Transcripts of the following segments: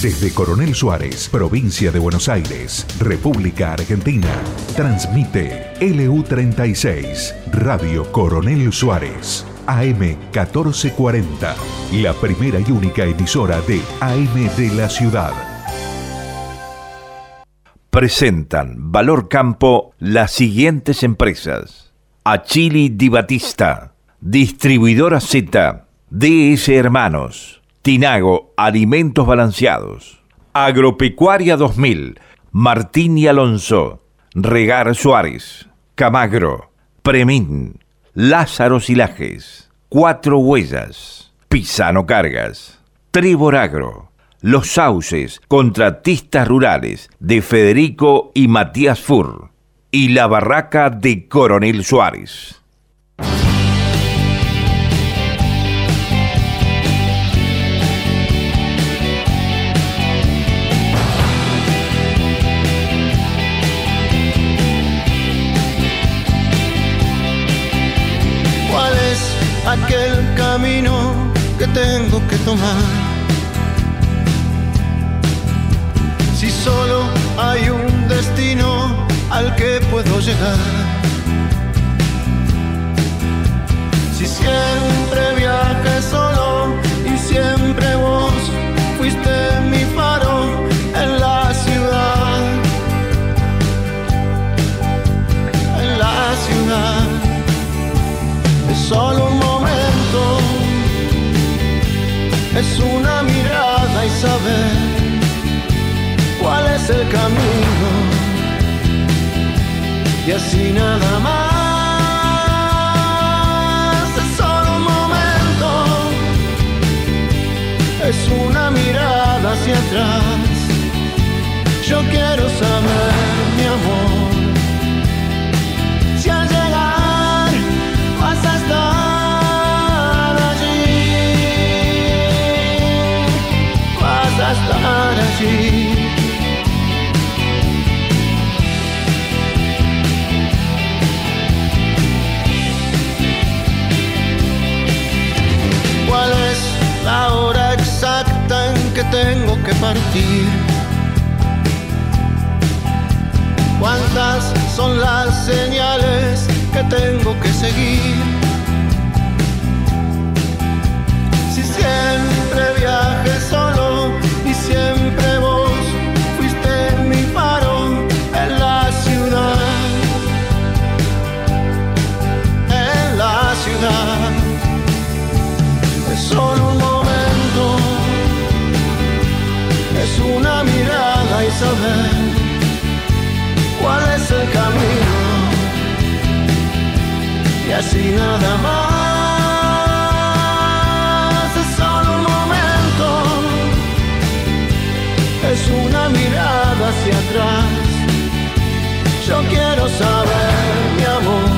Desde Coronel Suárez, provincia de Buenos Aires, República Argentina, transmite LU36, Radio Coronel Suárez, AM 1440, la primera y única emisora de AM de la ciudad. Presentan Valor Campo las siguientes empresas: Achili Di Battista, Distribuidora Z, DS Hermanos, Tinago Alimentos Balanceados, Agropecuaria 2000, Martín y Alonso, Regar Suárez, Camagro, Premín, Lázaro Silajes, Cuatro Huellas, Pisano Cargas, Trébor Agro, Los Sauces, Contratistas Rurales de Federico y Matías Fur, y La Barraca de Coronel Suárez. Aquel camino que tengo que tomar, si solo hay un destino al que puedo llegar, si siempre viajé solo y siempre vos fuiste mi faro en la ciudad, en la ciudad. Es solo un momento, es una mirada y saber cuál es el camino, y así nada más. Es solo un momento, es una mirada hacia atrás. Yo quiero saber, mi amor, si al llegar vas a estar allí, vas a estar allí. ¿Cuál es la hora exacta en que tengo que partir? ¿Cuántas son las señales que tengo que seguir? Si siempre viajé solo y siempre vos fuiste mi faro en la ciudad, en la ciudad. Es solo un momento, es una mirada y saber cuál es el camino, y así nada más. Es solo un momento, es una mirada hacia atrás. Yo quiero saber, mi amor,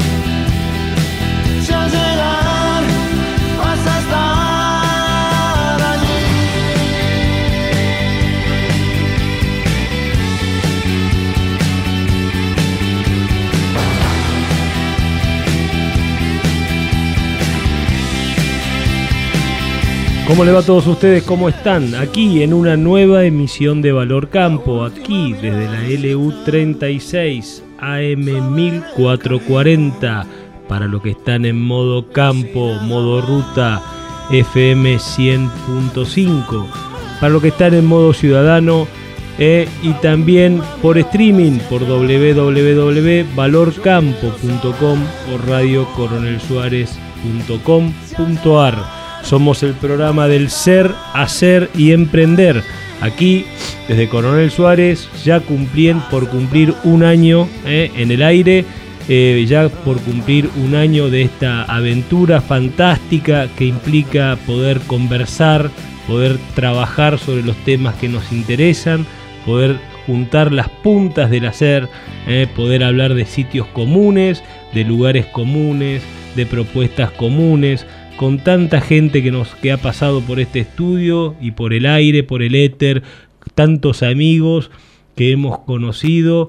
si al llegar vas a estar allí. ¿Cómo le va a todos ustedes? ¿Cómo están? Aquí en una nueva emisión de Valor Campo, aquí desde la LU36 AM 1440, para los que están en modo campo, modo ruta FM 100.5, para los que están en modo ciudadano y también por streaming por www.valorcampo.com o radiocoronelsuarez.com.ar. Somos el programa del ser, hacer y emprender. Aquí, desde Coronel Suárez, ya por cumplir un año en el aire, ya por cumplir un año de esta aventura fantástica que implica poder conversar, poder trabajar sobre los temas que nos interesan, poder juntar las puntas del hacer, poder hablar de sitios comunes, de lugares comunes, de propuestas comunes, con tanta gente que ha pasado por este estudio y por el aire, por el éter, tantos amigos que hemos conocido,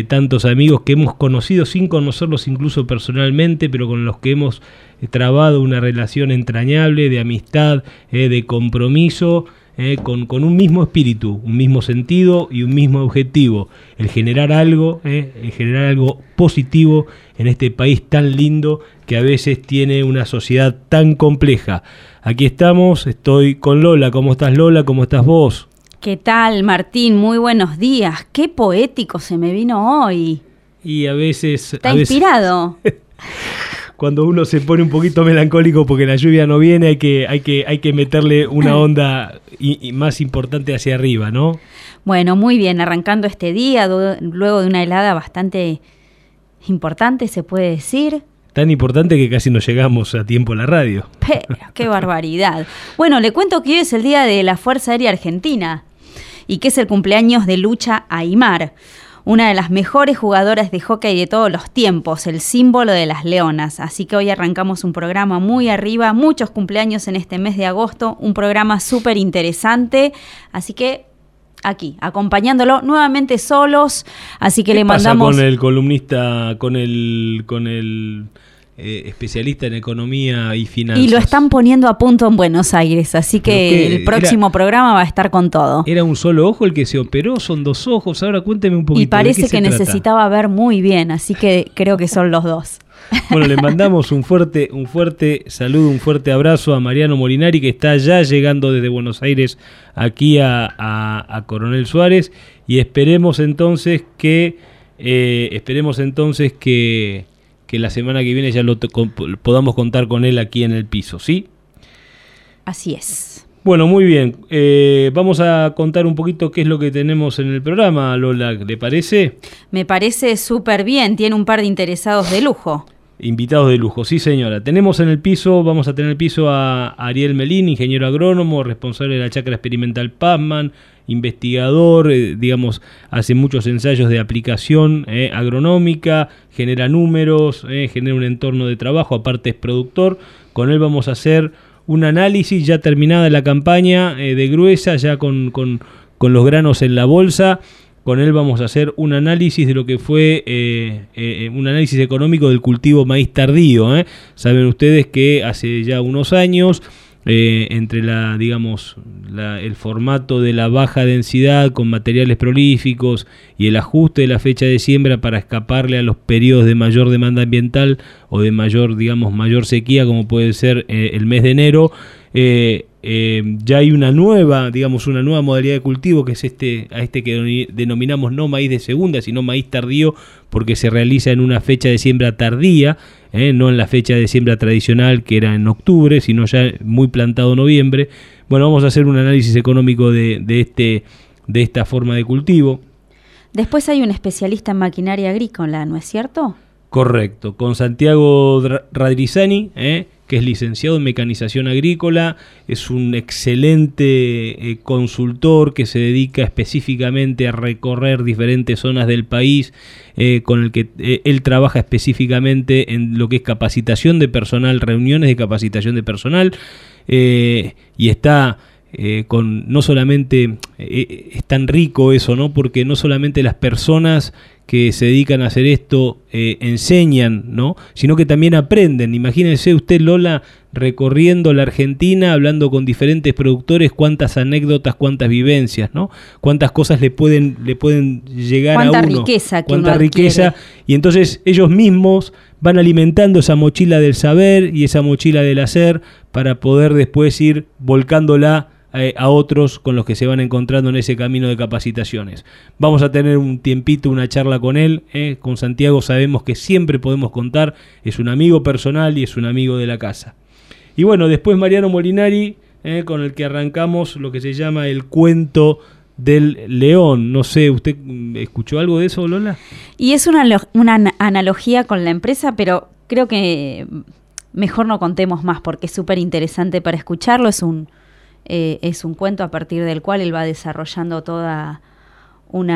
sin conocerlos incluso personalmente, pero con los que hemos trabado una relación entrañable de amistad, de compromiso, con un mismo espíritu, un mismo sentido y un mismo objetivo, el generar algo positivo en este país tan lindo que a veces tiene una sociedad tan compleja. Aquí estamos, estoy con Lola. ¿Cómo estás, Lola? ¿Cómo estás vos? ¿Qué tal, Martín? Muy buenos días. Qué poético se me vino hoy. Y a veces... ¿Está inspirado? Cuando uno se pone un poquito melancólico porque la lluvia no viene, hay que meterle una onda y más importante hacia arriba, ¿no? Bueno, muy bien, arrancando este día, luego de una helada bastante importante, se puede decir. Tan importante que casi no llegamos a tiempo a la radio. Pero, qué barbaridad. Bueno, le cuento que hoy es el día de la Fuerza Aérea Argentina y que es el cumpleaños de Lucha Aymar, una de las mejores jugadoras de hockey de todos los tiempos, el símbolo de las leonas. Así que hoy arrancamos un programa muy arriba, muchos cumpleaños en este mes de agosto, un programa súper interesante. Así que aquí, acompañándolo nuevamente solos. Así que le mandamos... ¿Qué pasa con el columnista, con el especialista en economía y finanzas? Y lo están poniendo a punto en Buenos Aires, así que el próximo programa va a estar con todo. ¿Era un solo ojo el que se operó? ¿Son dos ojos? Ahora cuénteme un poquito. Y parece que necesitaba ver muy bien, así que creo que son los dos. Bueno, le mandamos un fuerte saludo, un fuerte abrazo a Mariano Molinari, que está ya llegando desde Buenos Aires aquí a Coronel Suárez, y esperemos entonces que la semana que viene ya podamos contar con él aquí en el piso, ¿sí? Así es. Bueno, muy bien. Vamos a contar un poquito qué es lo que tenemos en el programa, Lola, ¿le parece? Me parece súper bien. Tiene un par de interesados de lujo. Invitados de lujo, sí señora. Vamos a tener en el piso a Ariel Melín, ingeniero agrónomo, responsable de la chacra experimental Pazman, investigador, hace muchos ensayos de aplicación agronómica, genera números, genera un entorno de trabajo, aparte es productor. Con él vamos a hacer un análisis ya terminada la campaña de Gruesa, ya con los granos en la bolsa. Con él vamos a hacer un análisis de lo que fue un análisis económico del cultivo maíz tardío. Saben ustedes que hace ya unos años, entre el formato de la baja densidad con materiales prolíficos y el ajuste de la fecha de siembra para escaparle a los periodos de mayor demanda ambiental o de mayor sequía, como puede ser el mes de enero, ya hay una nueva modalidad de cultivo, que es que denominamos no maíz de segunda, sino maíz tardío, porque se realiza en una fecha de siembra tardía, no en la fecha de siembra tradicional, que era en octubre, sino ya muy plantado en noviembre. Bueno, vamos a hacer un análisis económico de esta forma de cultivo. Después hay un especialista en maquinaria agrícola, ¿no es cierto? Correcto, con Santiago Radrizani, que es licenciado en mecanización agrícola, es un excelente consultor que se dedica específicamente a recorrer diferentes zonas del país, con el que él trabaja específicamente en lo que es capacitación de personal, reuniones de capacitación de personal, y está... no solamente es tan rico eso, ¿no? Porque no solamente las personas que se dedican a hacer esto enseñan, ¿no? Sino que también aprenden. Imagínense usted, Lola, recorriendo la Argentina, hablando con diferentes productores, cuántas anécdotas, cuántas vivencias, ¿no? Cuántas cosas le pueden llegar a uno. Cuánta riqueza. Y entonces ellos mismos van alimentando esa mochila del saber y esa mochila del hacer para poder después ir volcándola a otros con los que se van encontrando en ese camino de capacitaciones. Vamos a tener un tiempito, una charla con él. Con Santiago sabemos que siempre podemos contar. Es un amigo personal y es un amigo de la casa. Y bueno, después Mariano Molinari, con el que arrancamos lo que se llama el cuento del león. No sé, ¿usted escuchó algo de eso, Lola? Y es una analogía con la empresa, pero creo que mejor no contemos más porque es súper interesante para escucharlo. Es un cuento a partir del cual él va desarrollando toda un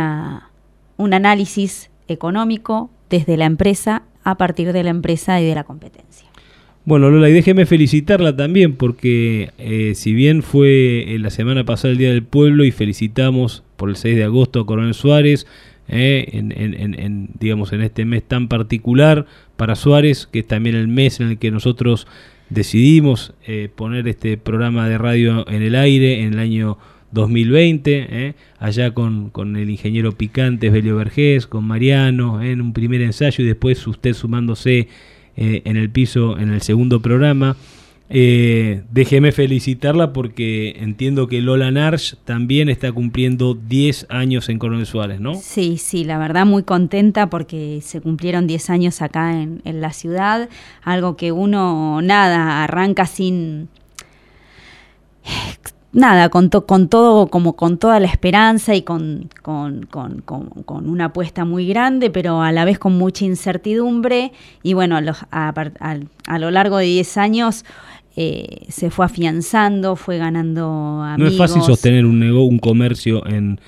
análisis económico desde la empresa, a partir de la empresa y de la competencia. Bueno, Lola, y déjeme felicitarla también porque si bien fue la semana pasada el Día del Pueblo y felicitamos por el 6 de agosto a Coronel Suárez, en este mes tan particular para Suárez, que es también el mes en el que nosotros decidimos poner este programa de radio en el aire en el año 2020, allá con el ingeniero Picantes, Belio Vergés, con Mariano, en un primer ensayo y después usted sumándose en el piso en el segundo programa. Déjeme felicitarla porque entiendo que Lola Narch también está cumpliendo 10 años en Coronel Suárez, ¿no? Sí, la verdad muy contenta porque se cumplieron 10 años acá en la ciudad, algo que uno arranca sin con todo, como con toda la esperanza y con una apuesta muy grande, pero a la vez con mucha incertidumbre, y bueno, a lo largo de 10 años se fue afianzando, fue ganando amigos. No es fácil sostener un comercio en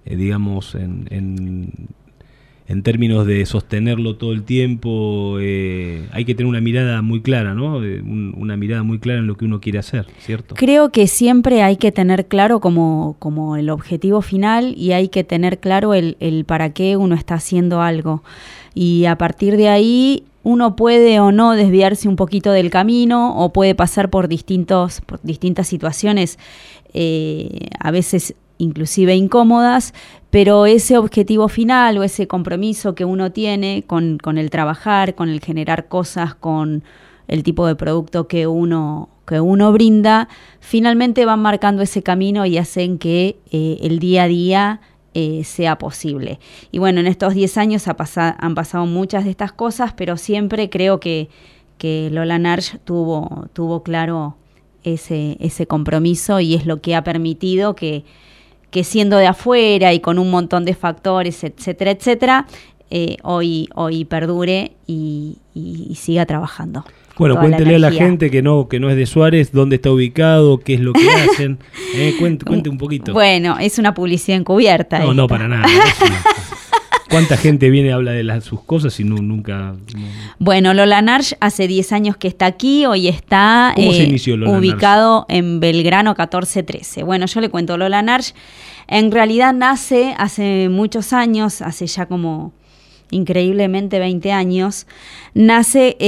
términos de sostenerlo todo el tiempo. Hay que tener una mirada muy clara, ¿no? Una mirada muy clara en lo que uno quiere hacer, ¿cierto? Creo que siempre hay que tener claro como el objetivo final, y hay que tener claro el para qué uno está haciendo algo. Y a partir de ahí uno puede o no desviarse un poquito del camino, o puede pasar por distintas situaciones, a veces inclusive incómodas, pero ese objetivo final o ese compromiso que uno tiene con el trabajar, con el generar cosas, con el tipo de producto que uno brinda, finalmente van marcando ese camino y hacen que el día a día sea posible. Y bueno, en estos 10 años han pasado muchas de estas cosas, pero siempre creo que Lola Narch tuvo claro ese compromiso, y es lo que ha permitido que siendo de afuera y con un montón de factores, etcétera, etcétera, hoy perdure y siga trabajando. Bueno, cuéntele a la gente que no es de Suárez, dónde está ubicado, qué es lo que hacen. Cuente un poquito. Bueno, es una publicidad encubierta. No, para nada. ¿Cuánta gente viene y habla de sus cosas y nunca? Bueno, Lola Narch hace 10 años que está aquí, hoy está ubicado en Belgrano 1413. Bueno, yo le cuento, Lola Narch en realidad nace hace muchos años, hace ya como increíblemente 20 años, nace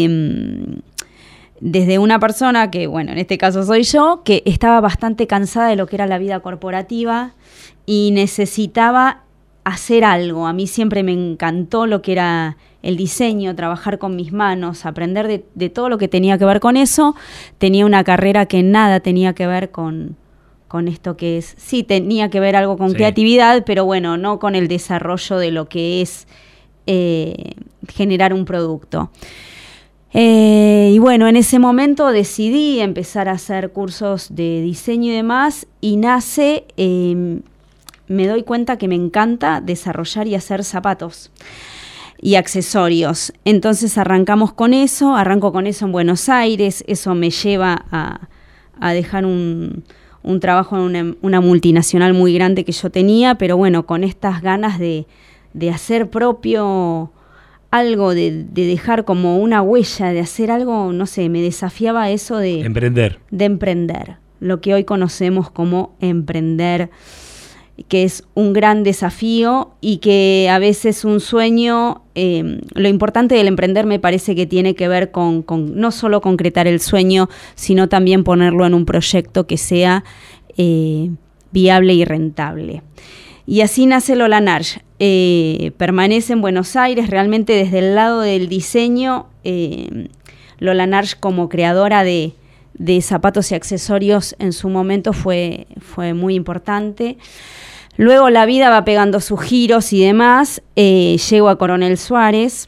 desde una persona que, bueno, en este caso soy yo, que estaba bastante cansada de lo que era la vida corporativa y necesitaba hacer algo. A mí siempre me encantó lo que era el diseño, trabajar con mis manos, aprender de todo lo que tenía que ver con eso. Tenía una carrera que nada tenía que ver con esto que es, sí, tenía que ver algo con creatividad, pero bueno, no con el desarrollo de lo que es generar un producto. Y bueno, en ese momento decidí empezar a hacer cursos de diseño y demás, y nace, me doy cuenta que me encanta desarrollar y hacer zapatos y accesorios. Entonces arranco con eso en Buenos Aires. Eso me lleva a dejar un trabajo en una multinacional muy grande que yo tenía, pero bueno, con estas ganas de hacer propio algo, de dejar como una huella, de hacer algo, no sé, me desafiaba eso de emprender, lo que hoy conocemos como emprender, que es un gran desafío y que a veces un sueño, lo importante del emprender me parece que tiene que ver con no solo concretar el sueño, sino también ponerlo en un proyecto que sea viable y rentable. Y así nace Lola Narch. Permanece en Buenos Aires, realmente desde el lado del diseño, Lola Narch como creadora de zapatos y accesorios en su momento fue muy importante. Luego la vida va pegando sus giros y demás. Llego a Coronel Suárez.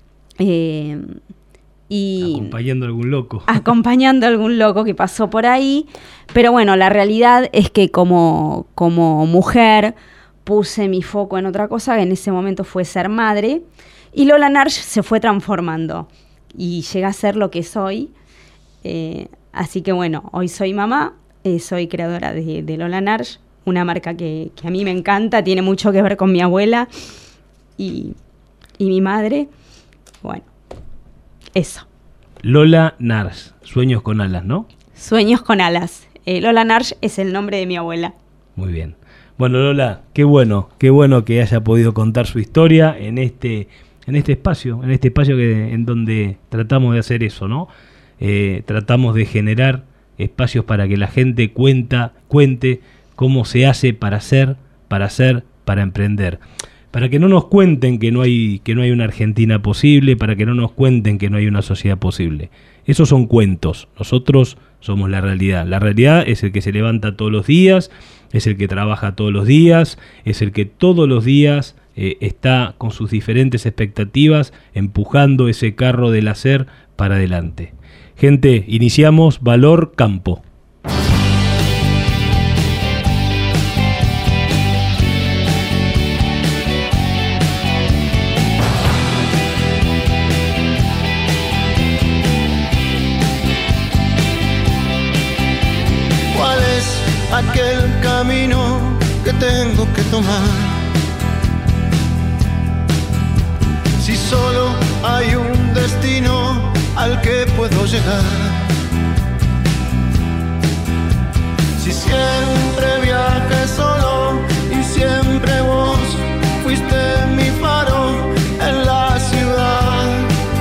Y acompañando a algún loco. Acompañando a algún loco que pasó por ahí. Pero bueno, la realidad es que como mujer puse mi foco en otra cosa, que en ese momento fue ser madre. Y Lola Narch se fue transformando. Y llegué a ser lo que soy. Así que bueno, hoy soy mamá. Soy creadora de Lola Narch. Una marca que a mí me encanta. Tiene mucho que ver con mi abuela y mi madre. Bueno. Eso. Lola Narch, Sueños con Alas, ¿no? Sueños con Alas. Lola Narch es el nombre de mi abuela. Muy bien. Bueno, Lola, qué bueno que haya podido contar su historia en este espacio en donde tratamos de hacer eso, ¿no? tratamos de generar espacios para que la gente cuente cómo se hace para emprender. Para que no nos cuenten que no hay una Argentina posible, para que no nos cuenten que no hay una sociedad posible. Esos son cuentos. Nosotros somos la realidad. La realidad es el que se levanta todos los días, es el que trabaja todos los días, es el que todos los días está con sus diferentes expectativas empujando ese carro del hacer para adelante. Gente, iniciamos Valor Campo. ¿Cuál es aquel camino que tengo que tomar? Si solo hay un destino al que puedo llegar. Si siempre viajé solo y siempre vos fuiste mi faro en la ciudad.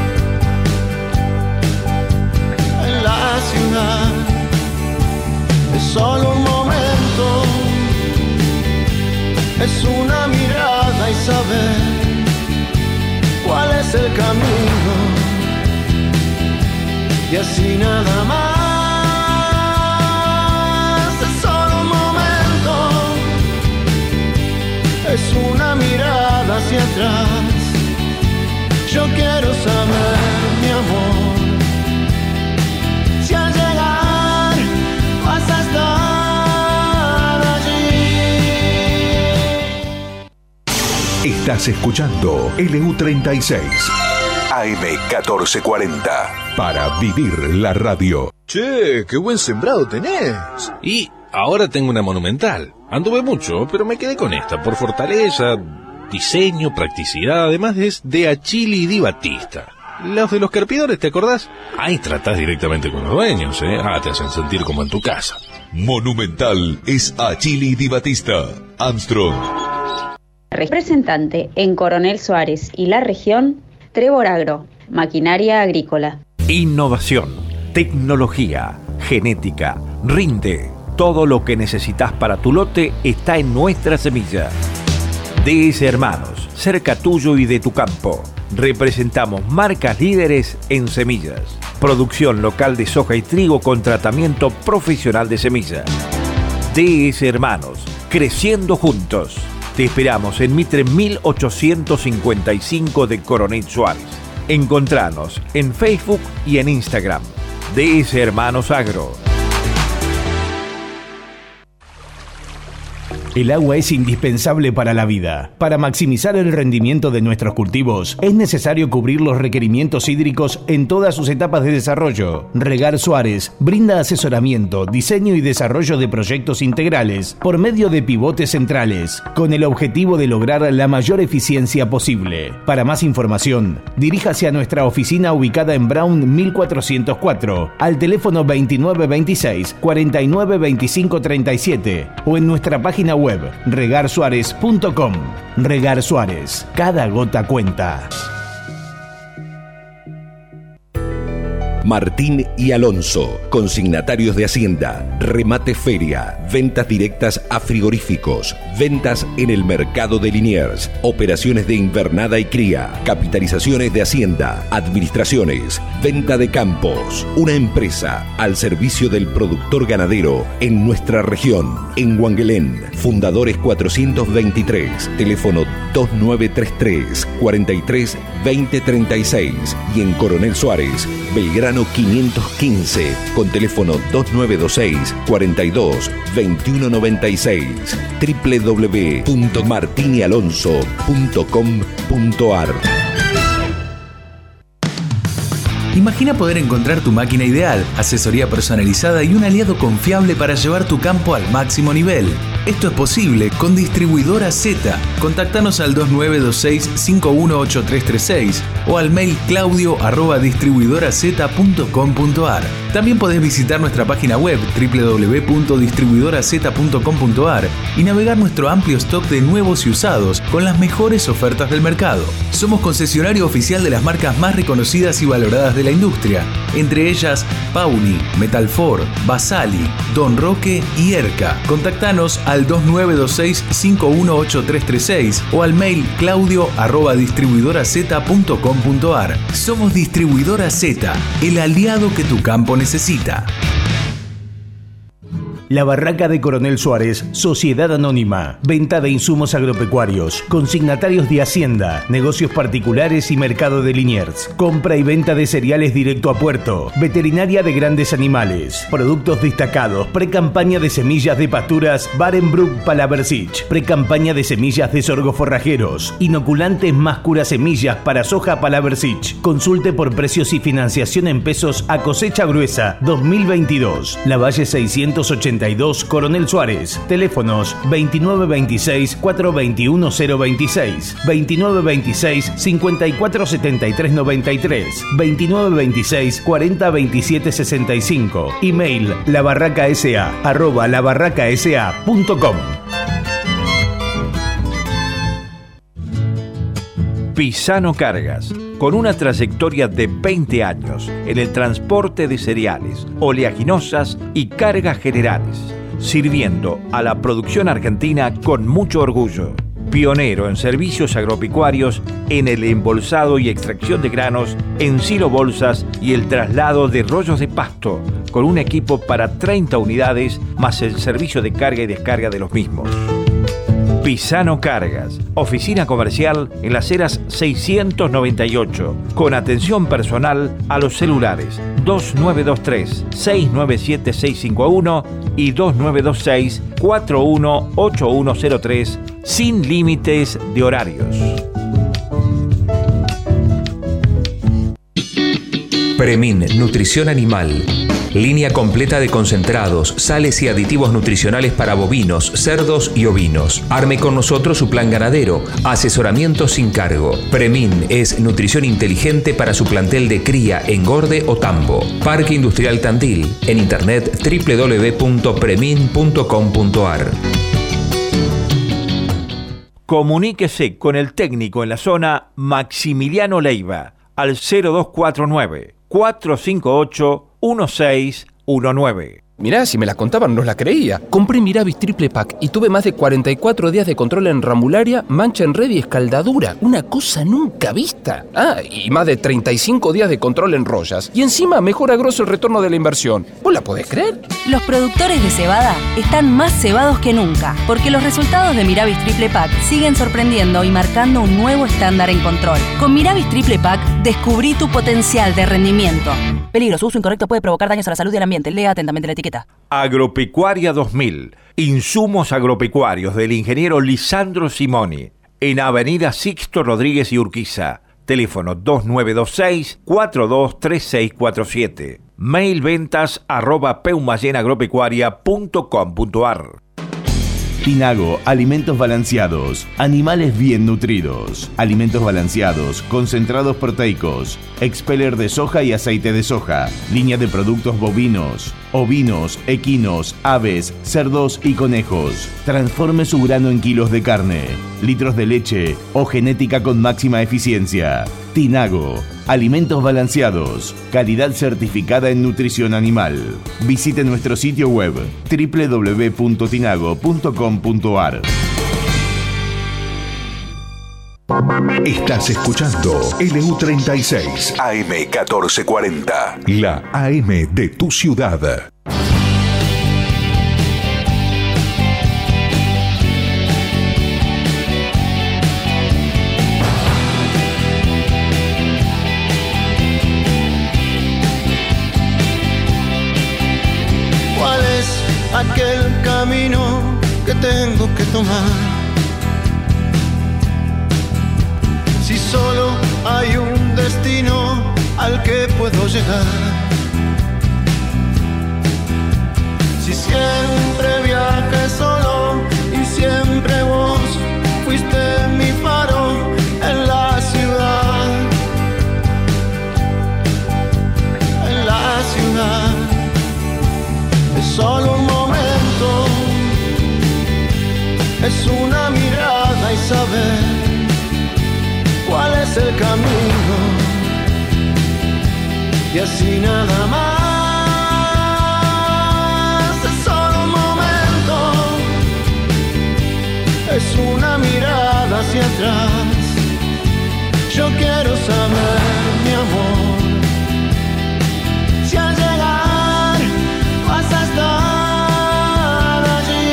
En la ciudad es solo un momento, es una mirada y saber cuál es el camino, y así nada más. Es solo un momento, es una mirada hacia atrás. Yo quiero saber, mi amor, si al llegar vas a estar allí. Estás escuchando LU36 AM1440 para vivir la radio. Che, qué buen sembrado tenés. Y ahora tengo una Monumental. Anduve mucho, pero me quedé con esta por fortaleza, diseño, practicidad. Además es de Achili Di Battista. Los de los carpidores, ¿te acordás? Ahí tratás directamente con los dueños, ¿eh? Te hacen sentir como en tu casa. Monumental es Achili Di Battista. Armstrong. Representante en Coronel Suárez y la región, Trevor Agro, maquinaria agrícola. Innovación, tecnología, genética, rinde. Todo lo que necesitas para tu lote está en nuestra semilla. DS Hermanos, cerca tuyo y de tu campo. Representamos marcas líderes en semillas. Producción local de soja y trigo con tratamiento profesional de semilla. DS Hermanos, creciendo juntos. Te esperamos en Mitre 1855 de Coronel Suárez. Encontranos en Facebook y en Instagram. DS Hermanos Agro. El agua es indispensable para la vida. Para maximizar el rendimiento de nuestros cultivos, es necesario cubrir los requerimientos hídricos en todas sus etapas de desarrollo. Regar Suárez brinda asesoramiento, diseño y desarrollo de proyectos integrales por medio de pivotes centrales, con el objetivo de lograr la mayor eficiencia posible. Para más información, diríjase a nuestra oficina ubicada en Brown 1404, al teléfono 2926 492537 o en nuestra página web regarsuárez.com. Regar Suárez, cada gota cuenta. Martín y Alonso, consignatarios de Hacienda, remate feria, ventas directas a frigoríficos, ventas en el mercado de Liniers, operaciones de invernada y cría, capitalizaciones de Hacienda, administraciones, venta de campos, una empresa al servicio del productor ganadero en nuestra región, en Huanguelén, Fundadores 423, teléfono 2933 43 2036 y en Coronel Suárez, Belgrano 515, con teléfono 2926 42 2196, www.martinialonso.com.ar. Imagina poder encontrar tu máquina ideal, asesoría personalizada y un aliado confiable para llevar tu campo al máximo nivel. Esto es posible con Distribuidora Z. Contactanos al 2926-518336 o al mail claudio@distribuidoraz.com.ar. También podés visitar nuestra página web www.distribuidoraz.com.ar y navegar nuestro amplio stock de nuevos y usados con las mejores ofertas del mercado. Somos concesionario oficial de las marcas más reconocidas y valoradas de la industria, entre ellas Pauni, Metalfor, Basali, Don Roque y Erca. Contactanos al 2926-518336 o al mail claudio@distribuidoraz.com.ar. Somos Distribuidora Z, el aliado que tu campo necesita. La Barraca de Coronel Suárez, Sociedad Anónima. Venta de insumos agropecuarios, consignatarios de Hacienda, negocios particulares y mercado de Liniers. Compra y venta de cereales directo a puerto. Veterinaria de grandes animales. Productos destacados. Precampaña de semillas de pasturas Barenbroek Palaversich. Precampaña de semillas de sorgo forrajeros. Inoculantes más cura semillas para soja Palaversich. Consulte por precios y financiación en pesos a cosecha gruesa 2022. La Valle 680 Coronel Suárez. Teléfonos 2926-421-026, 2926-547393, 2926-402765. Email labarracasa@labarracasa.com. Pisano Cargas, con una trayectoria de 20 años en el transporte de cereales, oleaginosas y cargas generales, sirviendo a la producción argentina con mucho orgullo. Pionero en servicios agropecuarios, en el embolsado y extracción de granos, en silobolsas y el traslado de rollos de pasto, con un equipo para 30 unidades más el servicio de carga y descarga de los mismos. Pisano Cargas, oficina comercial en Las Heras 698, con atención personal a los celulares 2923-697651 y 2926-418103, sin límites de horarios. Premin Nutrición Animal. Línea completa de concentrados, sales y aditivos nutricionales para bovinos, cerdos y ovinos. Arme con nosotros su plan ganadero. Asesoramiento sin cargo. Premin es nutrición inteligente para su plantel de cría, engorde o tambo. Parque Industrial Tandil. En internet www.premin.com.ar. Comuníquese con el técnico en la zona Maximiliano Leiva al 0249 458 1619. Mirá, si me la contaban no la creía. Compré Miravis Triple Pack y tuve más de 44 días de control en ramularia, mancha en red y escaldadura. Una cosa nunca vista. Ah, y más de 35 días de control en rollas. Y encima mejora grosso el retorno de la inversión. ¿Vos la podés creer? Los productores de cebada están más cebados que nunca, porque los resultados de Miravis Triple Pack siguen sorprendiendo y marcando un nuevo estándar en control. Con Miravis Triple Pack descubrí tu potencial de rendimiento. Peligro, su uso incorrecto puede provocar daños a la salud y al ambiente. Lea atentamente la etiqueta. Agropecuaria 2000. Insumos agropecuarios del ingeniero Lisandro Simoni. En Avenida Sixto Rodríguez y Urquiza. Teléfono 2926-423647. Mail ventas@peumayenagropecuaria.com.ar. Tinago, alimentos balanceados, animales bien nutridos, alimentos balanceados, concentrados proteicos, expeller de soja y aceite de soja, línea de productos bovinos, ovinos, equinos, aves, cerdos y conejos. Transforme su grano en kilos de carne, litros de leche o genética con máxima eficiencia. Tinago, alimentos balanceados, calidad certificada en nutrición animal. Visite nuestro sitio web www.tinago.com.ar. Estás escuchando LU36 AM 1440, la AM de tu ciudad. ¿Cuál es aquel camino que tengo que tomar? Si solo hay un destino al que puedo llegar. Si siempre viaje solo una mirada y saber cuál es el camino, y así nada más. Es solo un momento, es una mirada hacia atrás. Yo quiero saber, mi amor, si al llegar vas a estar allí,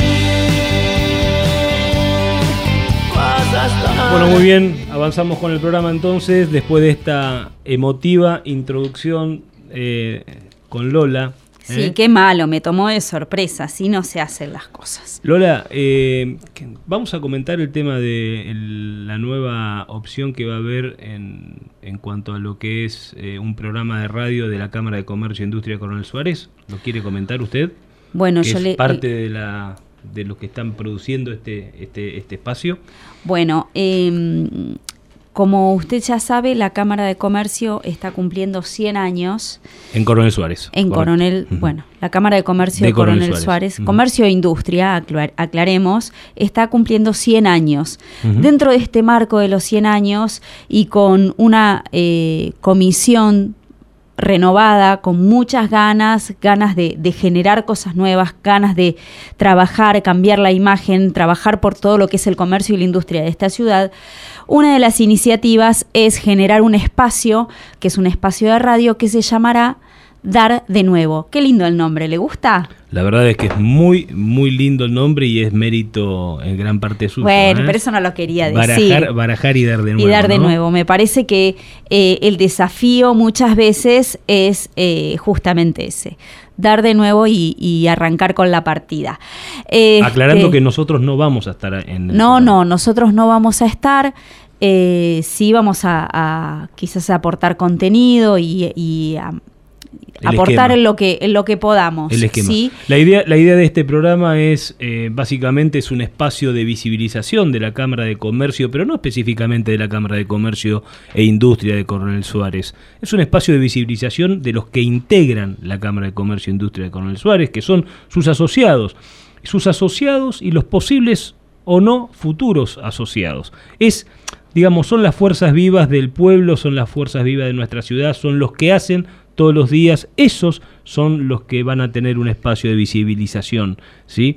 vas a estar. Bueno, muy bien, avanzamos con el programa entonces, después de esta emotiva introducción con Lola. Sí, qué malo, me tomó de sorpresa, así no se hacen las cosas. Lola, vamos a comentar el tema de la nueva opción que va a haber en cuanto a lo que es un programa de radio de la Cámara de Comercio e Industria Coronel Suárez. ¿Lo quiere comentar usted? Bueno, que yo es parte de lo que están produciendo este espacio. Bueno, como usted ya sabe, la Cámara de Comercio está cumpliendo 100 años. En Coronel Suárez. En correcto. Coronel, bueno, la Cámara de Comercio de Coronel Suárez. Comercio e Industria, aclaremos, está cumpliendo 100 años. Dentro de este marco de los 100 años y con una comisión renovada, con muchas ganas de generar cosas nuevas, ganas de trabajar, cambiar la imagen, trabajar por todo lo que es el comercio y la industria de esta ciudad. Una de las iniciativas es generar un espacio, que es un espacio de radio, que se llamará Dar de Nuevo. Qué lindo el nombre, ¿le gusta? La verdad es que es muy, muy lindo el nombre y es mérito en gran parte suyo. Bueno, pero eso no lo quería decir. Barajar y dar de nuevo. Y dar de nuevo. Me parece que el desafío muchas veces es justamente ese. Dar de nuevo y arrancar con la partida. Aclarando que nosotros no vamos a estar en el No, nosotros no vamos a estar. Sí vamos a quizás aportar contenido y aportar en lo que podamos. El esquema. ¿Sí? La idea de este programa es, básicamente, es un espacio de visibilización de la Cámara de Comercio, pero no específicamente de la Cámara de Comercio e Industria de Coronel Suárez. Es un espacio de visibilización de los que integran la Cámara de Comercio e Industria de Coronel Suárez, que son sus asociados y los posibles o no futuros asociados. Son las fuerzas vivas del pueblo, son las fuerzas vivas de nuestra ciudad, son los que hacen todos los días, esos son los que van a tener un espacio de visibilización, ¿sí?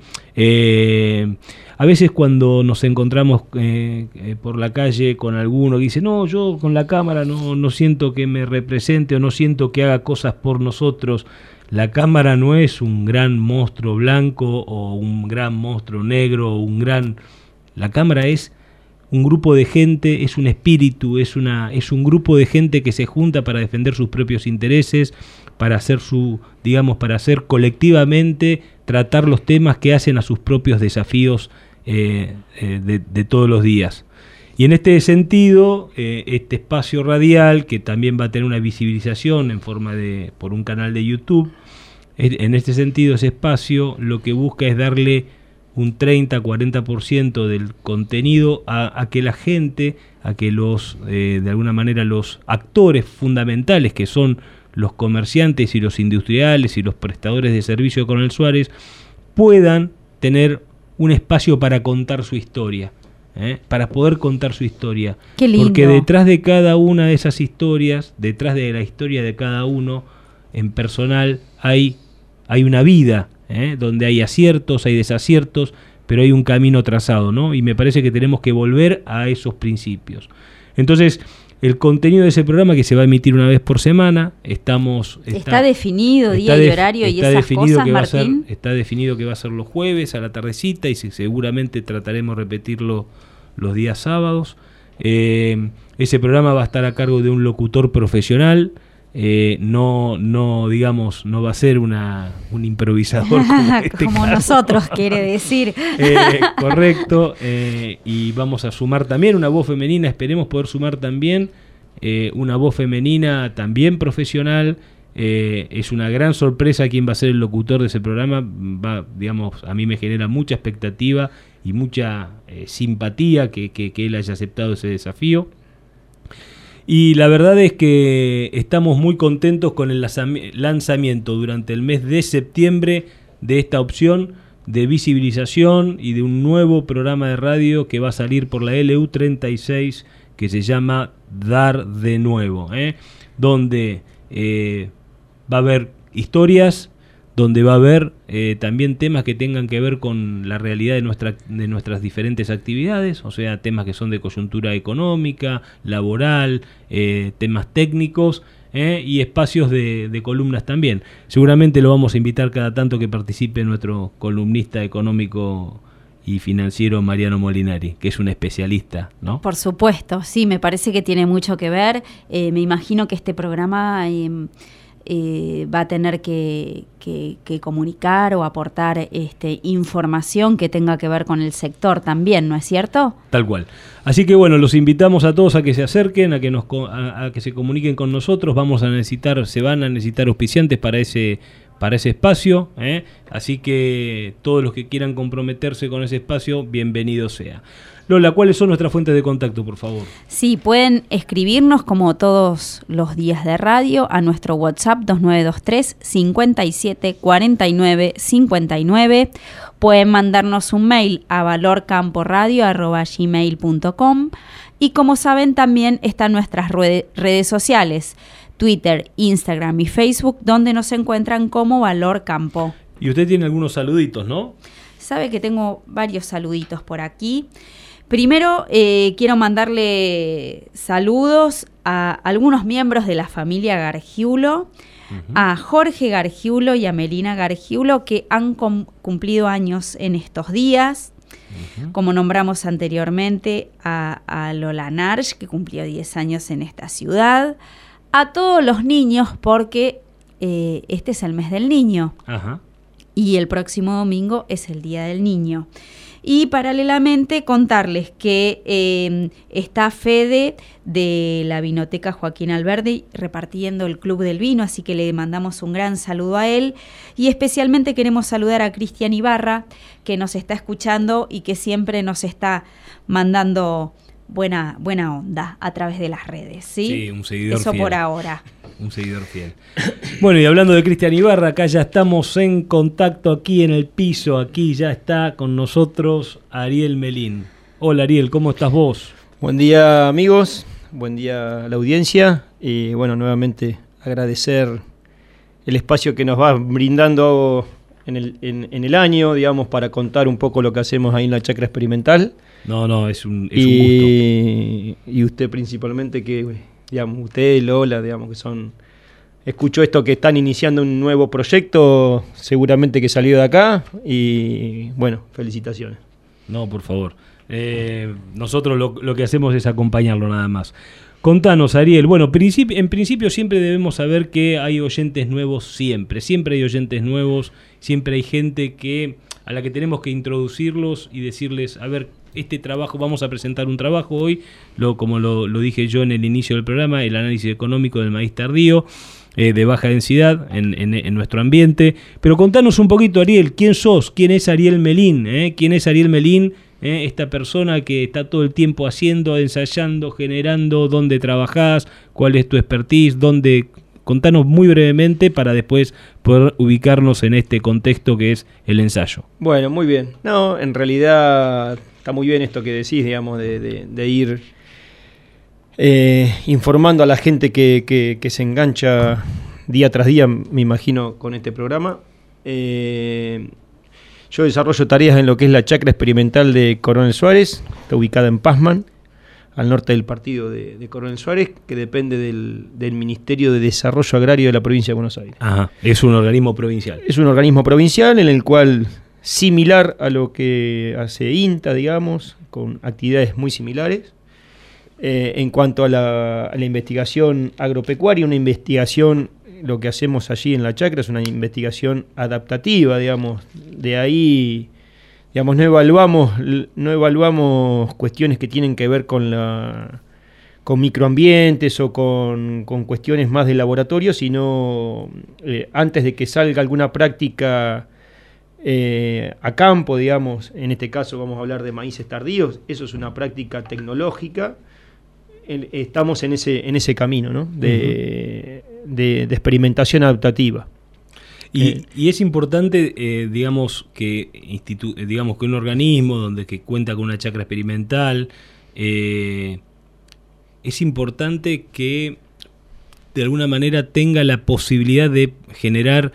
A veces cuando nos encontramos por la calle con alguno que dice, no, yo con la cámara no siento que me represente o no siento que haga cosas por nosotros. La cámara no es un gran monstruo blanco o un gran monstruo negro La cámara es un grupo de gente, es un espíritu, es un grupo de gente que se junta para defender sus propios intereses, para hacer colectivamente, tratar los temas que hacen a sus propios desafíos de todos los días. Y en este sentido, este espacio radial, que también va a tener una visibilización en forma por un canal de YouTube, en este sentido ese espacio lo que busca es darle un 30-40% del contenido a que la gente, a que de alguna manera los actores fundamentales que son los comerciantes y los industriales y los prestadores de servicio de Coronel Suárez puedan tener un espacio para contar su historia, para poder contar su historia. Qué lindo. Porque detrás de cada una de esas historias, detrás de la historia de cada uno en personal hay una vida, donde hay aciertos, hay desaciertos, pero hay un camino trazado, ¿no? Y me parece que tenemos que volver a esos principios. Entonces, el contenido de ese programa, que se va a emitir una vez por semana, está definido día y horario y esas cosas, Martín. Está definido que va a ser los jueves a la tardecita y seguramente trataremos de repetirlo los días sábados. Ese programa va a estar a cargo de un locutor profesional. No va a ser un improvisador como nosotros, quiere decir. Correcto. Y vamos a sumar también una voz femenina, esperemos poder sumar también una voz femenina también profesional. Es una gran sorpresa quién va a ser el locutor de ese programa. A mí me genera mucha expectativa y mucha simpatía que él haya aceptado ese desafío. Y la verdad es que estamos muy contentos con el lanzamiento durante el mes de septiembre de esta opción, de visibilización y de un nuevo programa de radio que va a salir por la LU36 que se llama Dar de Nuevo, donde va a haber historias, donde va a haber también temas que tengan que ver con la realidad de nuestras diferentes actividades, o sea, temas que son de coyuntura económica, laboral, temas técnicos, y espacios de columnas también. Seguramente lo vamos a invitar cada tanto que participe nuestro columnista económico y financiero Mariano Molinari, que es un especialista, ¿no? Por supuesto, sí, me parece que tiene mucho que ver. Me imagino que este programa va a tener que comunicar o aportar información que tenga que ver con el sector también, ¿no es cierto? Tal cual. Así que bueno, los invitamos a todos a que se acerquen, a que se comuniquen con nosotros. Se van a necesitar auspiciantes para ese espacio, así que todos los que quieran comprometerse con ese espacio, bienvenido sea. Lola, ¿cuáles son nuestras fuentes de contacto, por favor? Sí, pueden escribirnos como todos los días de radio a nuestro WhatsApp 2923 57 49 59. Pueden mandarnos un mail a valorcamporadio@gmail.com y como saben también están nuestras redes sociales, Twitter, Instagram y Facebook, donde nos encuentran como Valor Campo. Y usted tiene algunos saluditos, ¿no? Sabe que tengo varios saluditos por aquí. Primero, quiero mandarle saludos a algunos miembros de la familia Gargiulo, a Jorge Gargiulo y a Melina Gargiulo, que han cumplido años en estos días. Como nombramos anteriormente, a Lola Narch, que cumplió 10 años en esta ciudad. A todos los niños, porque este es el mes del niño. Ajá. Y el próximo domingo es el Día del Niño. Y paralelamente contarles que está Fede de la Vinoteca Joaquín Alberdi repartiendo el Club del Vino, así que le mandamos un gran saludo a él. Y especialmente queremos saludar a Cristian Ibarra, que nos está escuchando y que siempre nos está mandando buena onda a través de las redes, ¿sí? Sí, un seguidor Eso fiel. por ahora. Un seguidor fiel. Bueno, y hablando de Cristian Ibarra, acá ya estamos en contacto aquí en el piso. Aquí ya está con nosotros Ariel Melín. Hola Ariel, ¿cómo estás vos? Buen día amigos, buen día a la audiencia. Y bueno, nuevamente agradecer el espacio que nos va brindando en el año, digamos, para contar un poco lo que hacemos ahí en la Chacra Experimental. No, es un gusto. Y usted principalmente, que digamos, usted, Lola, digamos, que escuchó esto, que están iniciando un nuevo proyecto, seguramente que salió de acá, y bueno, felicitaciones. No, por favor. Nosotros lo que hacemos es acompañarlo nada más. Contanos, Ariel. Bueno, en principio siempre debemos saber que hay oyentes nuevos siempre hay oyentes nuevos, siempre hay gente a la que tenemos que introducirlos y decirles, a ver, este trabajo, vamos a presentar un trabajo hoy, como lo dije yo en el inicio del programa, el análisis económico del maíz tardío, de baja densidad en nuestro ambiente. Pero contanos un poquito, Ariel, ¿quién sos? ¿Quién es Ariel Melín? ¿Quién es Ariel Melín? Esta persona que está todo el tiempo haciendo, ensayando, generando, dónde trabajás, cuál es tu expertise, contanos muy brevemente para después poder ubicarnos en este contexto que es el ensayo. Bueno, muy bien. No, en realidad está muy bien esto que decís, digamos, de ir informando a la gente que se engancha día tras día, me imagino, con este programa. Yo desarrollo tareas en lo que es la Chacra Experimental de Coronel Suárez, está ubicada en Pazman, al norte del partido de Coronel Suárez, que depende del Ministerio de Desarrollo Agrario de la provincia de Buenos Aires. Ajá, es un organismo provincial. Es un organismo provincial en el cual, similar a lo que hace INTA, digamos, con actividades muy similares. En cuanto a la investigación agropecuaria, una investigación, lo que hacemos allí en la chacra es una investigación adaptativa, digamos. De ahí, digamos, no evaluamos cuestiones que tienen que ver con microambientes o con cuestiones más de laboratorio, sino antes de que salga alguna práctica a campo, digamos, en este caso vamos a hablar de maíces tardíos, eso es una práctica tecnológica. Estamos en ese camino, ¿no? de experimentación adaptativa. Y es importante, digamos que un organismo que cuenta con una chacra experimental, es importante que de alguna manera tenga la posibilidad de generar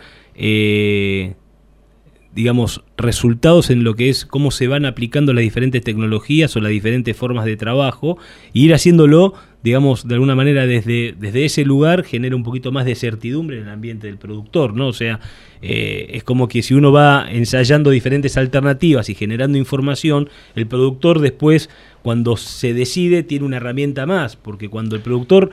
resultados en lo que es cómo se van aplicando las diferentes tecnologías o las diferentes formas de trabajo, e ir haciéndolo, digamos, de alguna manera desde ese lugar genera un poquito más de certidumbre en el ambiente del productor, ¿no? O sea, es como que si uno va ensayando diferentes alternativas y generando información, el productor después, cuando se decide, tiene una herramienta más, porque cuando el productor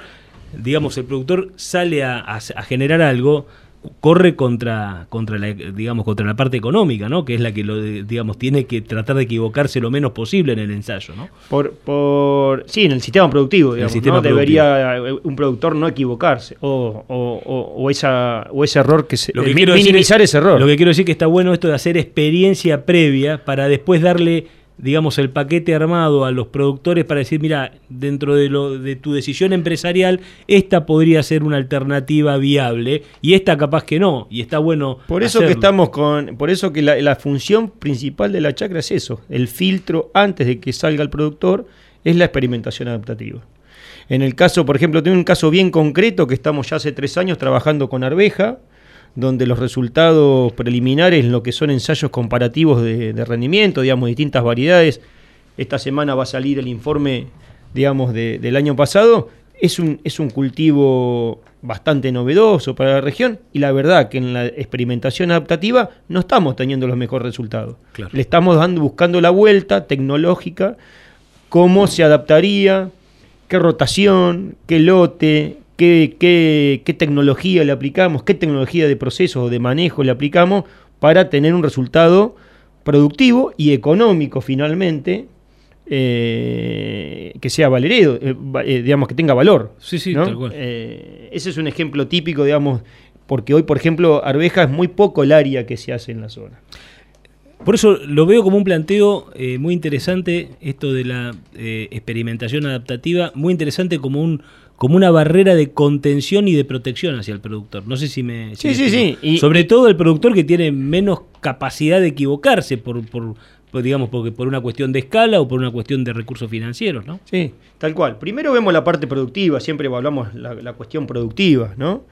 sale a generar algo, corre contra la parte económica, ¿no? Que es la que tiene que tratar de equivocarse lo menos posible en el ensayo, ¿no? Sí, en el sistema productivo, digamos, ¿no? Debería un productor no equivocarse o ese error que se minimizar ese error. Lo que quiero decir que está bueno esto de hacer experiencia previa para después darle, digamos, el paquete armado a los productores para decir, mira, dentro de tu decisión empresarial, esta podría ser una alternativa viable y esta capaz que no, y está bueno por eso hacerlo. Por eso que la función principal de la chacra es eso, el filtro antes de que salga el productor es la experimentación adaptativa. En el caso, por ejemplo, tengo un caso bien concreto que estamos ya hace 3 años trabajando con arveja, donde los resultados preliminares en lo que son ensayos comparativos de rendimiento, digamos, distintas variedades. Esta semana va a salir el informe, digamos, del año pasado. Es un cultivo bastante novedoso para la región y la verdad que en la experimentación adaptativa no estamos teniendo los mejores resultados. Claro. Le estamos buscando la vuelta tecnológica, cómo se adaptaría, qué rotación, qué lote, qué tecnología le aplicamos, qué tecnología de procesos o de manejo le aplicamos para tener un resultado productivo y económico finalmente, que sea valerero, digamos, que tenga valor. Sí, ¿no? Tal cual. Ese es un ejemplo típico, digamos, porque hoy, por ejemplo, arveja es muy poco el área que se hace en la zona. Por eso lo veo como un planteo muy interesante, esto de la experimentación adaptativa, muy interesante como una barrera de contención y de protección hacia el productor. No sé si me... Sí. Sobre todo el productor que tiene menos capacidad de equivocarse por una cuestión de escala o por una cuestión de recursos financieros, ¿no? Sí, tal cual. Primero vemos la parte productiva, siempre evaluamos la cuestión productiva, ¿no?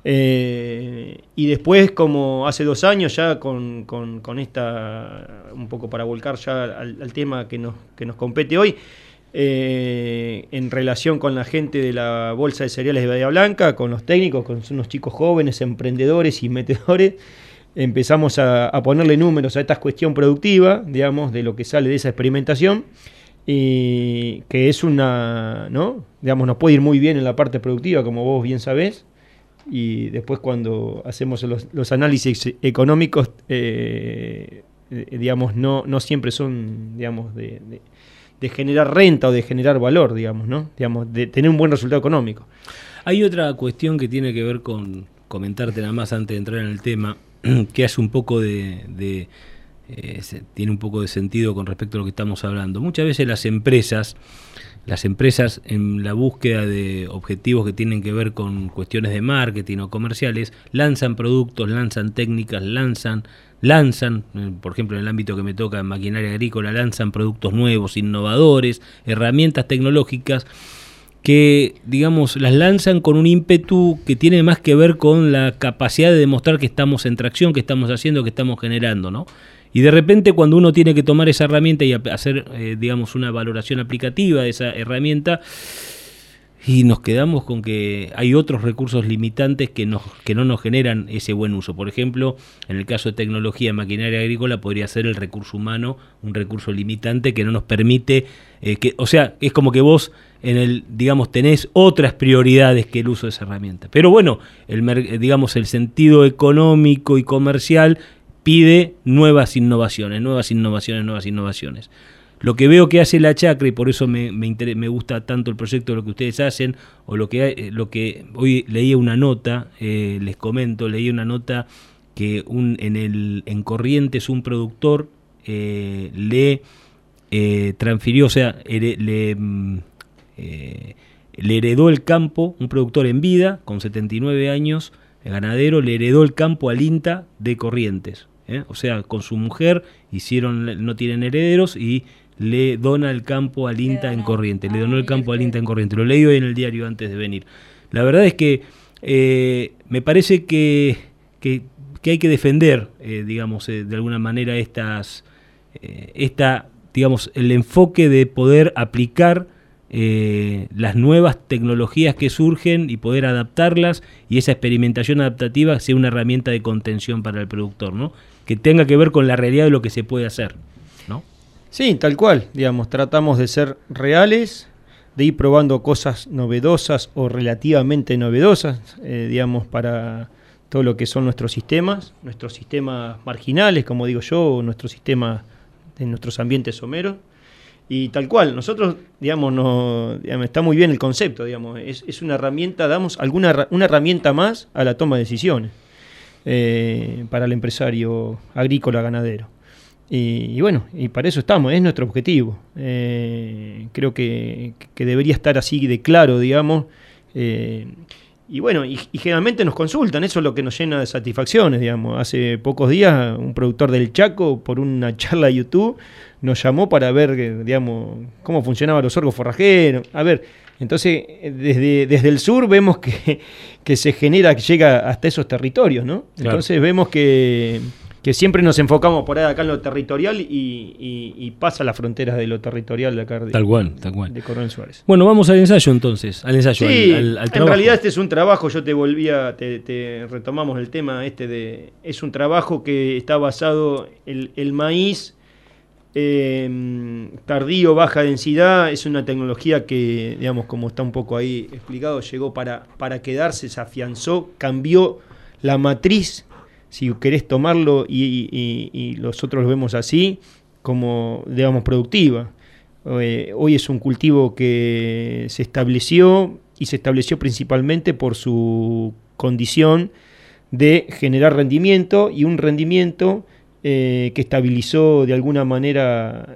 Y después, como hace 2 años ya con esta, un poco para volcar ya al tema que nos compete hoy, en relación con la gente de la Bolsa de Cereales de Bahía Blanca, con los técnicos, con unos chicos jóvenes, emprendedores y metedores, empezamos a ponerle números a esta cuestión productiva, digamos, de lo que sale de esa experimentación, y que es una, ¿no? Digamos, nos puede ir muy bien en la parte productiva, como vos bien sabés, y después cuando hacemos los análisis económicos, digamos, no siempre son, digamos, de generar renta o de generar valor, digamos, ¿no? Digamos, de tener un buen resultado económico. Hay otra cuestión que tiene que ver con comentarte nada más antes de entrar en el tema, que hace un poco tiene un poco de sentido con respecto a lo que estamos hablando. Muchas veces las empresas en la búsqueda de objetivos que tienen que ver con cuestiones de marketing o comerciales, lanzan productos, lanzan técnicas, lanzan, por ejemplo, en el ámbito que me toca en maquinaria agrícola, lanzan productos nuevos, innovadores, herramientas tecnológicas que, digamos, las lanzan con un ímpetu que tiene más que ver con la capacidad de demostrar que estamos en tracción, que estamos haciendo, que estamos generando, ¿no? Y de repente cuando uno tiene que tomar esa herramienta y hacer, digamos, una valoración aplicativa de esa herramienta, y nos quedamos con que hay otros recursos limitantes que no nos generan ese buen uso. Por ejemplo, en el caso de tecnología en maquinaria agrícola podría ser el recurso humano un recurso limitante que no nos permite, o sea, es como que vos digamos, tenés otras prioridades que el uso de esa herramienta. Pero bueno, digamos, el sentido económico y comercial pide nuevas innovaciones. Lo que veo que hace la chacra, y por eso me gusta tanto el proyecto de lo que ustedes hacen, o lo que hoy leí una nota, les comento, leí una nota que en Corrientes un productor le transfirió, o sea, le heredó el campo, un productor en vida, con 79 años, ganadero, le heredó el campo al INTA de Corrientes. O sea, con su mujer no tienen herederos y le dona el campo al INTA en Corrientes. Le donó el campo al INTA en Corrientes. Lo leí hoy en el diario antes de venir. La verdad es que me parece que hay que defender, digamos, de alguna manera digamos, el enfoque de poder aplicar las nuevas tecnologías que surgen y poder adaptarlas, y esa experimentación adaptativa sea una herramienta de contención para el productor, ¿no? Que tenga que ver con la realidad de lo que se puede hacer, ¿no? Sí, tal cual, digamos, tratamos de ser reales, de ir probando cosas novedosas o relativamente novedosas, digamos, para todo lo que son nuestros sistemas marginales, como digo yo, nuestros sistemas en nuestros ambientes someros. Y tal cual, nosotros, digamos, está muy bien el concepto, digamos, es una herramienta, damos una herramienta más a la toma de decisiones para el empresario agrícola ganadero. Y bueno, y para eso estamos, es nuestro objetivo. Creo que debería estar así de claro, digamos. Y bueno, y generalmente nos consultan, eso es lo que nos llena de satisfacciones, digamos. Hace pocos días un productor del Chaco, por una charla de YouTube, nos llamó para ver, digamos, cómo funcionaban los sorgos forrajeros. A ver, entonces desde el sur vemos que se genera, que llega hasta esos territorios, ¿no? Claro. Entonces vemos que siempre nos enfocamos por ahí acá en lo territorial y pasa las fronteras de lo territorial de acá tal cual. De Coronel Suárez. Bueno, vamos al ensayo entonces, al sí, al trabajo. En realidad este es un trabajo, yo te retomamos el tema es un trabajo que está basado el maíz tardío, baja densidad, es una tecnología que, digamos, como está un poco ahí explicado, llegó para quedarse, se afianzó, cambió la matriz, si querés tomarlo, y nosotros lo vemos así, como, digamos, productiva. Hoy es un cultivo que se estableció principalmente por su condición de generar rendimiento, y un rendimiento que estabilizó de alguna manera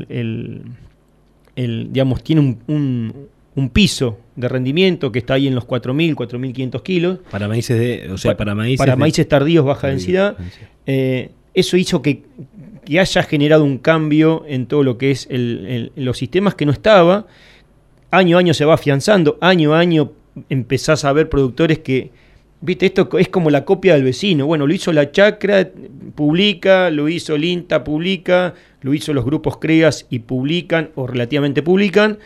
digamos, tiene un piso de rendimiento que está ahí en los 4.000, 4.500 kilos. Para maíces maíces tardíos, baja densidad. Eso hizo que haya generado un cambio en todo lo que es los sistemas que no estaba. Año a año se va afianzando, año a año empezás a ver productores que, viste, esto es como la copia del vecino. Bueno, lo hizo la Chacra, publica, lo hizo el INTA, publica, lo hizo los grupos CREAS y publican, o relativamente publican.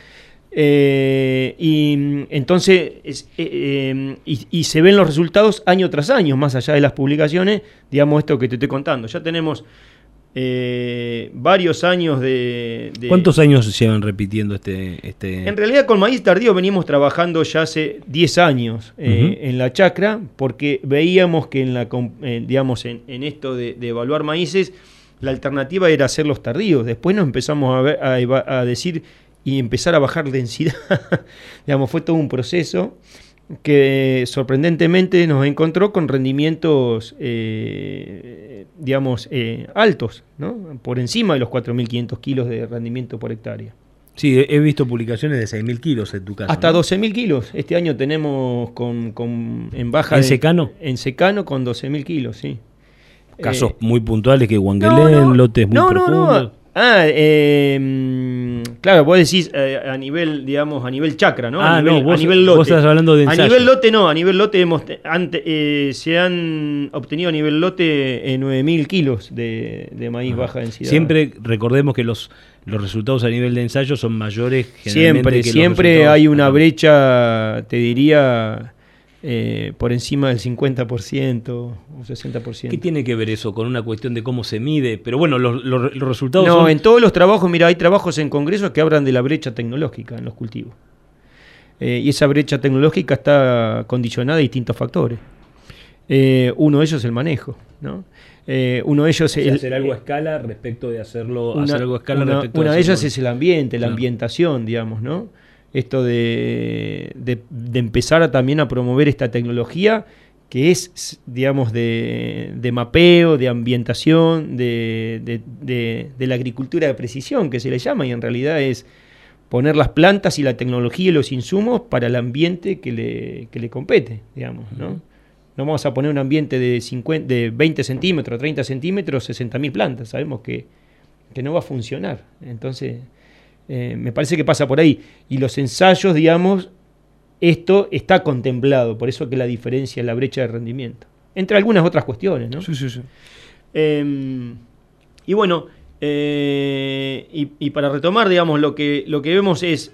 Y entonces y se ven los resultados año tras año, más allá de las publicaciones, digamos, esto que te estoy contando. Ya tenemos varios años de... ¿Cuántos años se llevan repitiendo este? En realidad con maíz tardío venimos trabajando ya hace 10 años en la Chacra, porque veíamos que digamos, en esto de evaluar maíces, la alternativa era hacer los tardíos. Después nos empezamos a decir y empezar a bajar densidad. Digamos, fue todo un proceso que sorprendentemente nos encontró con rendimientos digamos, altos, ¿no? Por encima de los 4.500 kilos de rendimiento por hectárea. Sí, he visto publicaciones de 6.000 kilos en tu caso. Hasta, ¿no? 12.000 kilos. Este año tenemos en baja... ¿En secano? En secano con 12.000 kilos, sí. Casos muy puntuales que Huanguelén, lotes muy profundos. Claro, vos decís a nivel, digamos, a nivel Chacra, ¿no? A nivel lote. Vos estás hablando de ensayo. A nivel lote se han obtenido a nivel lote 9.000 kilos de maíz baja densidad. Siempre recordemos que los resultados a nivel de ensayo son mayores generalmente siempre hay una brecha, te diría, por encima del 50% o 60%. ¿Qué tiene que ver eso con una cuestión de cómo se mide? Pero bueno, los resultados No, en todos los trabajos, mira, hay trabajos en congresos que hablan de la brecha tecnológica en los cultivos. Y esa brecha tecnológica está condicionada a distintos factores. Uno de ellos es el manejo, ¿no? Uno de ellos es hacer algo a escala respecto de hacerlo. Una de ellas es el ambiente, la ambientación, digamos, ¿no? Esto de empezar también a promover esta tecnología que es, digamos, de mapeo, de ambientación, de la agricultura de precisión, que se le llama, y en realidad es poner las plantas y la tecnología y los insumos para el ambiente que le compete, digamos, ¿no? no vamos a poner un ambiente de 20 centímetros, 30 centímetros, 60.000 plantas. Sabemos que no va a funcionar. Entonces, me parece que pasa por ahí. Y los ensayos, digamos, esto está contemplado, por eso que la diferencia es la brecha de rendimiento. Entre algunas otras cuestiones, ¿no? Sí. Y bueno, y para retomar, digamos, lo que vemos es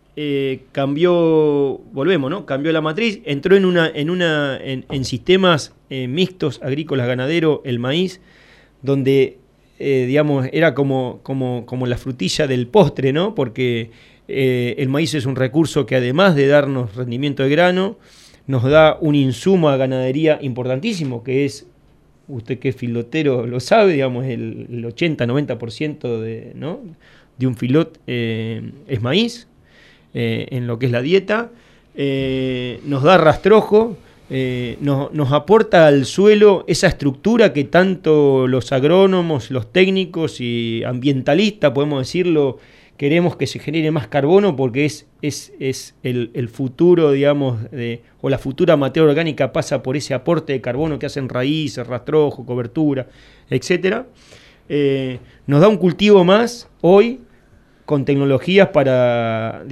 cambió la matriz, entró en sistemas mixtos agrícolas ganadero el maíz, donde digamos era como la frutilla del postre, ¿no? Porque el maíz es un recurso que, además de darnos rendimiento de grano, nos da un insumo a ganadería importantísimo, que es, usted que es filotero lo sabe, digamos, el 80-90% de un filot es maíz. En lo que es la dieta, nos da rastrojo, nos aporta al suelo esa estructura que tanto los agrónomos, los técnicos y ambientalistas, podemos decirlo, queremos que se genere más carbono, porque es el futuro, digamos, o la futura materia orgánica pasa por ese aporte de carbono que hacen raíces, rastrojo, cobertura, etcétera. Nos da un cultivo más hoy, con tecnologías para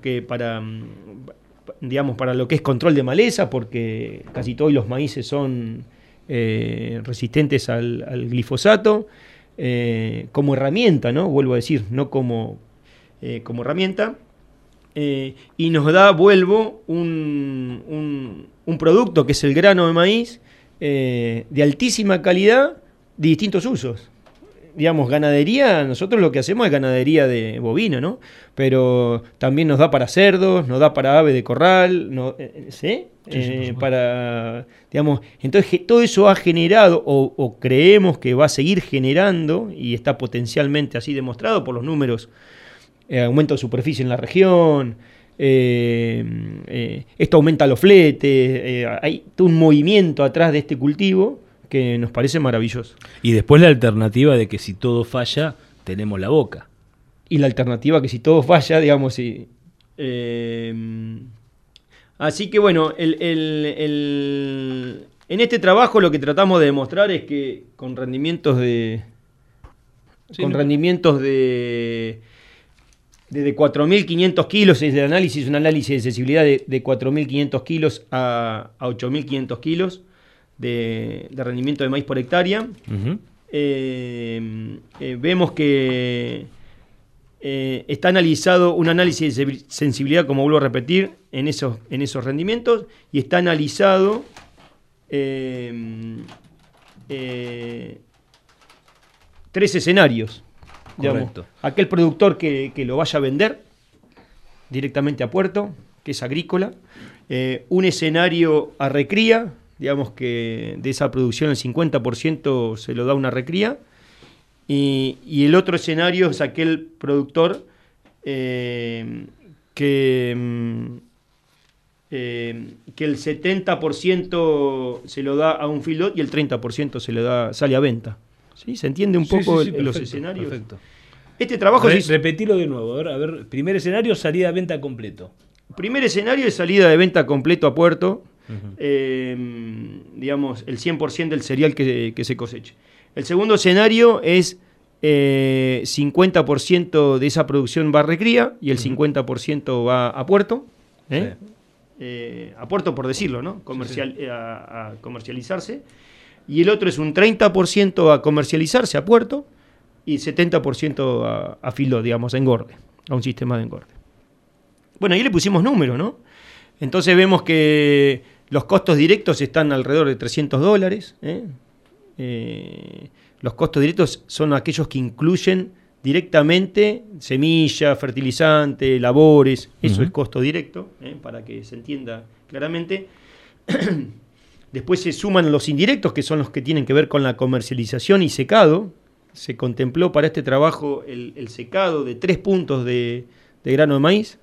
lo que es control de maleza, porque casi todos los maíces son resistentes al glifosato, como herramienta, ¿no? Vuelvo a decir, no como herramienta, y nos da, un producto que es el grano de maíz, de altísima calidad, de distintos usos. Digamos, ganadería, nosotros lo que hacemos es ganadería de bovino, ¿no? Pero también nos da para cerdos, nos da para ave de corral, ¿sí? Digamos, entonces todo eso ha generado, o creemos que va a seguir generando, y está potencialmente así demostrado por los números, aumento de superficie en la región, esto aumenta los fletes, hay todo un movimiento atrás de este cultivo que nos parece maravilloso. Y después la alternativa de que si todo falla, tenemos la boca. Y la alternativa que si todo falla, digamos, sí. Así que bueno, en este trabajo lo que tratamos de demostrar es que con rendimientos de 4.500 kilos, es un análisis de sensibilidad de 4.500 kilos a 8.500 kilos, de rendimiento de maíz por hectárea. Uh-huh. Vemos que está analizado un análisis de sensibilidad, como vuelvo a repetir, en esos rendimientos, y está analizado tres escenarios. Digamos, aquel productor que lo vaya a vender directamente a puerto, que es agrícola, un escenario a recría, digamos que de esa producción el 50% se lo da una recría, y el otro escenario es aquel productor que el 70% se lo da a un filot y el 30% sale a venta. ¿Sí? ¿Se entiende un poco perfecto, los escenarios? Perfecto. Este trabajo repetilo de nuevo, a ver, primer escenario, salida de venta completo. Primer escenario es salida de venta completo a puerto, uh-huh. Digamos, el 100% del cereal que se coseche. El segundo escenario es 50% de esa producción va a recría y el 50% va a puerto. Sí. A puerto, por decirlo, ¿no? A comercializarse. Y el otro es un 30% a comercializarse a puerto y 70% a filo, digamos, a engorde, a un sistema de engorde. Bueno, ahí le pusimos números, ¿no? Entonces vemos que los costos directos están alrededor de $300. Los costos directos son aquellos que incluyen directamente semilla, fertilizante, labores, eso uh-huh. es costo directo, para que se entienda claramente. Después se suman los indirectos, que son los que tienen que ver con la comercialización y secado. Se contempló para este trabajo el secado de 3 puntos de grano de maíz.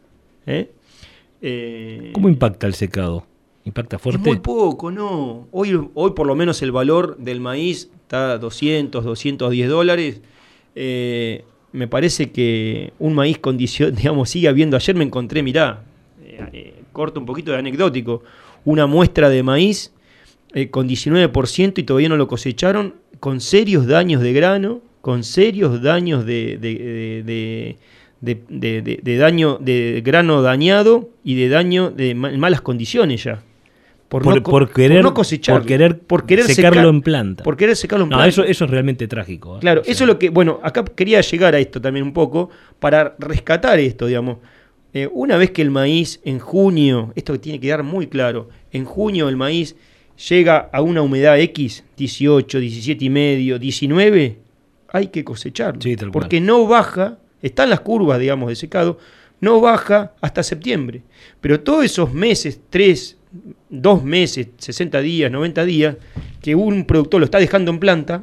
¿Cómo impacta el secado? ¿Impacta fuerte? Muy poco, no. Hoy por lo menos el valor del maíz está a $200-210. Me parece que un maíz condición, digamos, sigue habiendo. Ayer me encontré, corto un poquito de anecdótico, una muestra de maíz con 19% y todavía no lo cosecharon, con serios daños de grano, con serios daños de daño de grano dañado y de daño de malas condiciones ya. Por no cosechar, por querer secarlo en planta. Por querer secarlo en planta. Eso es realmente trágico. Claro, eso es lo que, bueno, acá quería llegar a esto también un poco, para rescatar esto, digamos. Una vez que el maíz en junio, esto tiene que quedar muy claro, en junio el maíz llega a una humedad X, 18, 17,5, 19, hay que cosecharlo. Sí, porque no baja, están las curvas, digamos, de secado, no baja hasta septiembre. Pero todos esos meses, 2 meses, 60 días, 90 días, que un productor lo está dejando en planta,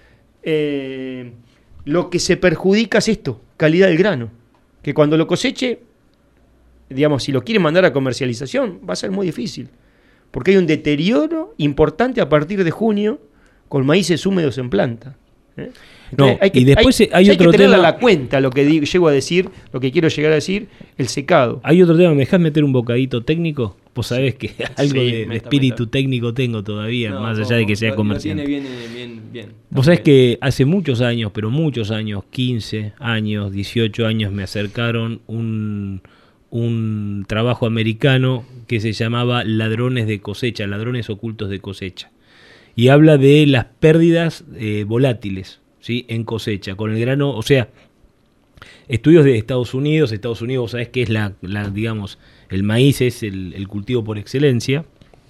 lo que se perjudica es esto, calidad del grano. Que cuando lo coseche, digamos, si lo quiere mandar a comercialización, va a ser muy difícil. Porque hay un deterioro importante a partir de junio con maíces húmedos en planta. Entonces, y después hay otro que tener tema. a la cuenta lo que llego a decir, lo que quiero llegar a decir, el secado. Hay otro tema, ¿me dejás meter un bocadito técnico? Vos sabés que algo de espíritu técnico tengo todavía, más allá de que sea comerciante. Bien. Vos sabés que hace muchos años, pero muchos años, 15 años, 18 años, me acercaron un trabajo americano que se llamaba Ladrones de cosecha, Ladrones ocultos de cosecha. Y habla de las pérdidas volátiles, ¿sí?, en cosecha, con el grano, o sea, estudios de Estados Unidos, vos sabés que es digamos, el maíz es el cultivo por excelencia,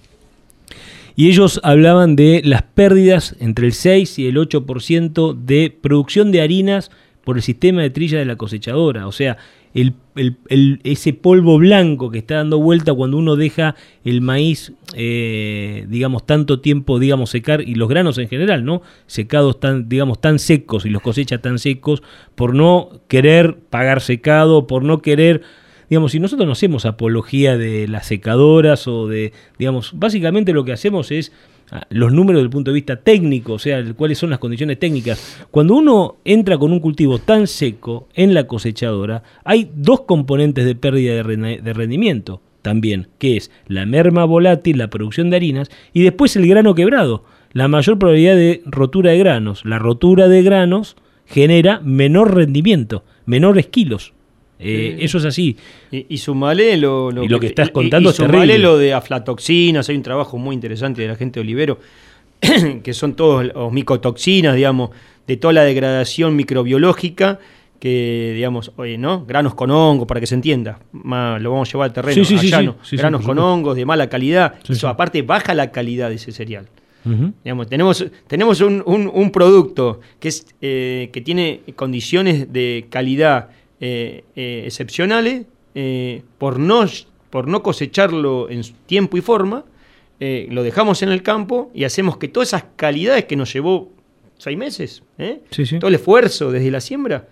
y ellos hablaban de las pérdidas entre el 6 y el 8% de producción de harinas por el sistema de trilla de la cosechadora, o sea, ese polvo blanco que está dando vuelta cuando uno deja el maíz, digamos, tanto tiempo, digamos, secar, y los granos en general, ¿no?, secados tan secos, y los cosecha tan secos, por no querer pagar secado, por no querer, digamos, si nosotros no hacemos apología de las secadoras o de, digamos, básicamente lo que hacemos es los números desde el punto de vista técnico, o sea, cuáles son las condiciones técnicas. Cuando uno entra con un cultivo tan seco en la cosechadora, hay 2 componentes de pérdida de rendimiento también, que es la merma volátil, la producción de harinas, y después el grano quebrado, la mayor probabilidad de rotura de granos. La rotura de granos genera menor rendimiento, menores kilos. Eso es así. Y sumale lo que estás contando es terrible. Sumale lo de aflatoxinas, hay un trabajo muy interesante de la gente de Olivero, que son todos los micotoxinas, digamos, de toda la degradación microbiológica, que, digamos, ¿no? Granos con hongos, para que se entienda, lo vamos a llevar al terreno, llano, granos con hongos de mala calidad, eso aparte baja la calidad de ese cereal. Uh-huh. Digamos, tenemos un producto que tiene condiciones de calidad excepcionales, por no cosecharlo en tiempo y forma, lo dejamos en el campo y hacemos que todas esas calidades que nos llevó 6 meses, todo el esfuerzo desde la siembra,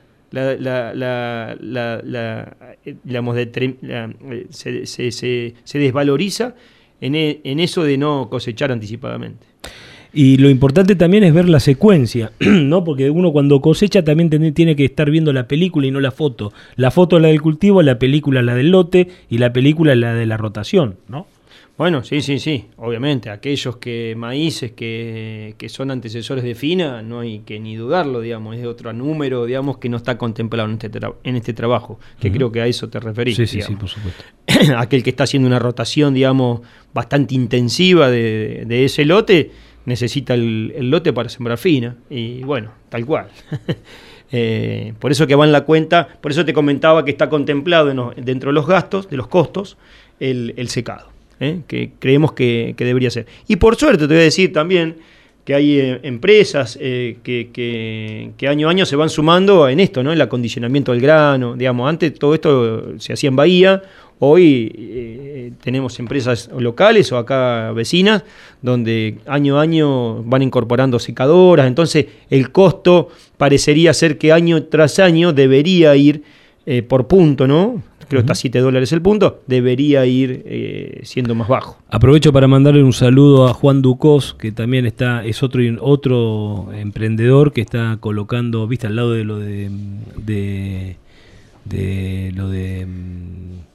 se desvaloriza en eso de no cosechar anticipadamente. Y lo importante también es ver la secuencia, ¿no? Porque uno cuando cosecha también tiene que estar viendo la película y no la foto. La foto es la del cultivo, la película es la del lote y la película es la de la rotación, ¿no? Bueno, sí, obviamente. Aquellos maíces que son antecesores de fina, no hay que ni dudarlo, digamos. Es otro número, digamos, que no está contemplado en este trabajo, que creo que a eso te referís. Sí, por supuesto. Aquel que está haciendo una rotación, digamos, bastante intensiva de ese lote, necesita el lote para sembrar fina, y bueno, tal cual. Por eso que va en la cuenta, por eso te comentaba que está contemplado dentro de los gastos, de los costos, el secado, que creemos que debería ser. Y por suerte te voy a decir también que hay empresas que año a año se van sumando en esto, ¿no? El acondicionamiento del grano, digamos, antes todo esto se hacía en Bahía. Hoy tenemos empresas locales o acá vecinas donde año a año van incorporando secadoras, entonces el costo parecería ser que año tras año debería ir por punto, ¿no? Creo que está $7 el punto, debería ir siendo más bajo. Aprovecho para mandarle un saludo a Juan Ducós, que también es otro emprendedor que está colocando, viste, al lado de lo de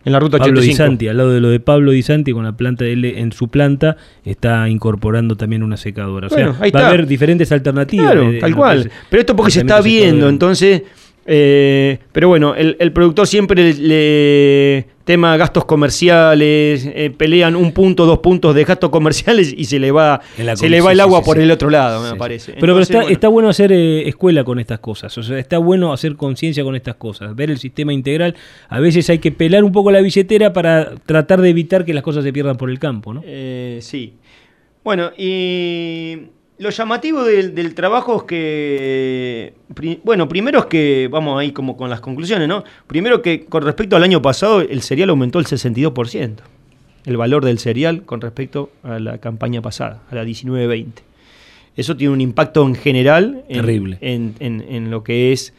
En la ruta Pablo 85. Di Santi, al lado de lo de Pablo Di Santi, con la planta de él en su planta, está incorporando también una secadora. Bueno, o sea, ahí va está. a haber diferentes alternativas. Claro, tal cual. Pero esto porque se está viendo, entonces... pero bueno, el productor siempre le tema gastos comerciales, pelean 1 punto, 2 puntos de gastos comerciales y se le va el agua por el otro lado, me parece. Pero Entonces, está bueno hacer escuela con estas cosas, o sea, está bueno hacer conciencia con estas cosas, ver el sistema integral. A veces hay que pelar un poco la billetera para tratar de evitar que las cosas se pierdan por el campo, ¿no? Sí. Bueno, y lo llamativo del trabajo es que, primero es que, vamos ahí como con las conclusiones, ¿no? Primero que con respecto al año pasado, el cereal aumentó el 62%, el valor del cereal con respecto a la campaña pasada, a la 19-20. Eso tiene un impacto en general terrible en lo que es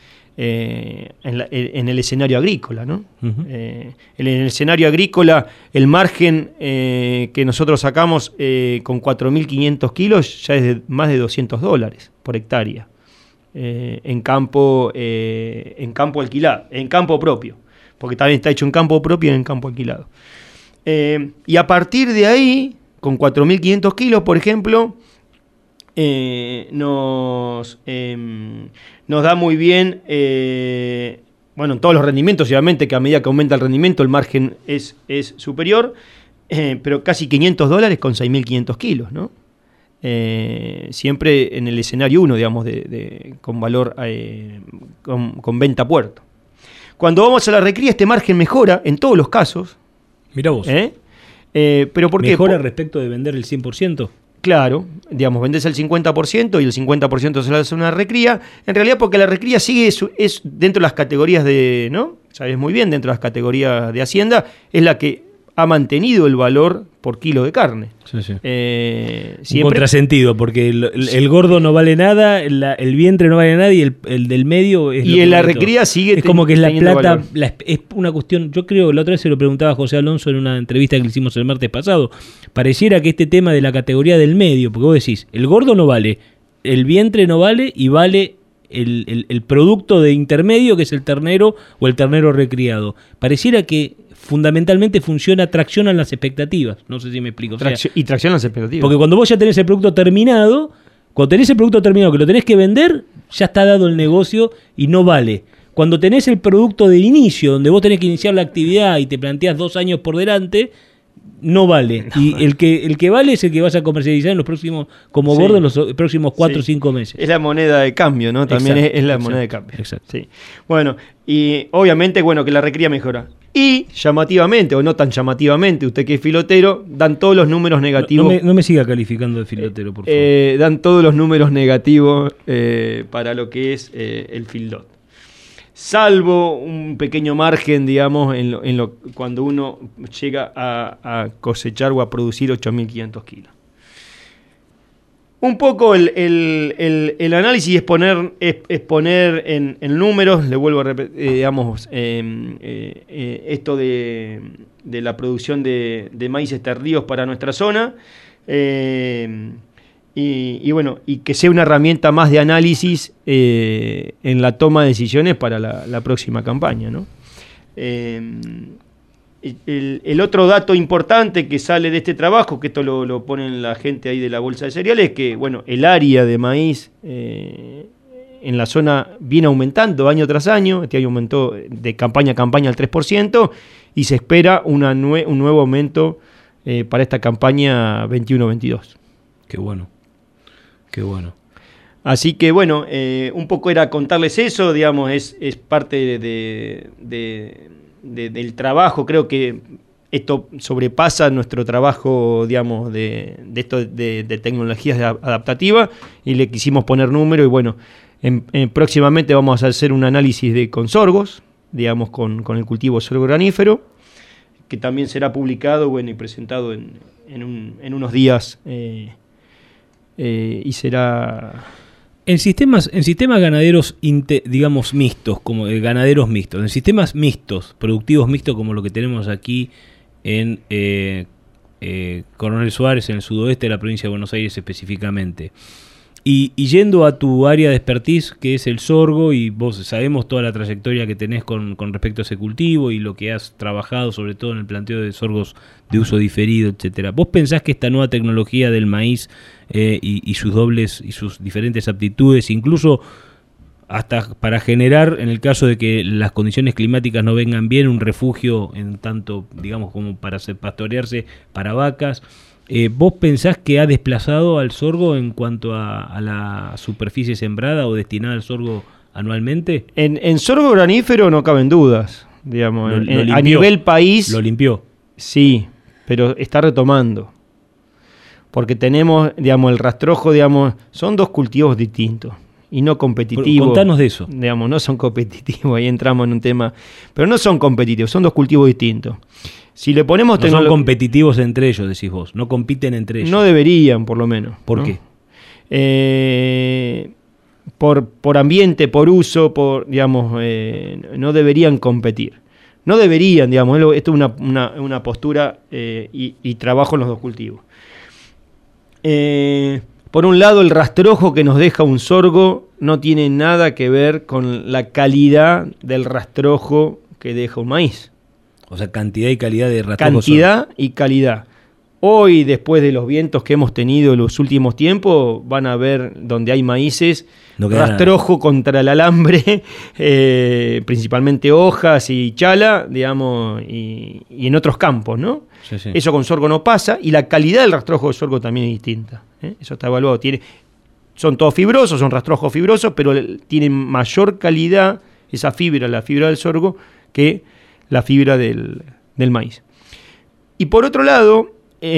en el escenario agrícola, ¿no? Uh-huh. En el escenario agrícola, el margen que nosotros sacamos con 4.500 kilos ya es de más de $200 por hectárea en campo alquilado, en campo propio, porque también está hecho en campo propio y en campo alquilado. Y a partir de ahí, con 4.500 kilos, por ejemplo, nos da muy bien, en todos los rendimientos, obviamente que a medida que aumenta el rendimiento el margen es superior, pero casi $500 con 6.500 kilos, ¿no? Siempre en el escenario 1, digamos, con valor, con venta a puerto. Cuando vamos a la recría, este margen mejora en todos los casos. Mirá vos. ¿Pero por qué? ¿Mejora respecto de vender el 100%? Claro, digamos, vendés el 50% y el 50% se le hace una recría. En realidad porque la recría es dentro de las categorías de, ¿no? Sabes muy bien, dentro de las categorías de Hacienda, es la que ha mantenido el valor por kilo de carne. Sí, sí. Siempre... Un contrasentido, porque el gordo no vale nada, el vientre no vale nada y el del medio es... Y en la recría sigue... Es como que es la plata, es una cuestión... Yo creo, la otra vez se lo preguntaba a José Alonso en una entrevista que le hicimos el martes pasado, pareciera que este tema de la categoría del medio, porque vos decís, el gordo no vale, el vientre no vale y vale el producto de intermedio, que es el ternero o el ternero recriado. Pareciera que fundamentalmente traccionan las expectativas. No sé si me explico. Y traccionan las expectativas. Porque cuando vos ya tenés el producto terminado, que lo tenés que vender, ya está dado el negocio y no vale. Cuando tenés el producto de inicio, donde vos tenés que iniciar la actividad y te planteás 2 años por delante, no vale. Y el que vale es el que vas a comercializar en los próximos, como gordo, en los próximos 4 o 5 meses. Es la moneda de cambio, ¿no? También es la moneda de cambio. Exacto. Sí. Bueno, y obviamente, que la recría mejora. Y llamativamente, o no tan llamativamente, usted que es filotero, dan todos los números negativos. No me siga calificando de filotero, por favor. Dan todos los números negativos para lo que es el fildot. Salvo un pequeño margen, digamos, cuando uno llega a cosechar o a producir 8.500 kilos. Un poco el análisis es poner en números, le vuelvo a repetir, digamos, esto de la producción de maíces tardíos para nuestra zona, y que sea una herramienta más de análisis en la toma de decisiones para la próxima campaña, ¿no? El otro dato importante que sale de este trabajo, que esto lo ponen la gente ahí de la bolsa de cereales, es que el área de maíz en la zona viene aumentando año tras año. Este año aumentó de campaña a campaña al 3%, y se espera un nuevo aumento para esta campaña 21-22. Qué bueno. Qué bueno. Así que un poco era contarles eso, digamos, es parte del trabajo. Creo que esto sobrepasa nuestro trabajo, digamos, de tecnologías adaptativas, y le quisimos poner número. Y próximamente vamos a hacer un análisis con sorgos, digamos, con el cultivo sorgo granífero, que también será publicado y presentado en unos días, y será... En sistemas ganaderos, digamos, mixtos, como ganaderos mixtos, en sistemas mixtos, productivos mixtos, como lo que tenemos aquí en Coronel Suárez, en el sudoeste de la provincia de Buenos Aires específicamente, Y yendo a tu área de expertise, que es el sorgo, y vos sabemos toda la trayectoria que tenés con respecto a ese cultivo y lo que has trabajado, sobre todo en el planteo de sorgos de uso diferido, etcétera. ¿Vos pensás que esta nueva tecnología del maíz y sus dobles y sus diferentes aptitudes, incluso hasta para generar, en el caso de que las condiciones climáticas no vengan bien, un refugio en tanto, digamos, como para pastorearse para vacas, ¿vos pensás que ha desplazado al sorgo en cuanto a la superficie sembrada o destinada al sorgo anualmente? En sorgo granífero no caben dudas, digamos. A nivel país... Lo limpió. Sí, pero está retomando. Porque tenemos, digamos, el rastrojo, digamos, son dos cultivos distintos y no competitivos. Contanos de eso. Digamos, no son competitivos, ahí entramos en un tema, pero no son competitivos, son dos cultivos distintos. Si le ponemos no son competitivos entre ellos, decís vos, no compiten entre ellos. No deberían, por lo menos. ¿Por ¿no? qué? Por ambiente, por uso, digamos, no deberían competir. No deberían, digamos, esto es una postura y trabajo en los dos cultivos. Por un lado, el rastrojo que nos deja un sorgo no tiene nada que ver con la calidad del rastrojo que deja un maíz. O sea, cantidad y calidad de rastrojo. Cantidad y calidad. Hoy, después de los vientos que hemos tenido en los últimos tiempos, van a ver donde hay maíces, rastrojo contra el alambre, principalmente hojas y chala, digamos, y en otros campos, ¿no? Sí, sí. Eso con sorgo no pasa, y la calidad del rastrojo de sorgo también es distinta. Eso está evaluado. Son todos fibrosos, son rastrojos fibrosos, pero tienen mayor calidad esa fibra, la fibra del sorgo, que la fibra del maíz. Y por otro lado,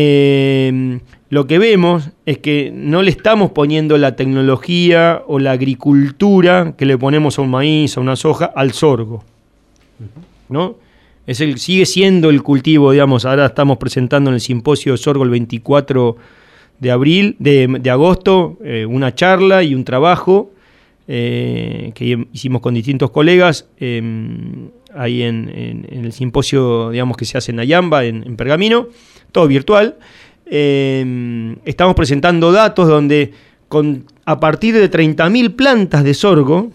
lo que vemos es que no le estamos poniendo la tecnología o la agricultura que le ponemos a un maíz, a una soja, al sorgo, ¿no? Sigue siendo el cultivo, digamos. Ahora estamos presentando en el simposio de sorgo el 24 de agosto, una charla y un trabajo que hicimos con distintos colegas ahí en el simposio, digamos, que se hace en Ayamba, en Pergamino, todo virtual. Estamos presentando datos donde a partir de 30.000 plantas de sorgo,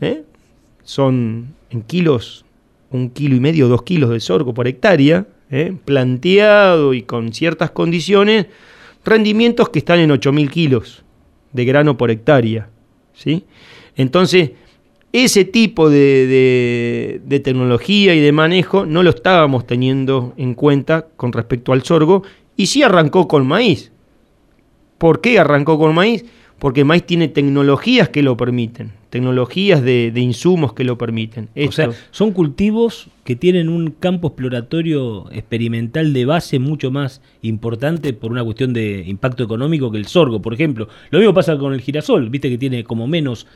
son en kilos, 1,5 kilos, 2 kilos de sorgo por hectárea, planteado y con ciertas condiciones, rendimientos que están en 8.000 kilos de grano por hectárea, ¿sí? Entonces, ese tipo de tecnología y de manejo no lo estábamos teniendo en cuenta con respecto al sorgo, y sí arrancó con maíz. ¿Por qué arrancó con maíz? Porque el maíz tiene tecnologías que lo permiten, tecnologías de insumos que lo permiten. O sea, son cultivos que tienen un campo exploratorio experimental de base mucho más importante por una cuestión de impacto económico que el sorgo, por ejemplo. Lo mismo pasa con el girasol, viste que tiene como menos,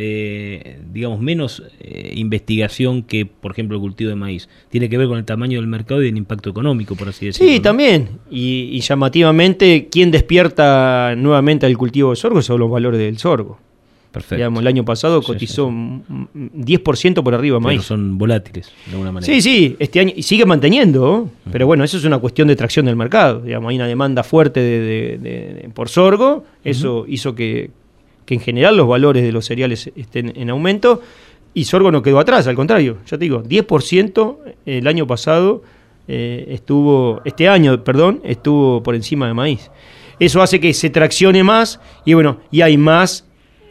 investigación que, por ejemplo, el cultivo de maíz. Tiene que ver con el tamaño del mercado y el impacto económico, por así decirlo. Sí, ¿no? también. Y llamativamente, ¿quién despierta nuevamente el cultivo de sorgo? Son los valores del sorgo. Perfecto. Digamos, el año pasado cotizó 10% por arriba maíz. Pero son volátiles, de alguna manera. Sí, este año, y sigue manteniendo, pero bueno, eso es una cuestión de tracción del mercado. Digamos, hay una demanda fuerte por sorgo, eso hizo que en general los valores de los cereales estén en aumento, y sorgo no quedó atrás, al contrario, ya te digo, 10% el año pasado estuvo por encima de maíz. Eso hace que se traccione más, y bueno, y hay más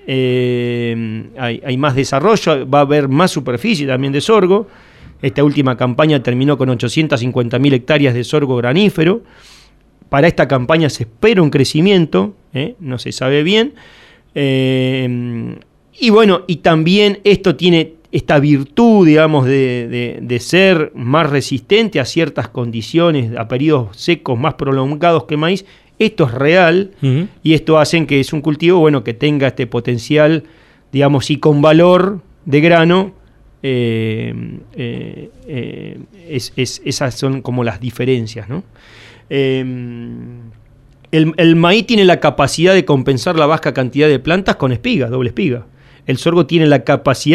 desarrollo, va a haber más superficie también de sorgo. Esta última campaña terminó con 850.000 hectáreas de sorgo granífero. Para esta campaña se espera un crecimiento, no se sabe bien. Y bueno, y también esto tiene esta virtud, digamos, de ser más resistente a ciertas condiciones, a periodos secos más prolongados que maíz. Esto es real, y esto hace que es un cultivo, bueno, que tenga este potencial, digamos, y con valor de grano. Esas son como las diferencias, ¿no? El maíz tiene la capacidad de compensar la baja cantidad de plantas con espigas, doble espiga. El sorgo tiene la capacidad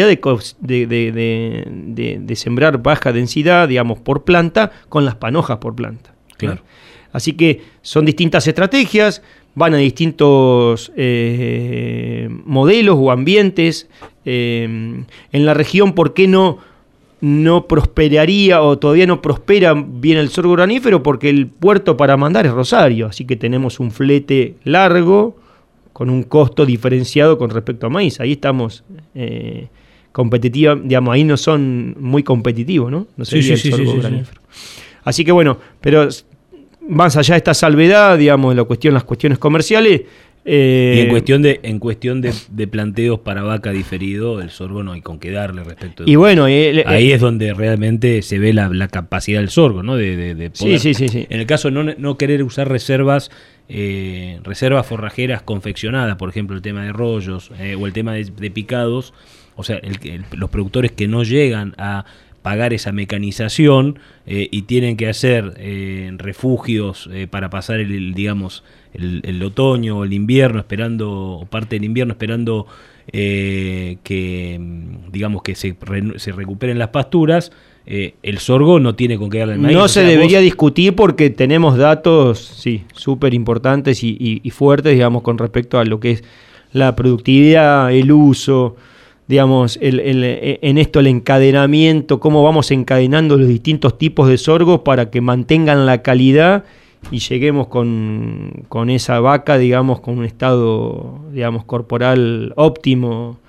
de sembrar baja densidad, digamos, por planta, con las panojas por planta. Claro. Así que son distintas estrategias, van a distintos modelos o ambientes. En la región, ¿por qué no prosperaría o todavía no prospera bien el sorgo granífero? Porque el puerto para mandar es Rosario, así que tenemos un flete largo con un costo diferenciado con respecto a maíz. Ahí estamos competitiva, digamos, ahí no son muy competitivos, ¿no? No sería el sorgo granífero. Así que bueno, pero más allá de esta salvedad, digamos, las cuestiones comerciales. Y en cuestión de planteos para vaca diferido, el sorgo no hay con qué darle respecto. Y bueno, ahí es donde realmente se ve la capacidad del sorgo, ¿no? De poder. Sí. En el caso de no querer usar reservas forrajeras confeccionadas, por ejemplo, el tema de rollos o el tema de picados, o sea, los productores que no llegan a pagar esa mecanización y tienen que hacer refugios para pasar el otoño o el invierno o parte del invierno esperando que se recuperen las pasturas. El sorgo no tiene con qué darle el maíz. No se debería discutir porque tenemos datos súper importantes y fuertes, digamos, con respecto a lo que es la productividad, el uso, digamos, en esto el encadenamiento, cómo vamos encadenando los distintos tipos de sorgos para que mantengan la calidad y lleguemos con esa vaca, digamos, con un estado, digamos, corporal óptimo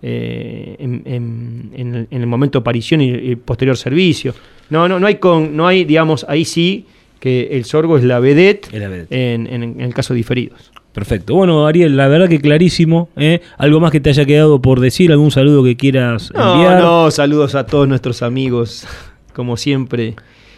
en el momento de aparición y posterior servicio. No hay, digamos, ahí sí que el sorgo es la vedette, en el caso de diferidos. Perfecto. Bueno, Ariel, la verdad que clarísimo. ¿Algo más que te haya quedado por decir? ¿Algún saludo que quieras enviar? No, saludos a todos nuestros amigos, como siempre.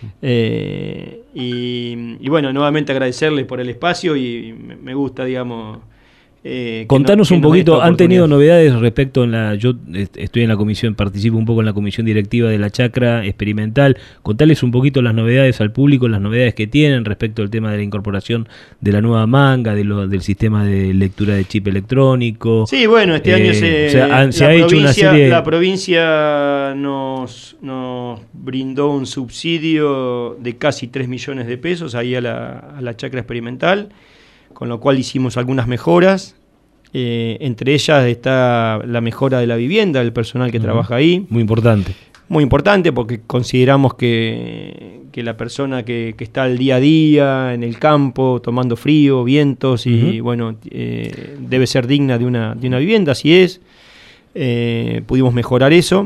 Y bueno, nuevamente agradecerles por el espacio y me gusta, digamos... Contanos un poquito, ¿han tenido novedades respecto yo estoy en la comisión, participo un poco en la comisión directiva de la chacra experimental? Contales un poquito las novedades al público, las novedades que tienen respecto al tema de la incorporación de la nueva manga, del sistema de lectura de chip electrónico. Sí, bueno, este año se ha hecho una serie. La provincia nos brindó un subsidio de casi 3 millones de pesos ahí a la chacra experimental, con lo cual hicimos algunas mejoras. Entre ellas está la mejora de la vivienda, del personal que trabaja ahí. Muy importante. Muy importante porque consideramos que la persona que está al día a día en el campo, tomando frío, vientos, y bueno, debe ser digna de una vivienda, así es. Pudimos mejorar eso.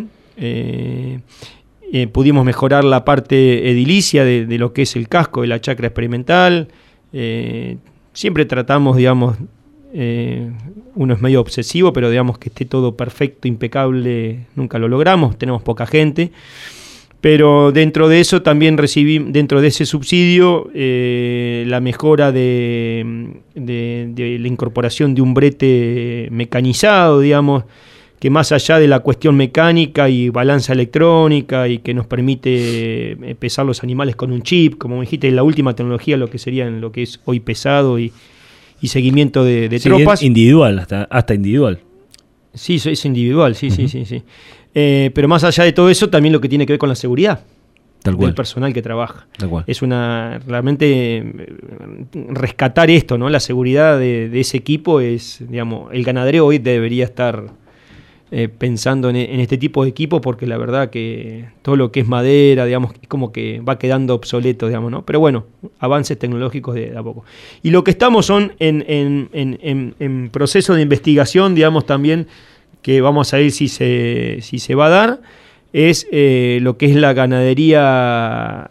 Pudimos mejorar la parte edilicia de lo que es el casco de la chacra experimental. Siempre tratamos, digamos, uno es medio obsesivo, pero digamos que esté todo perfecto, impecable, nunca lo logramos, tenemos poca gente. Pero dentro de eso también dentro de ese subsidio, la mejora de la incorporación de un brete mecanizado, digamos, que más allá de la cuestión mecánica y balanza electrónica y que nos permite pesar los animales con un chip, como dijiste, la última tecnología, lo que sería en lo que es hoy pesado y seguimiento de tropas. Individual, hasta individual. Sí, es individual, sí. Pero más allá de todo eso, también lo que tiene que ver con la seguridad del personal que trabaja. Es realmente rescatar esto, ¿no? La seguridad de ese equipo es, digamos, el ganadero hoy debería estar pensando en este tipo de equipo, porque la verdad que todo lo que es madera, digamos, es como que va quedando obsoleto, digamos, ¿no? Pero bueno, avances tecnológicos de a poco. Y lo que estamos son en proceso de investigación, digamos, también, que vamos a ver si se va a dar, es lo que es la ganadería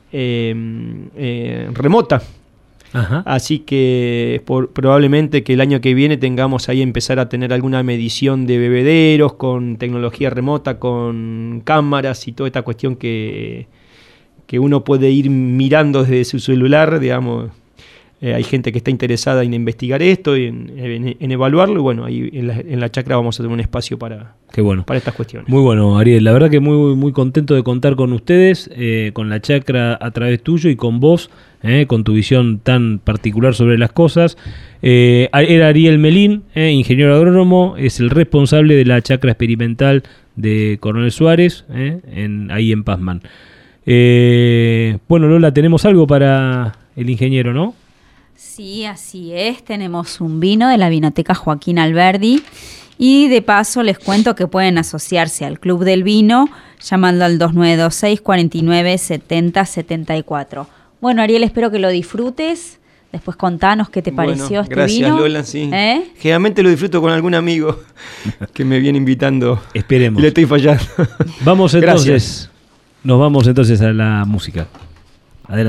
remota. Ajá. Así que probablemente que el año que viene tengamos ahí empezar a tener alguna medición de bebederos con tecnología remota, con cámaras y toda esta cuestión que uno puede ir mirando desde su celular, digamos. Hay gente que está interesada en investigar esto y en evaluarlo, y bueno, ahí en la chacra vamos a tener un espacio para estas cuestiones. Muy bueno, Ariel, la verdad que muy, muy contento de contar con ustedes, con la chacra a través tuyo y con vos, con tu visión tan particular sobre las cosas. Era Ariel Melín, ingeniero agrónomo, es el responsable de la chacra experimental de Coronel Suárez, ahí en Pazman. Bueno, Lola, ¿tenemos algo para el ingeniero, ¿no? Sí, así es. Tenemos un vino de la Vinoteca Joaquín Alberdi. Y de paso les cuento que pueden asociarse al Club del Vino llamando al 2926 49 70 74. Bueno, Ariel, espero que lo disfrutes. Después contanos qué te pareció este gracias, vino. Lola, sí. Generalmente lo disfruto con algún amigo que me viene invitando. Esperemos. Y le estoy fallando. Vamos entonces. Nos vamos entonces a la música. Adelante.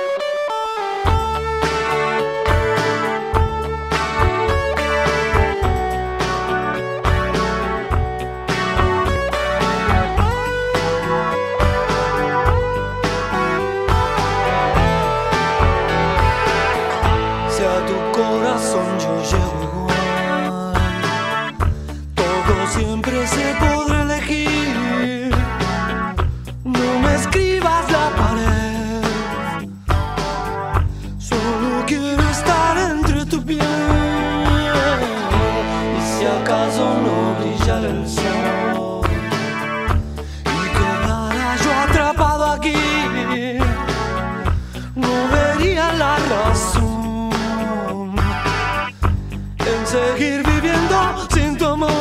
Seguir viviendo sin tu amor.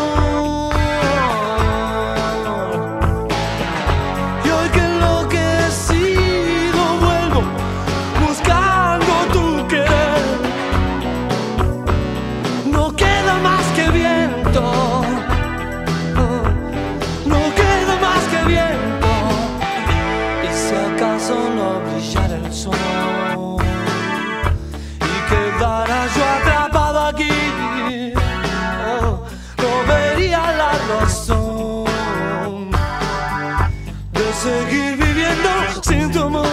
Y hoy que enloquecido vuelvo buscando tu querer. No queda más que viento. No queda más que viento. Y si acaso no brillara el sol y quedara yo atrapado aquí, de seguir viviendo sin tu amor.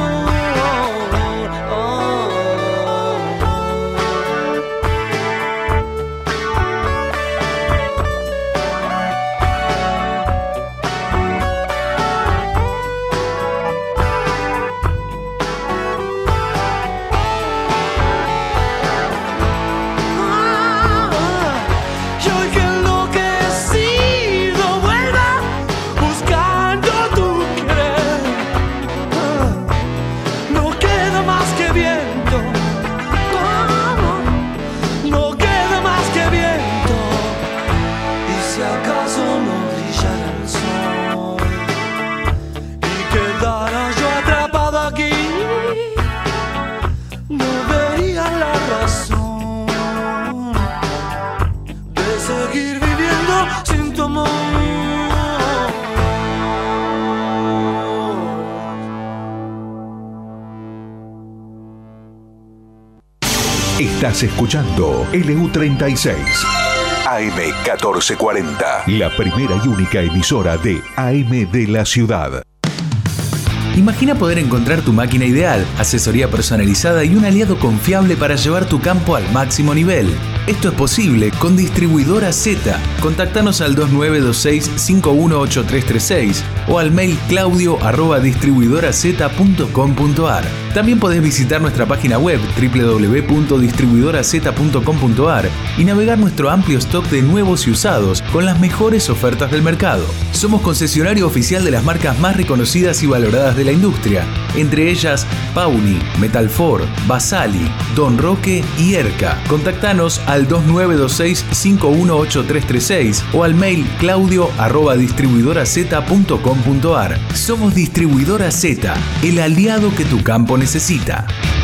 Estás escuchando LU36 AM 1440, la primera y única emisora de AM de la ciudad. Imagina poder encontrar tu máquina ideal, asesoría personalizada y un aliado confiable para llevar tu campo al máximo nivel. Esto es posible con Distribuidora Z. Contactanos al 2926-518336 o al mail claudio@distribuidoraz.com.ar. También podés visitar nuestra página web www.distribuidoraz.com.ar y navegar nuestro amplio stock de nuevos y usados con las mejores ofertas del mercado. Somos concesionario oficial de las marcas más reconocidas y valoradas de la industria, entre ellas Pauni, Metalfor, Basali, Don Roque y Erca. Contactanos al 2926-518336 o al mail claudio@distribuidoraz.com.ar. Somos Distribuidora Z, el aliado que tu campo necesita.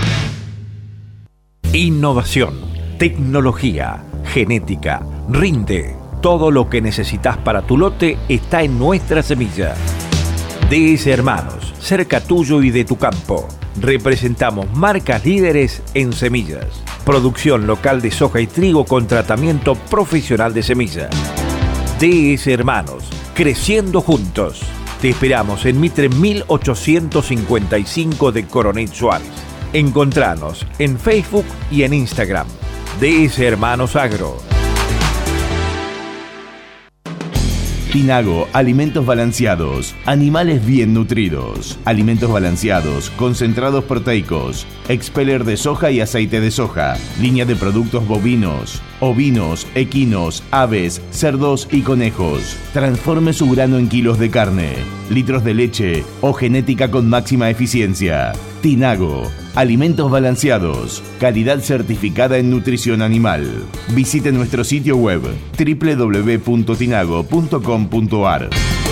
Innovación, tecnología, genética, rinde. Todo lo que necesitas para tu lote está en nuestra semilla. DS Hermanos, cerca tuyo y de tu campo. Representamos marcas líderes en semillas. Producción local de soja y trigo con tratamiento profesional de semilla. DS Hermanos, creciendo juntos. Te esperamos en Mitre 1855 de Coronel Suárez. Encontranos en Facebook y en Instagram. DS Hermanos Agro. Pinago, alimentos balanceados, animales bien nutridos, alimentos balanceados, concentrados proteicos, expeller de soja y aceite de soja, línea de productos bovinos, ovinos, equinos, aves, cerdos y conejos. Transforme su grano en kilos de carne. litros de leche o genética con máxima eficiencia. Tinago, alimentos balanceados, calidad certificada en nutrición animal. Visite nuestro sitio web www.tinago.com.ar.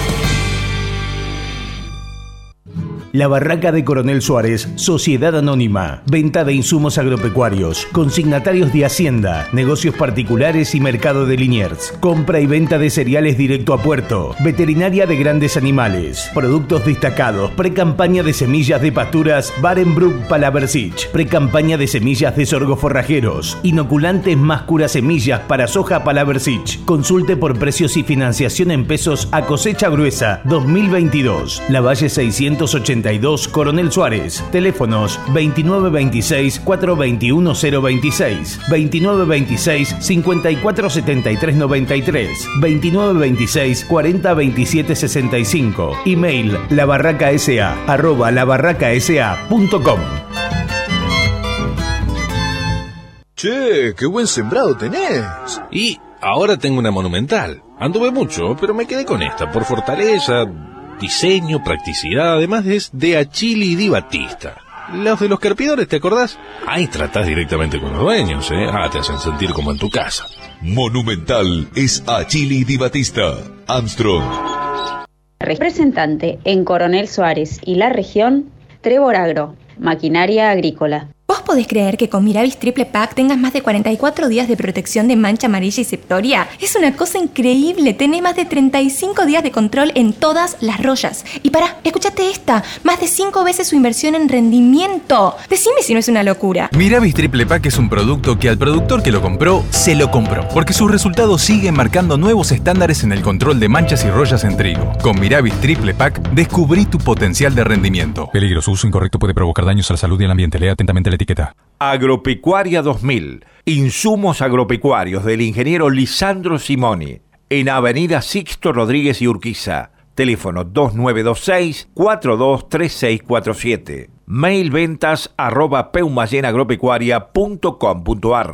La Barraca de Coronel Suárez, Sociedad Anónima. Venta de insumos agropecuarios, consignatarios de Hacienda, negocios particulares y mercado de Liniers. Compra y venta de cereales directo a puerto. Veterinaria de grandes animales. Productos destacados. Precampaña de semillas de pasturas Barenbroek Palaversich. Precampaña de semillas de sorgo forrajeros. Inoculantes más cura semillas para soja Palaversich. Consulte por precios y financiación en pesos a cosecha gruesa 2022. La Valle 680 Coronel Suárez. Teléfonos 2926-421-026, 2926-547393, 2926-402765. Email labarracasa@labarracasa.com. Che, qué buen sembrado tenés. Y ahora tengo una monumental. Anduve mucho, pero me quedé con esta por fortaleza, diseño, practicidad, además es de Achille Di Battista. Los de los carpidores, ¿te acordás? Ahí tratás directamente con los dueños, ¿eh? Te hacen sentir como en tu casa. Monumental es Achille Di Battista. Armstrong. Representante en Coronel Suárez y la región, Trevor Agro, maquinaria agrícola. ¿Vos podés creer que con Miravis Triple Pack tengas más de 44 días de protección de mancha amarilla y septoria? Es una cosa increíble, tenés más de 35 días de control en todas las rollas. Y pará, escúchate esta, más de 5 veces su inversión en rendimiento. Decime si no es una locura. Miravis Triple Pack es un producto que al productor que lo compró, se lo compró. Porque sus resultados siguen marcando nuevos estándares en el control de manchas y rollas en trigo. Con Miravis Triple Pack, descubrí tu potencial de rendimiento. Peligro, su uso incorrecto puede provocar daños a la salud y al ambiente. Lea atentamente la etiqueta. Agropecuaria 2000. Insumos agropecuarios del ingeniero Lisandro Simoni. En Avenida Sixto Rodríguez y Urquiza. Teléfono 2926-423647. Mail ventas@peumayenagropecuaria.com.ar.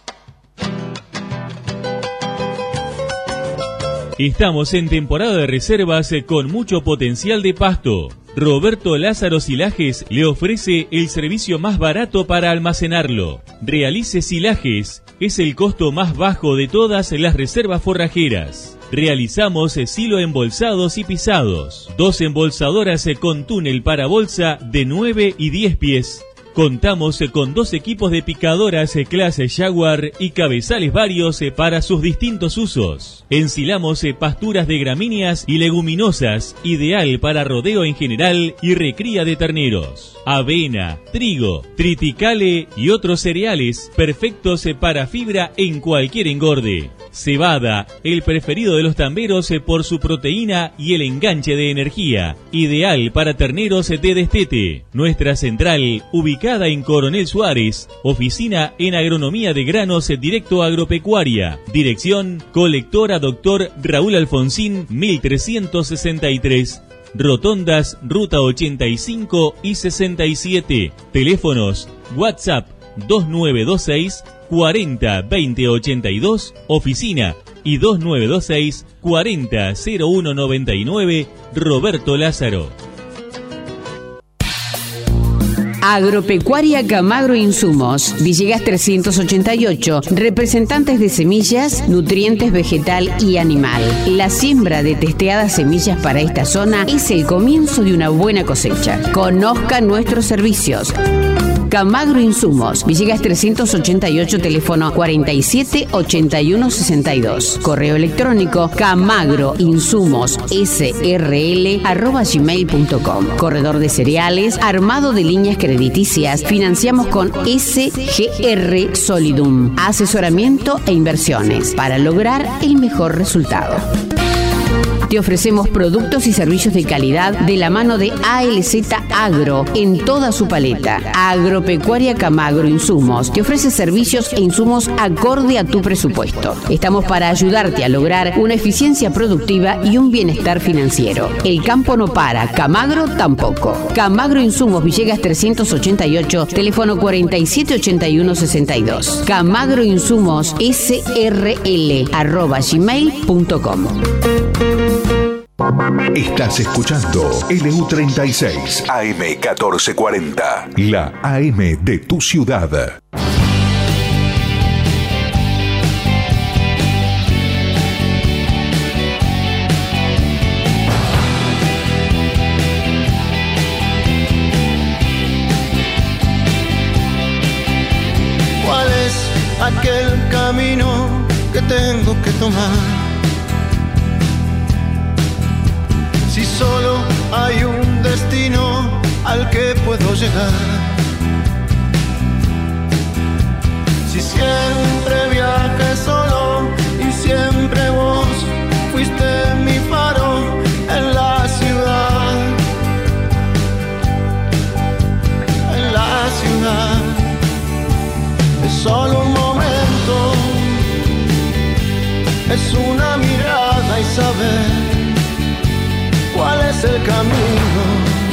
Estamos en temporada de reservas con mucho potencial de pasto. Roberto Lázaro Silajes le ofrece el servicio más barato para almacenarlo. Realice silajes, es el costo más bajo de todas las reservas forrajeras. Realizamos silo embolsados y pisados. 2 embolsadoras con túnel para bolsa de 9 y 10 pies. Contamos con 2 equipos de picadoras clase Jaguar y cabezales varios para sus distintos usos. Ensilamos pasturas de gramíneas y leguminosas, ideal para rodeo en general y recría de terneros. Avena, trigo, triticale y otros cereales perfectos para fibra en cualquier engorde. Cebada, el preferido de los tamberos por su proteína y el enganche de energía, ideal para terneros de destete. Nuestra central, ubicada en Coronel Suárez, oficina en agronomía de granos directo agropecuaria. Dirección, colectora Dr. Raúl Alfonsín, 1363. Rotondas, ruta 85 y 67. Teléfonos, WhatsApp 2926 40 20 82, oficina, y 2926 40 01 99, Roberto Lázaro. Agropecuaria Camagro Insumos, Villegas 388, representantes de semillas, nutrientes vegetal y animal. La siembra de testeadas semillas para esta zona es el comienzo de una buena cosecha. Conozca nuestros servicios. Camagro Insumos, Villegas 388, teléfono 478162. Correo electrónico camagroinsumos@gmail.com. Corredor de cereales, armado de líneas crediticias, financiamos con SGR Solidum. Asesoramiento e inversiones para lograr el mejor resultado. Te ofrecemos productos y servicios de calidad de la mano de ALZ Agro en toda su paleta. Agropecuaria Camagro Insumos te ofrece servicios e insumos acorde a tu presupuesto. Estamos para ayudarte a lograr una eficiencia productiva y un bienestar financiero. El campo no para, Camagro tampoco. Camagro Insumos, Villegas 388, teléfono 478162. Camagro Insumos SRL @gmail.com. Estás escuchando LU36 AM 1440, la AM de tu ciudad. ¿Cuál es aquel camino que tengo que tomar? Si solo hay un destino al que puedo llegar. Si siempre viajé solo y siempre vos fuiste mi faro en la ciudad. En la ciudad. Es solo un momento. Es una mirada y saber cuál es el camino,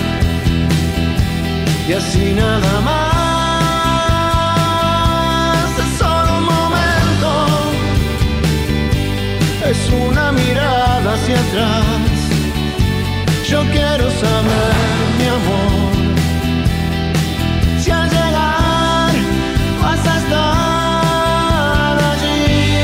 y así nada más. Es solo un momento, es una mirada hacia atrás. Yo quiero saber, mi amor, si al llegar vas a estar allí.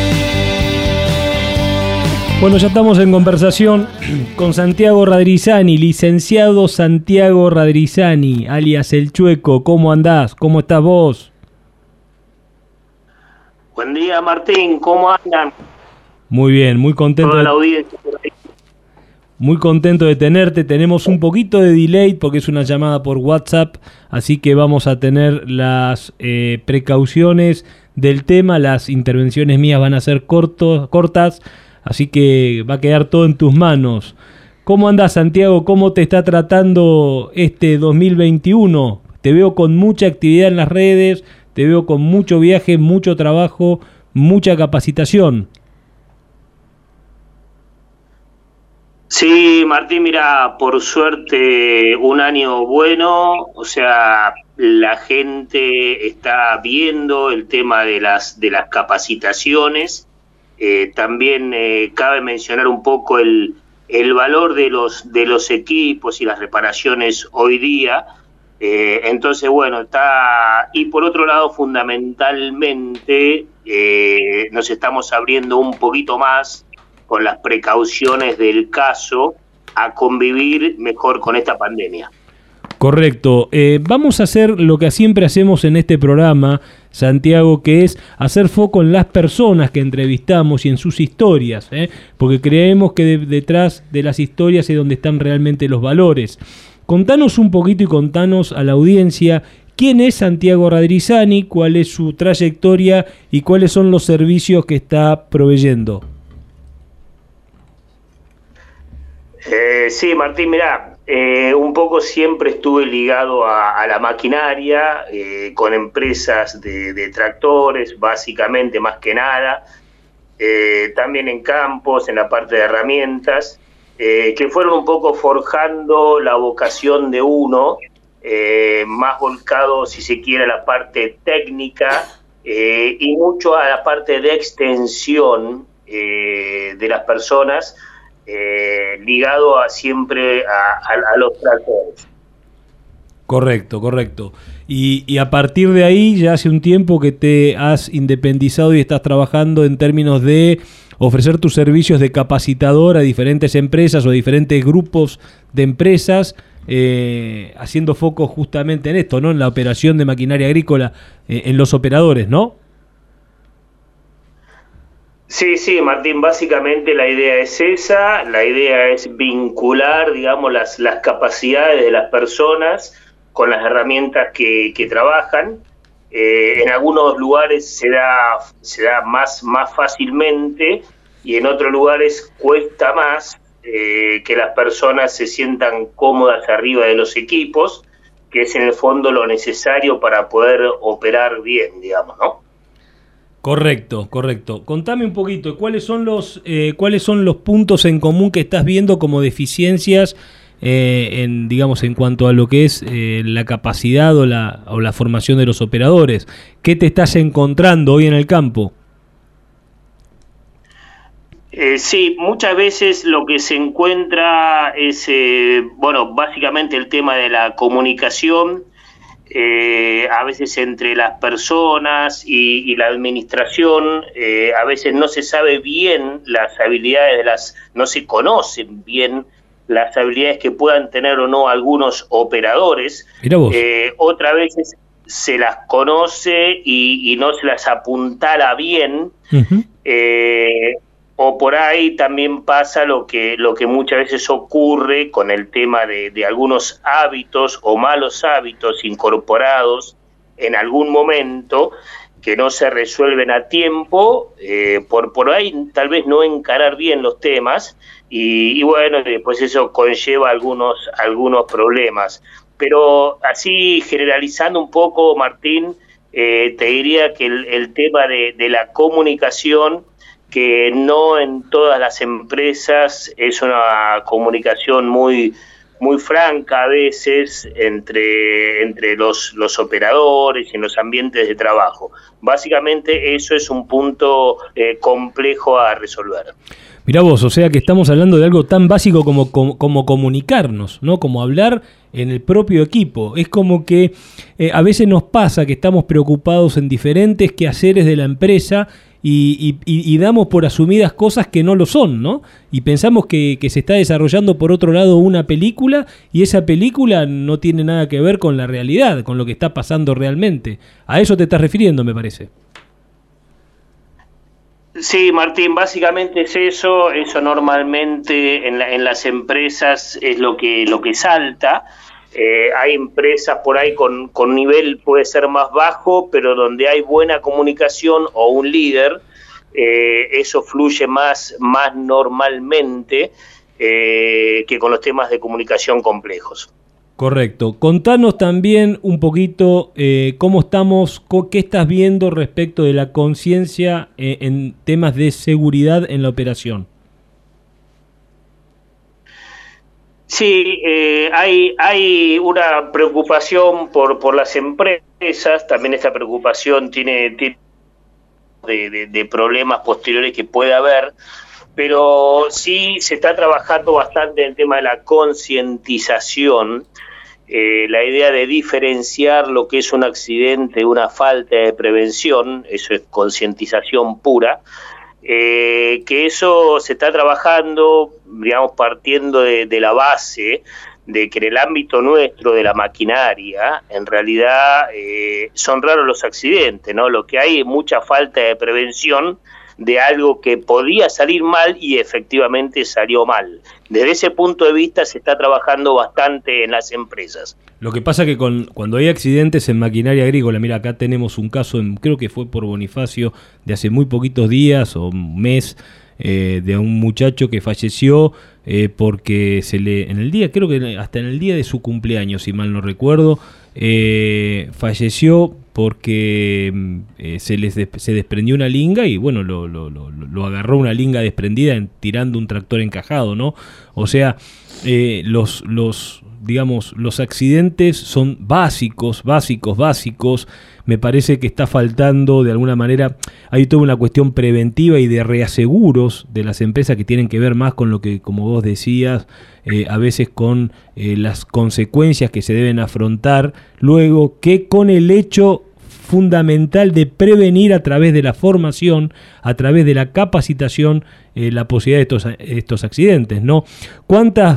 Bueno, ya estamos en conversación con Santiago Radrizzani, licenciado Santiago Radrizzani, alias El Chueco. ¿Cómo andás? ¿Cómo estás vos? Buen día, Martín. ¿Cómo andan? Muy bien, muy contento. Toda la audiencia por ahí. Muy contento de tenerte. Tenemos un poquito de delay porque es una llamada por WhatsApp, así que vamos a tener las precauciones del tema. Las intervenciones mías van a ser cortas. Así que va a quedar todo en tus manos. ¿Cómo andás, Santiago? ¿Cómo te está tratando este 2021? Te veo con mucha actividad en las redes, te veo con mucho viaje, mucho trabajo, mucha capacitación. Sí, Martín, mira, por suerte un año bueno, o sea, la gente está viendo el tema de las capacitaciones. También cabe mencionar un poco el valor de los equipos y las reparaciones hoy día. Entonces, bueno, está. Y por otro lado, fundamentalmente, nos estamos abriendo un poquito más con las precauciones del caso a convivir mejor con esta pandemia. Correcto. Vamos a hacer lo que siempre hacemos en este programa, Santiago, que es hacer foco en las personas que entrevistamos y en sus historias, porque creemos que detrás de las historias es donde están realmente los valores. Contanos un poquito y contanos a la audiencia quién es Santiago Radrizzani, cuál es su trayectoria y cuáles son los servicios que está proveyendo. Sí, Martín, mirá. Un poco siempre estuve ligado a la maquinaria, con empresas de tractores, básicamente, más que nada, también en campos, en la parte de herramientas, que fueron un poco forjando la vocación de uno, más volcado, si se quiere, a la parte técnica y mucho a la parte de extensión de las personas, ligado siempre a los tractores. Correcto. Y a partir de ahí, ya hace un tiempo que te has independizado y estás trabajando en términos de ofrecer tus servicios de capacitador a diferentes empresas o diferentes grupos de empresas, haciendo foco justamente en esto, ¿no? En la operación de maquinaria agrícola, en los operadores, ¿no? Sí, Martín, básicamente la idea es esa, la idea es vincular, digamos, las capacidades de las personas con las herramientas que trabajan. En algunos lugares se da más fácilmente y en otros lugares cuesta más que las personas se sientan cómodas arriba de los equipos, que es en el fondo lo necesario para poder operar bien, digamos, ¿no? Correcto. Contame un poquito, ¿cuáles son los puntos en común que estás viendo como deficiencias en cuanto a lo que es la capacidad o la formación de los operadores? ¿Qué te estás encontrando hoy en el campo? Sí, muchas veces lo que se encuentra es, básicamente el tema de la comunicación, a veces entre las personas y la administración, a veces no se sabe bien las habilidades, no se conocen bien las habilidades que puedan tener o no algunos operadores. Mirá vos. Otras veces se las conoce y no se las apuntala bien. Uh-huh. O por ahí también pasa lo que muchas veces ocurre con el tema de algunos hábitos o malos hábitos incorporados en algún momento que no se resuelven a tiempo, por ahí tal vez no encarar bien los temas y bueno, después eso conlleva algunos problemas. Pero así generalizando un poco, Martín, te diría que el tema de la comunicación, que no en todas las empresas es una comunicación muy franca a veces entre los operadores y en los ambientes de trabajo. Básicamente eso es un punto complejo a resolver. Mirá vos, o sea que estamos hablando de algo tan básico como comunicarnos, ¿no? Como hablar en el propio equipo. Es como que a veces nos pasa que estamos preocupados en diferentes quehaceres de la empresa y damos por asumidas cosas que no lo son, ¿no? Y pensamos que se está desarrollando por otro lado una película y esa película no tiene nada que ver con la realidad, con lo que está pasando realmente. A eso te estás refiriendo, me parece. Sí, Martín, básicamente es eso normalmente en las empresas es lo que salta. Hay empresas por ahí con nivel puede ser más bajo, pero donde hay buena comunicación o un líder, eso fluye más normalmente que con los temas de comunicación complejos. Correcto. Contanos también un poquito cómo estamos, qué estás viendo respecto de la conciencia en temas de seguridad en la operación. Sí, hay una preocupación por las empresas, también esta preocupación tiene de problemas posteriores que puede haber, pero sí se está trabajando bastante en el tema de la concientización, la idea de diferenciar lo que es un accidente, una falta de prevención, eso es concientización pura. Que eso se está trabajando, digamos, partiendo de la base de que en el ámbito nuestro de la maquinaria, en realidad son raros los accidentes, ¿no? Lo que hay es mucha falta de prevención de algo que podía salir mal y efectivamente salió mal. Desde ese punto de vista se está trabajando bastante en las empresas. Lo que pasa que cuando hay accidentes en maquinaria agrícola, mira, acá tenemos un caso, creo que fue por Bonifacio, de hace muy poquitos días o un mes, de un muchacho que falleció porque en el día, creo que hasta en el día de su cumpleaños, si mal no recuerdo, falleció porque se desprendió una linga y bueno, lo agarró una linga desprendida tirando un tractor encajado, ¿no? O sea, los accidentes son básicos. Me parece que está faltando de alguna manera, hay toda una cuestión preventiva y de reaseguros de las empresas que tienen que ver más con lo que, como vos decías, a veces con las consecuencias que se deben afrontar luego, que con el hecho fundamental de prevenir a través de la formación, a través de la capacitación, la posibilidad de estos accidentes, ¿no? ¿Cuántas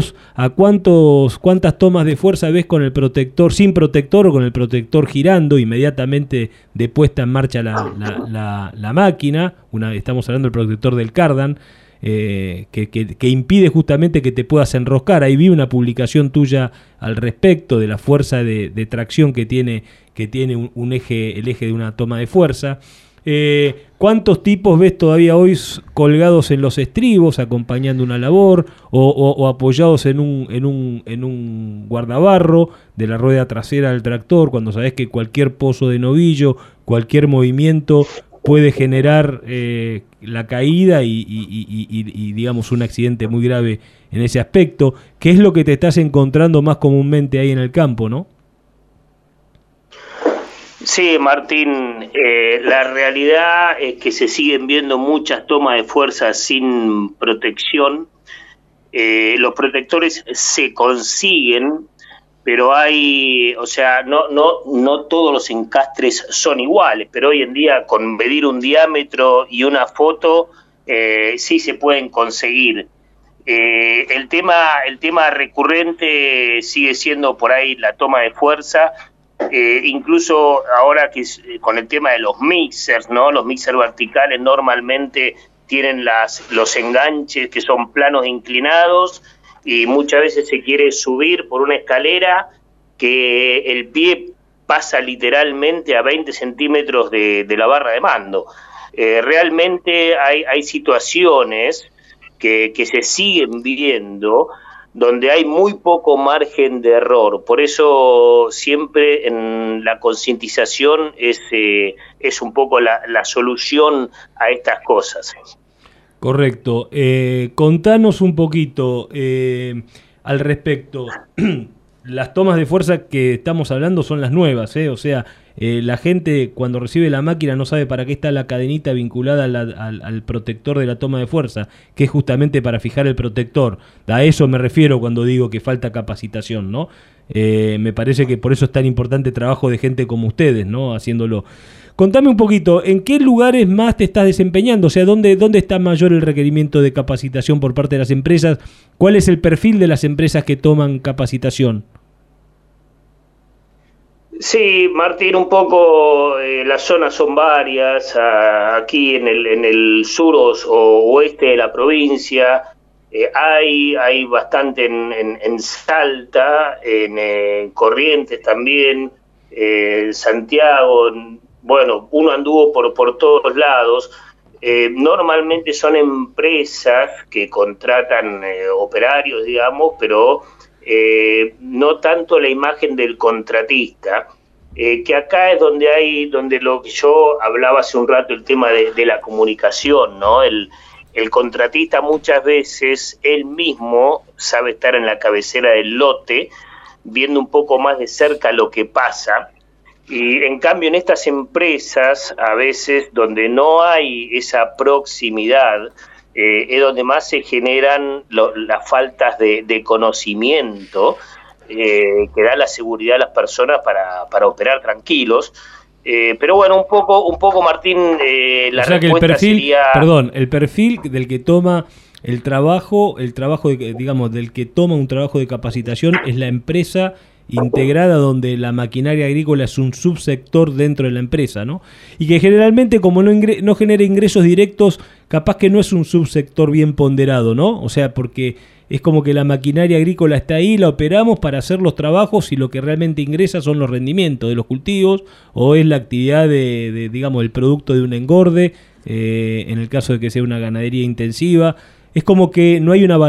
tomas de fuerza ves con el protector, sin protector o con el protector girando inmediatamente de puesta en marcha la máquina? Estamos hablando del protector del Cardan, que impide justamente que te puedas enroscar. Ahí vi una publicación tuya al respecto de la fuerza de tracción que tiene el eje de una toma de fuerza. ¿Cuántos tipos ves todavía hoy colgados en los estribos acompañando una labor o apoyados en un guardabarro de la rueda trasera del tractor, cuando sabes que cualquier pozo de novillo, cualquier movimiento puede generar la caída y digamos un accidente muy grave en ese aspecto? ¿Qué es lo que te estás encontrando más comúnmente ahí en el campo, no? Sí, Martín, la realidad es que se siguen viendo muchas tomas de fuerza sin protección. Los protectores se consiguen, pero hay, o sea, no todos los encastres son iguales, pero hoy en día con medir un diámetro y una foto sí se pueden conseguir. El tema recurrente sigue siendo por ahí la toma de fuerza, incluso ahora que con el tema de los mixers, ¿no? Los mixers verticales normalmente tienen los enganches que son planos inclinados y muchas veces se quiere subir por una escalera que el pie pasa literalmente a 20 centímetros de la barra de mando. Realmente hay situaciones que se siguen viendo donde hay muy poco margen de error. Por eso siempre en la concientización es un poco la solución a estas cosas. Correcto. Contanos un poquito al respecto. Las tomas de fuerza que estamos hablando son las nuevas, o sea, la gente cuando recibe la máquina no sabe para qué está la cadenita vinculada al protector de la toma de fuerza, que es justamente para fijar el protector. A eso me refiero cuando digo que falta capacitación, ¿no? Me parece que por eso es tan importante el trabajo de gente como ustedes, ¿no? Haciéndolo. Contame un poquito, ¿en qué lugares más te estás desempeñando? O sea, ¿dónde está mayor el requerimiento de capacitación por parte de las empresas? ¿Cuál es el perfil de las empresas que toman capacitación? Sí, Martín, un poco las zonas son varias. Aquí en el sur o oeste de la provincia hay bastante en Salta, en Corrientes también, Santiago. Bueno, uno anduvo por todos lados. Normalmente son empresas que contratan operarios, digamos, pero no tanto la imagen del contratista, que acá es donde lo que yo hablaba hace un rato, el tema de la comunicación, ¿no? El contratista muchas veces él mismo sabe estar en la cabecera del lote, viendo un poco más de cerca lo que pasa. Y en cambio en estas empresas, a veces donde no hay esa proximidad, es donde más se generan las faltas de conocimiento que da la seguridad a las personas para operar tranquilos. Pero bueno, un poco Martín, la respuesta sería... Perdón, el perfil del que toma el trabajo del que toma un trabajo de capacitación es la empresa integrada donde la maquinaria agrícola es un subsector dentro de la empresa, ¿no? Y que generalmente como no genera ingresos directos, capaz que no es un subsector bien ponderado, ¿no? O sea, porque es como que la maquinaria agrícola está ahí, la operamos para hacer los trabajos y lo que realmente ingresa son los rendimientos de los cultivos o es la actividad digamos, el producto de un engorde, en el caso de que sea una ganadería intensiva. Es como que no hay una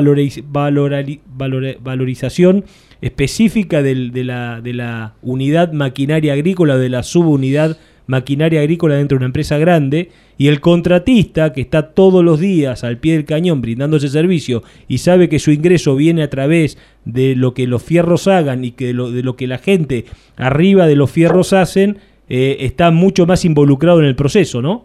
valorización específica de la unidad maquinaria agrícola, de la subunidad maquinaria agrícola dentro de una empresa grande, y el contratista que está todos los días al pie del cañón brindando ese servicio y sabe que su ingreso viene a través de lo que los fierros hagan y que de lo que la gente arriba de los fierros hacen, está mucho más involucrado en el proceso, ¿no?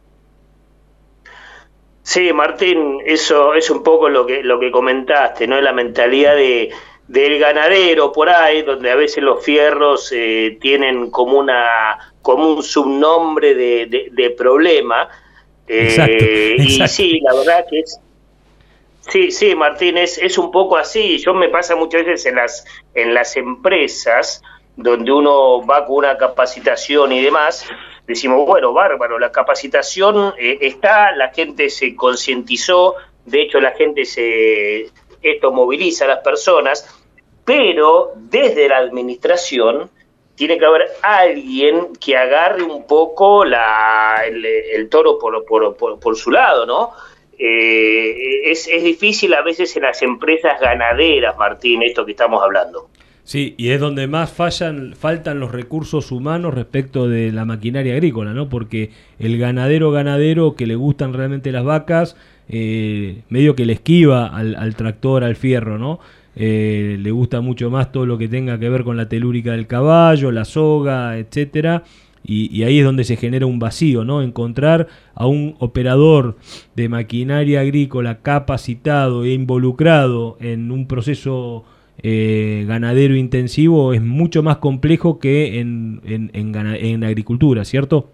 Sí, Martín, eso es un poco lo que comentaste, ¿no? La mentalidad del ganadero por ahí, donde a veces los fierros tienen como un subnombre de problema. Exacto. Y sí, la verdad que es... Sí, Martín, es un poco así. Yo me pasa muchas veces en las empresas donde uno va con una capacitación y demás, decimos, bueno, bárbaro, la capacitación está, la gente se concientizó, de hecho la gente esto moviliza a las personas, pero desde la administración tiene que haber alguien que agarre un poco el toro por su lado, ¿no? Es difícil a veces en las empresas ganaderas, Martín, esto que estamos hablando. Sí, y es donde más faltan los recursos humanos respecto de la maquinaria agrícola, ¿no? Porque el ganadero que le gustan realmente las vacas, medio que le esquiva al tractor, al fierro, ¿no? Le gusta mucho más todo lo que tenga que ver con la telúrica del caballo, la soga, etcétera, y ahí es donde se genera un vacío, ¿no? Encontrar a un operador de maquinaria agrícola capacitado e involucrado en un proceso ganadero intensivo es mucho más complejo que en agricultura, ¿cierto?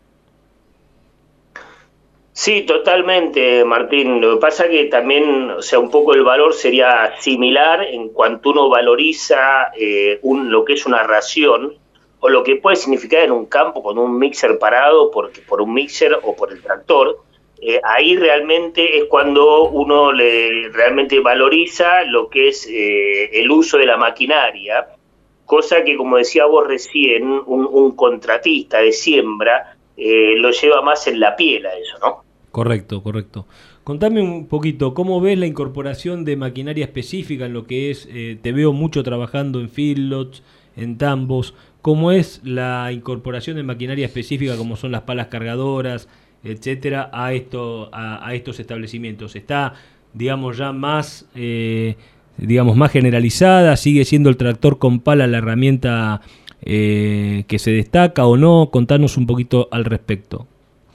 Sí, totalmente, Martín. Lo que pasa que también, o sea, un poco el valor sería similar en cuanto uno valoriza lo que es una ración o lo que puede significar en un campo con un mixer parado por un mixer o por el tractor. Ahí realmente es cuando uno realmente valoriza lo que es el uso de la maquinaria, cosa que, como decía vos recién, un contratista de siembra lo lleva más en la piel a eso, ¿no? Correcto. Contame un poquito, ¿cómo ves la incorporación de maquinaria específica en lo que es, te veo mucho trabajando en feedlots, en tambos, cómo es la incorporación de maquinaria específica como son las palas cargadoras, etcétera, a estos establecimientos? ¿Está, digamos, ya más, más generalizada? ¿Sigue siendo el tractor con pala la herramienta que se destaca o no? Contanos un poquito al respecto.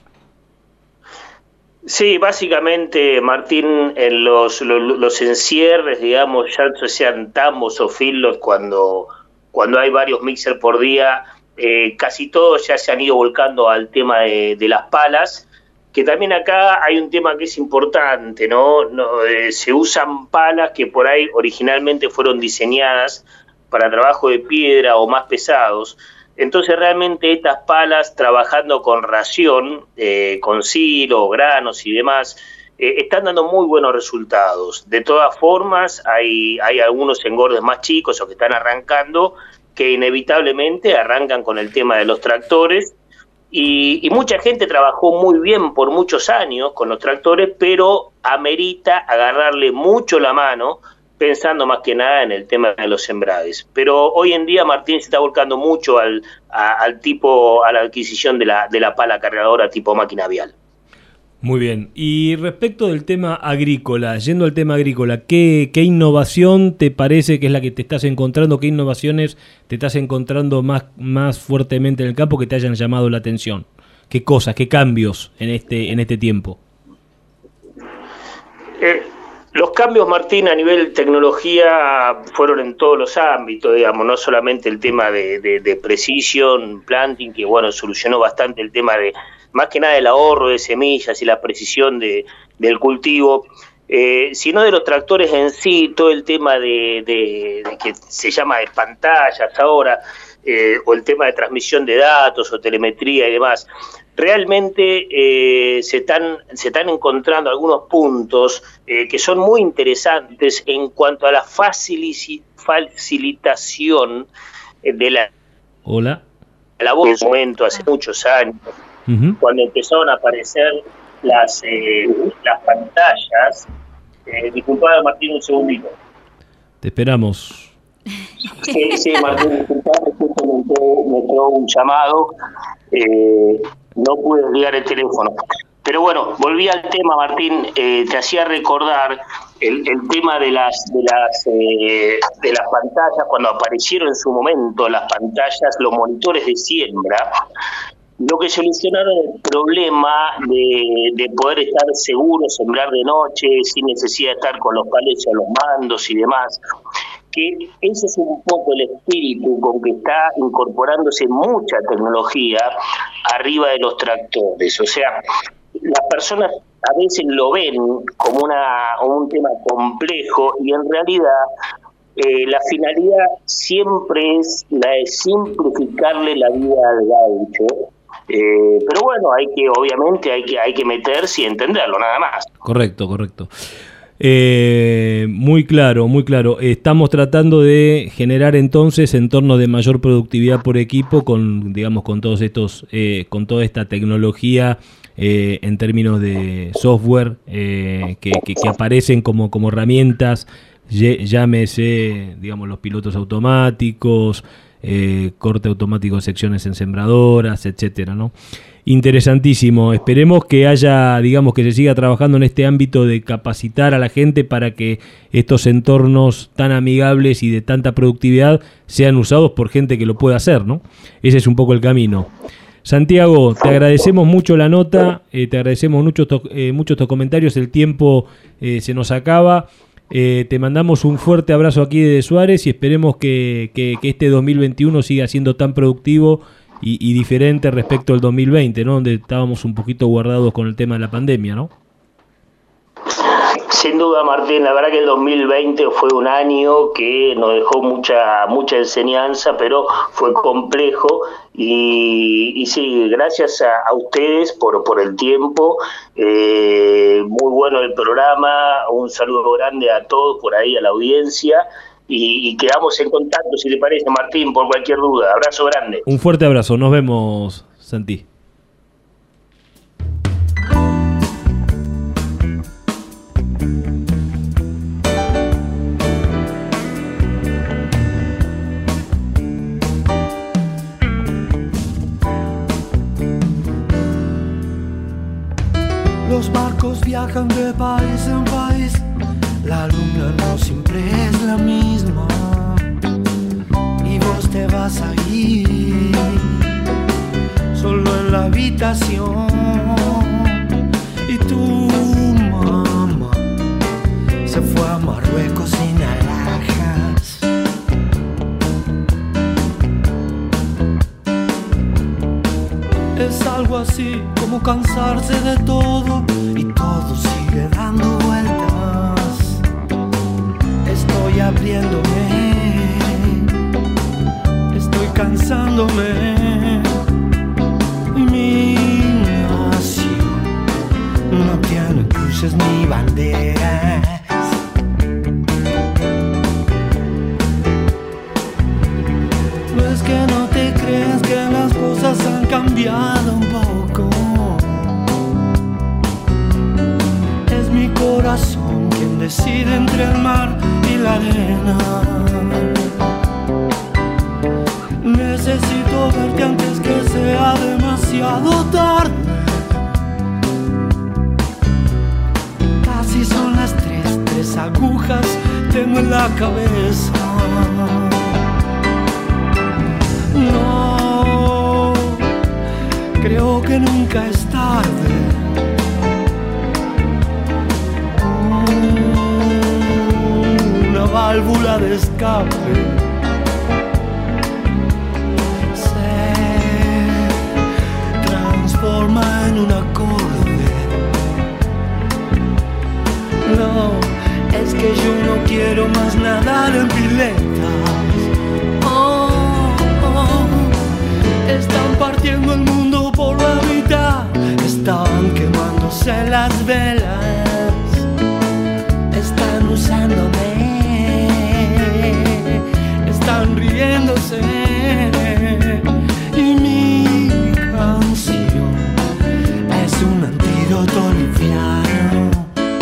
Sí, básicamente, Martín, en los encierres, digamos, ya sean tambos o feedlots, cuando hay varios mixers por día, casi todos ya se han ido volcando al tema de las palas, que también acá hay un tema que es importante, ¿no? Se usan palas que por ahí originalmente fueron diseñadas para trabajo de piedra o más pesados. Entonces realmente estas palas, trabajando con ración, con silo, granos y demás, están dando muy buenos resultados. De todas formas, hay algunos engordes más chicos o que están arrancando, que inevitablemente arrancan con el tema de los tractores, y mucha gente trabajó muy bien por muchos años con los tractores, pero amerita agarrarle mucho la mano, pensando más que nada en el tema de los embragues. Pero hoy en día Martín se está volcando mucho a la adquisición de la pala cargadora tipo máquina vial. Muy bien. Y respecto del tema agrícola, yendo al tema agrícola, ¿qué innovación te parece que es la que te estás encontrando? ¿Qué innovaciones te estás encontrando más fuertemente en el campo que te hayan llamado la atención? ¿Qué cosas, qué cambios en este tiempo? Los cambios, Martín, a nivel tecnología fueron en todos los ámbitos, digamos, no solamente el tema de precision planting, que bueno, solucionó bastante el tema de, más que nada, el ahorro de semillas y la precisión del cultivo, sino de los tractores en sí, todo el tema de que se llama de pantallas ahora, o el tema de transmisión de datos o telemetría y demás. Realmente se están encontrando algunos puntos que son muy interesantes en cuanto a la facilitación de la labor en su momento, hace muchos años, cuando empezaron a aparecer las pantallas. Disculpad, Martín, un segundito. Te esperamos. Sí, Martín, disculpad, justo me entró un llamado. No pude ligar el teléfono. Pero bueno, volví al tema, Martín. Te hacía recordar el tema de las pantallas, cuando aparecieron en su momento las pantallas, los monitores de siembra, lo que solucionaron el problema de poder estar seguros, sembrar de noche, sin necesidad de estar con los palets a los mandos y demás. Que ese es un poco el espíritu con que está incorporándose mucha tecnología arriba de los tractores. O sea, las personas a veces lo ven como un tema complejo, y en realidad la finalidad siempre es la de simplificarle la vida al gaucho. Pero bueno, obviamente hay que meterse y entenderlo, nada más. Correcto. Muy claro. Estamos tratando de generar entonces entornos de mayor productividad por equipo con todos estos, con toda esta tecnología en términos de software que aparecen como herramientas, llámese, digamos, los pilotos automáticos, corte automático de secciones en sembradoras, etcétera, ¿no? Interesantísimo. Esperemos que que se siga trabajando en este ámbito de capacitar a la gente para que estos entornos tan amigables y de tanta productividad sean usados por gente que lo pueda hacer, ¿no? Ese es un poco el camino. Santiago, te agradecemos mucho la nota, te agradecemos mucho estos comentarios, el tiempo se nos acaba. Te mandamos un fuerte abrazo aquí desde Suárez y esperemos que este 2021 siga siendo tan productivo y diferente respecto al 2020, ¿no? Donde estábamos un poquito guardados con el tema de la pandemia, ¿no? Sin duda, Martín, la verdad que el 2020 fue un año que nos dejó mucha enseñanza, pero fue complejo y sí, gracias a ustedes por el tiempo, muy bueno el programa, un saludo grande a todos por ahí, a la audiencia, y quedamos en contacto, si le parece, Martín, por cualquier duda. Abrazo grande. Un fuerte abrazo, nos vemos, Santi. Los barcos viajan de país en país, la luna no siempre es la misma, y vos te vas a ir solo en la habitación, y tu mamá se fue a Marruecos sin alhajas. Es algo así como cansarse de todo y todo sigue dando vueltas. Estoy abriéndome, estoy cansándome. Mi nación no tiene cruces ni banderas. No es que no te creas que las cosas han cambiado un poco. Es mi corazón quien decide entre el mar y la arena. Necesito verte antes que sea demasiado tarde. Casi son las 3 agujas tengo en la cabeza. No, creo que nunca es tarde. Una válvula de escape se transforma en un acorde. No, es que yo no quiero más nadar en piletas. Están partiendo el mundo por la mitad, están quemándose las velas, están usándome, están riéndose, y mi canción es un antídoto liviano.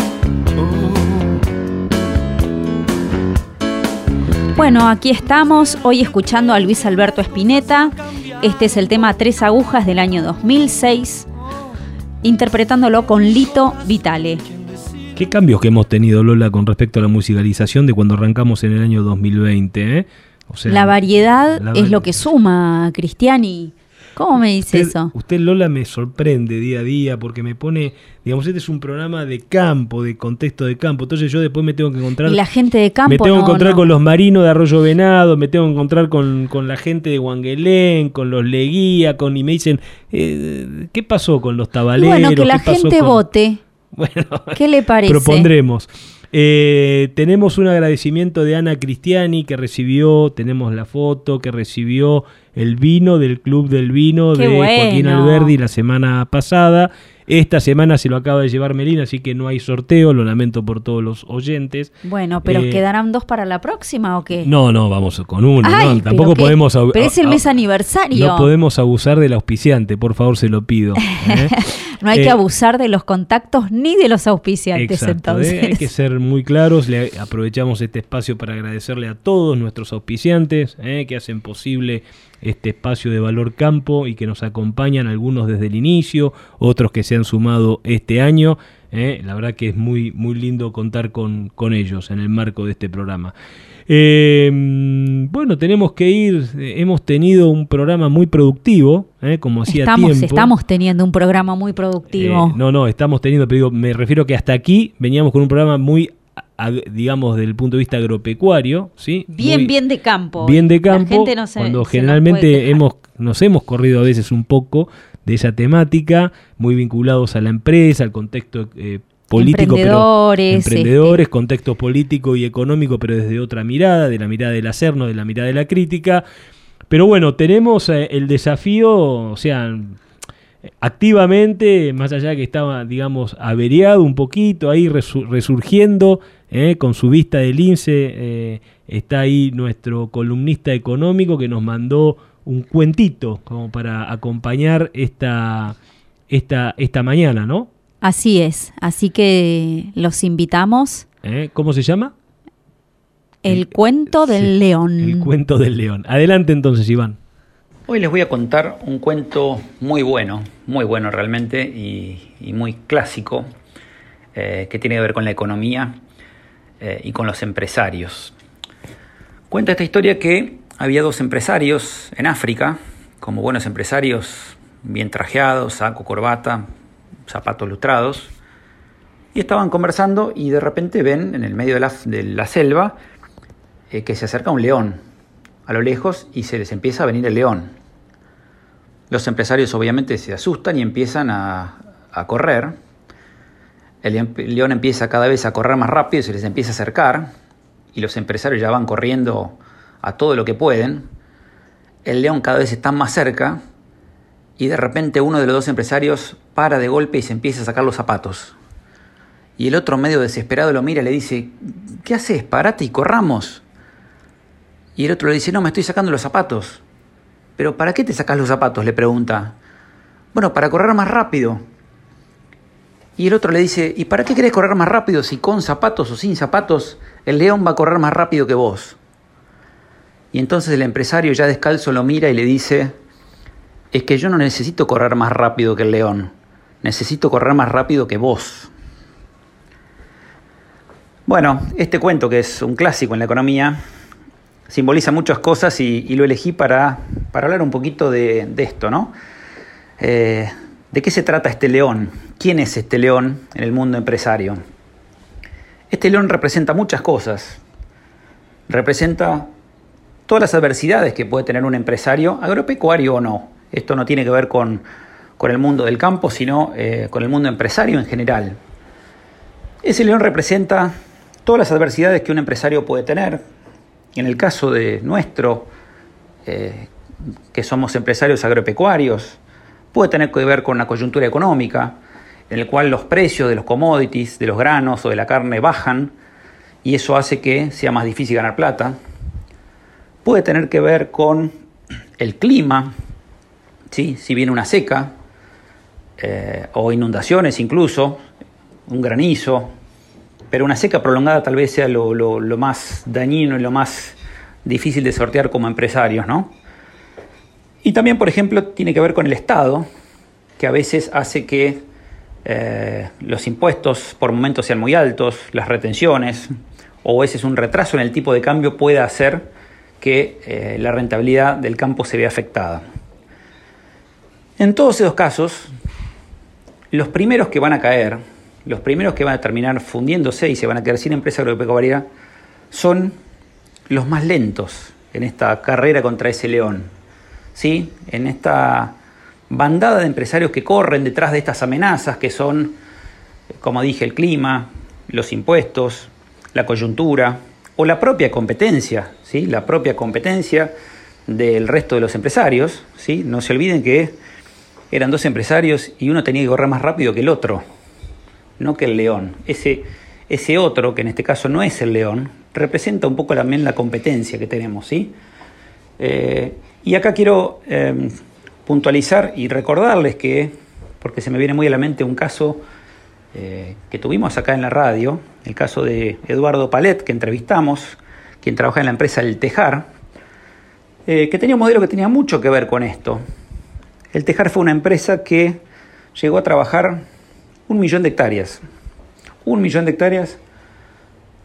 Bueno, aquí estamos, hoy escuchando a Luis Alberto Spinetta. Este es el tema 3 agujas del año 2006, interpretándolo con Lito Vitale. ¿Qué cambios que hemos tenido, Lola, con respecto a la musicalización de cuando arrancamos en el año 2020? O sea, la variedad es lo que suma, Cristiani. ¿Cómo me dice eso? Usted, Lola, me sorprende día a día porque me pone, digamos, este es un programa de campo, de contexto de campo, entonces yo después me tengo que encontrar... Y la gente de campo me tengo que encontrar con los marinos de Arroyo Venado, me tengo que encontrar con la gente de Huanguelén, con los Leguía, y me dicen, ¿qué pasó con los tabaleros? Bueno, que la gente vote. Bueno, ¿qué le parece? Propondremos. Tenemos un agradecimiento de Ana Cristiani que recibió, tenemos la foto, que recibió el vino del Club del Vino de Joaquín Alberdi la semana pasada. Esta semana se lo acaba de llevar Melina, así que no hay sorteo, lo lamento por todos los oyentes. Bueno, pero ¿quedarán 2 para la próxima o qué? No, vamos con uno. Ay, ¿no? Tampoco podemos... Pero es el mes aniversario. No podemos abusar del auspiciante, por favor, se lo pido. No hay que abusar de los contactos ni de los auspiciantes, exacto, entonces. Hay que ser muy claros. Aprovechamos este espacio para agradecerle a todos nuestros auspiciantes que hacen posible este espacio de Valor Campo y que nos acompañan, algunos desde el inicio, otros que se han sumado este año. La verdad que es muy, muy lindo contar con ellos en el marco de este programa. Bueno, tenemos que ir. Hemos tenido un programa muy productivo, como hacía tiempo. Estamos teniendo un programa muy productivo. Estamos teniendo, pero digo, me refiero que hasta aquí veníamos con un programa muy, digamos, desde el punto de vista agropecuario, ¿sí? Bien de campo. Bien de campo, la gente cuando generalmente nos hemos corrido a veces un poco de esa temática, muy vinculados a la empresa, al contexto político, emprendedores, contexto político y económico, pero desde otra mirada, de la mirada del hacer, no de la mirada de la crítica. Pero bueno, tenemos el desafío, o sea, activamente, más allá que estaba, digamos, averiado un poquito, ahí resurgiendo, con su vista del INSEE, está ahí nuestro columnista económico que nos mandó un cuentito como para acompañar esta mañana, ¿no? Así es, así que los invitamos. ¿Cómo se llama? El cuento del león. El cuento del león. Adelante entonces, Iván. Hoy les voy a contar un cuento muy bueno realmente y muy clásico, que tiene que ver con la economía y con los empresarios. Cuenta esta historia que había dos empresarios en África, como buenos empresarios, bien trajeados, saco, corbata, zapatos lustrados, y estaban conversando y de repente ven en el medio de la selva que se acerca un león a lo lejos y se les empieza a venir el león. Los empresarios obviamente se asustan y empiezan a correr. El león empieza cada vez a correr más rápido y se les empieza a acercar, y los empresarios ya van corriendo a todo lo que pueden. El león cada vez está más cerca y de repente uno de los dos empresarios para de golpe y se empieza a sacar los zapatos. Y el otro, medio desesperado, lo mira y le dice: ¿qué haces? Parate y corramos. Y el otro le dice: no, me estoy sacando los zapatos. ¿Pero para qué te sacas los zapatos?, le pregunta. Bueno, para correr más rápido. Y el otro le dice: ¿y para qué querés correr más rápido si con zapatos o sin zapatos el león va a correr más rápido que vos? Y entonces el empresario, ya descalzo, lo mira y le dice: es que yo no necesito correr más rápido que el león, necesito correr más rápido que vos. Bueno, este cuento, que es un clásico en la economía, simboliza muchas cosas y lo elegí para hablar un poquito de esto, ¿no? ¿De qué se trata este león? ¿Quién es este león en el mundo empresario? Este león representa muchas cosas. Representa todas las adversidades que puede tener un empresario, agropecuario o no. Esto no tiene que ver con el mundo del campo, sino con el mundo empresario en general. Ese león representa todas las adversidades que un empresario puede tener. En el caso de nuestro, que somos empresarios agropecuarios, puede tener que ver con una coyuntura económica, en el cual los precios de los commodities, de los granos o de la carne bajan, y eso hace que sea más difícil ganar plata. Puede tener que ver con el clima, ¿sí? Si viene una seca, o inundaciones incluso, un granizo, pero una seca prolongada tal vez sea lo más dañino y lo más difícil de sortear como empresarios, ¿no? Y también, por ejemplo, tiene que ver con el Estado, que a veces hace que los impuestos por momentos sean muy altos, las retenciones, o a veces un retraso en el tipo de cambio puede hacer que la rentabilidad del campo se vea afectada. En todos esos casos, los primeros que van a caer, los primeros que van a terminar fundiéndose y se van a quedar sin empresa agropecuaria, son los más lentos en esta carrera contra ese león, ¿sí? En esta bandada de empresarios que corren detrás de estas amenazas que son, como dije, el clima, los impuestos, la coyuntura o la propia competencia, ¿sí? La propia competencia del resto de los empresarios, ¿sí? No se olviden que eran dos empresarios y uno tenía que correr más rápido que el otro, no que el león. Ese otro, que en este caso no es el león, representa un poco también la competencia que tenemos, ¿sí? Y acá quiero puntualizar y recordarles que, porque se me viene muy a la mente un caso que tuvimos acá en la radio, el caso de Eduardo Palet, que entrevistamos, quien trabaja en la empresa El Tejar, que tenía un modelo que tenía mucho que ver con esto. El Tejar fue una empresa que llegó a trabajar 1 millón de hectáreas. 1 millón de hectáreas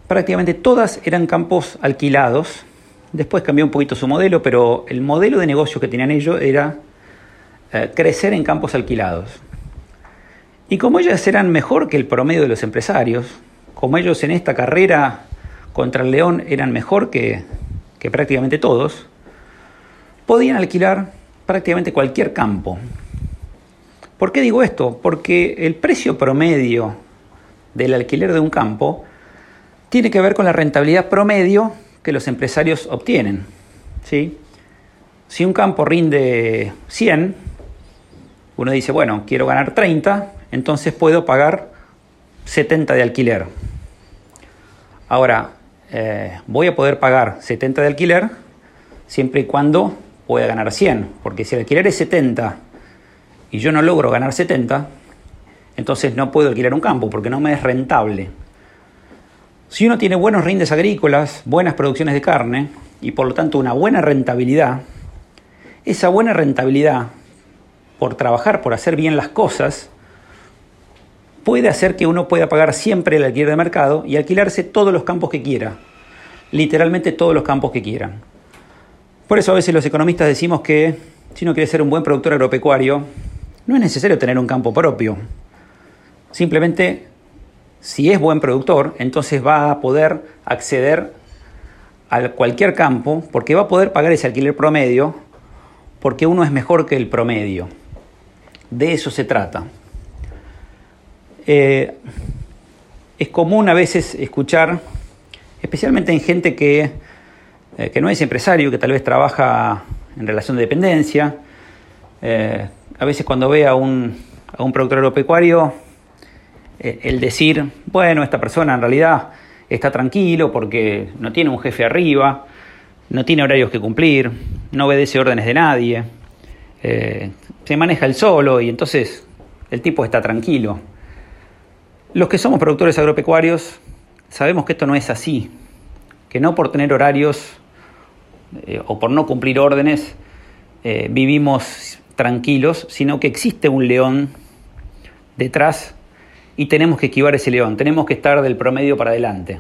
prácticamente todas eran campos alquilados. Después cambió un poquito su modelo, pero el modelo de negocio que tenían ellos era crecer en campos alquilados. Y como ellas eran mejor que el promedio de los empresarios, como ellos en esta carrera contra el león eran mejor que prácticamente todos, podían alquilar prácticamente cualquier campo. ¿Por qué digo esto? Porque el precio promedio del alquiler de un campo tiene que ver con la rentabilidad promedio que los empresarios obtienen, ¿sí? Si un campo rinde 100, uno dice, bueno, quiero ganar 30, entonces puedo pagar 70 de alquiler. Ahora, voy a poder pagar 70 de alquiler siempre y cuando pueda ganar 100, porque si el alquiler es 70 y yo no logro ganar 70, entonces no puedo alquilar un campo porque no me es rentable. Si uno tiene buenos rindes agrícolas, buenas producciones de carne y por lo tanto una buena rentabilidad, esa buena rentabilidad por trabajar, por hacer bien las cosas, puede hacer que uno pueda pagar siempre el alquiler de mercado y alquilarse todos los campos que quiera, literalmente todos los campos que quieran. Por eso a veces los economistas decimos que si uno quiere ser un buen productor agropecuario, no es necesario tener un campo propio. Simplemente, si es buen productor, entonces va a poder acceder a cualquier campo porque va a poder pagar ese alquiler promedio porque uno es mejor que el promedio. De eso se trata. Es común a veces escuchar, especialmente en gente que no es empresario, que tal vez trabaja en relación de dependencia. A veces cuando ve a un productor agropecuario, el decir, bueno, esta persona en realidad está tranquilo porque no tiene un jefe arriba, no tiene horarios que cumplir, no obedece órdenes de nadie, se maneja él solo y entonces el tipo está tranquilo. Los que somos productores agropecuarios sabemos que esto no es así, que no por tener horarios o por no cumplir órdenes vivimos tranquilos, sino que existe un león detrás y tenemos que esquivar ese león, tenemos que estar del promedio para adelante.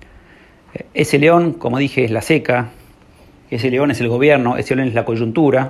Ese león, como dije, es la seca, ese león es el gobierno, ese león es la coyuntura,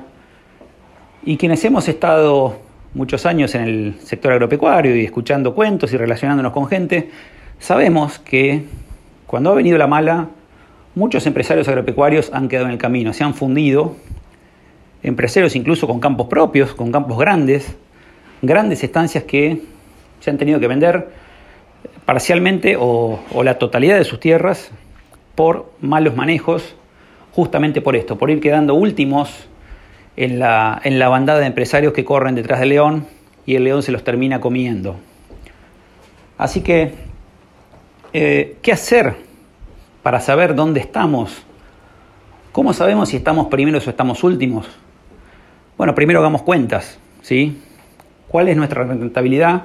y quienes hemos estado muchos años en el sector agropecuario y escuchando cuentos y relacionándonos con gente, sabemos que cuando ha venido la mala, muchos empresarios agropecuarios han quedado en el camino, se han fundido, empresarios incluso con campos propios, con campos grandes estancias que se han tenido que vender parcialmente o la totalidad de sus tierras por malos manejos, justamente por esto, por ir quedando últimos en la bandada de empresarios que corren detrás del león y el león se los termina comiendo. Así que, ¿qué hacer para saber dónde estamos? ¿Cómo sabemos si estamos primeros o estamos últimos? Bueno, primero hagamos cuentas, ¿sí? ¿Cuál es nuestra rentabilidad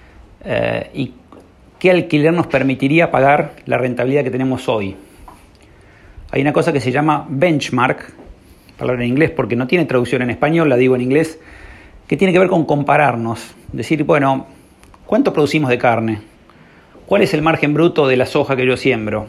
y qué alquiler nos permitiría pagar la rentabilidad que tenemos hoy? Hay una cosa que se llama benchmark, palabra en inglés porque no tiene traducción en español, la digo en inglés, que tiene que ver con compararnos. Decir, bueno, ¿cuánto producimos de carne? ¿Cuál es el margen bruto de la soja que yo siembro?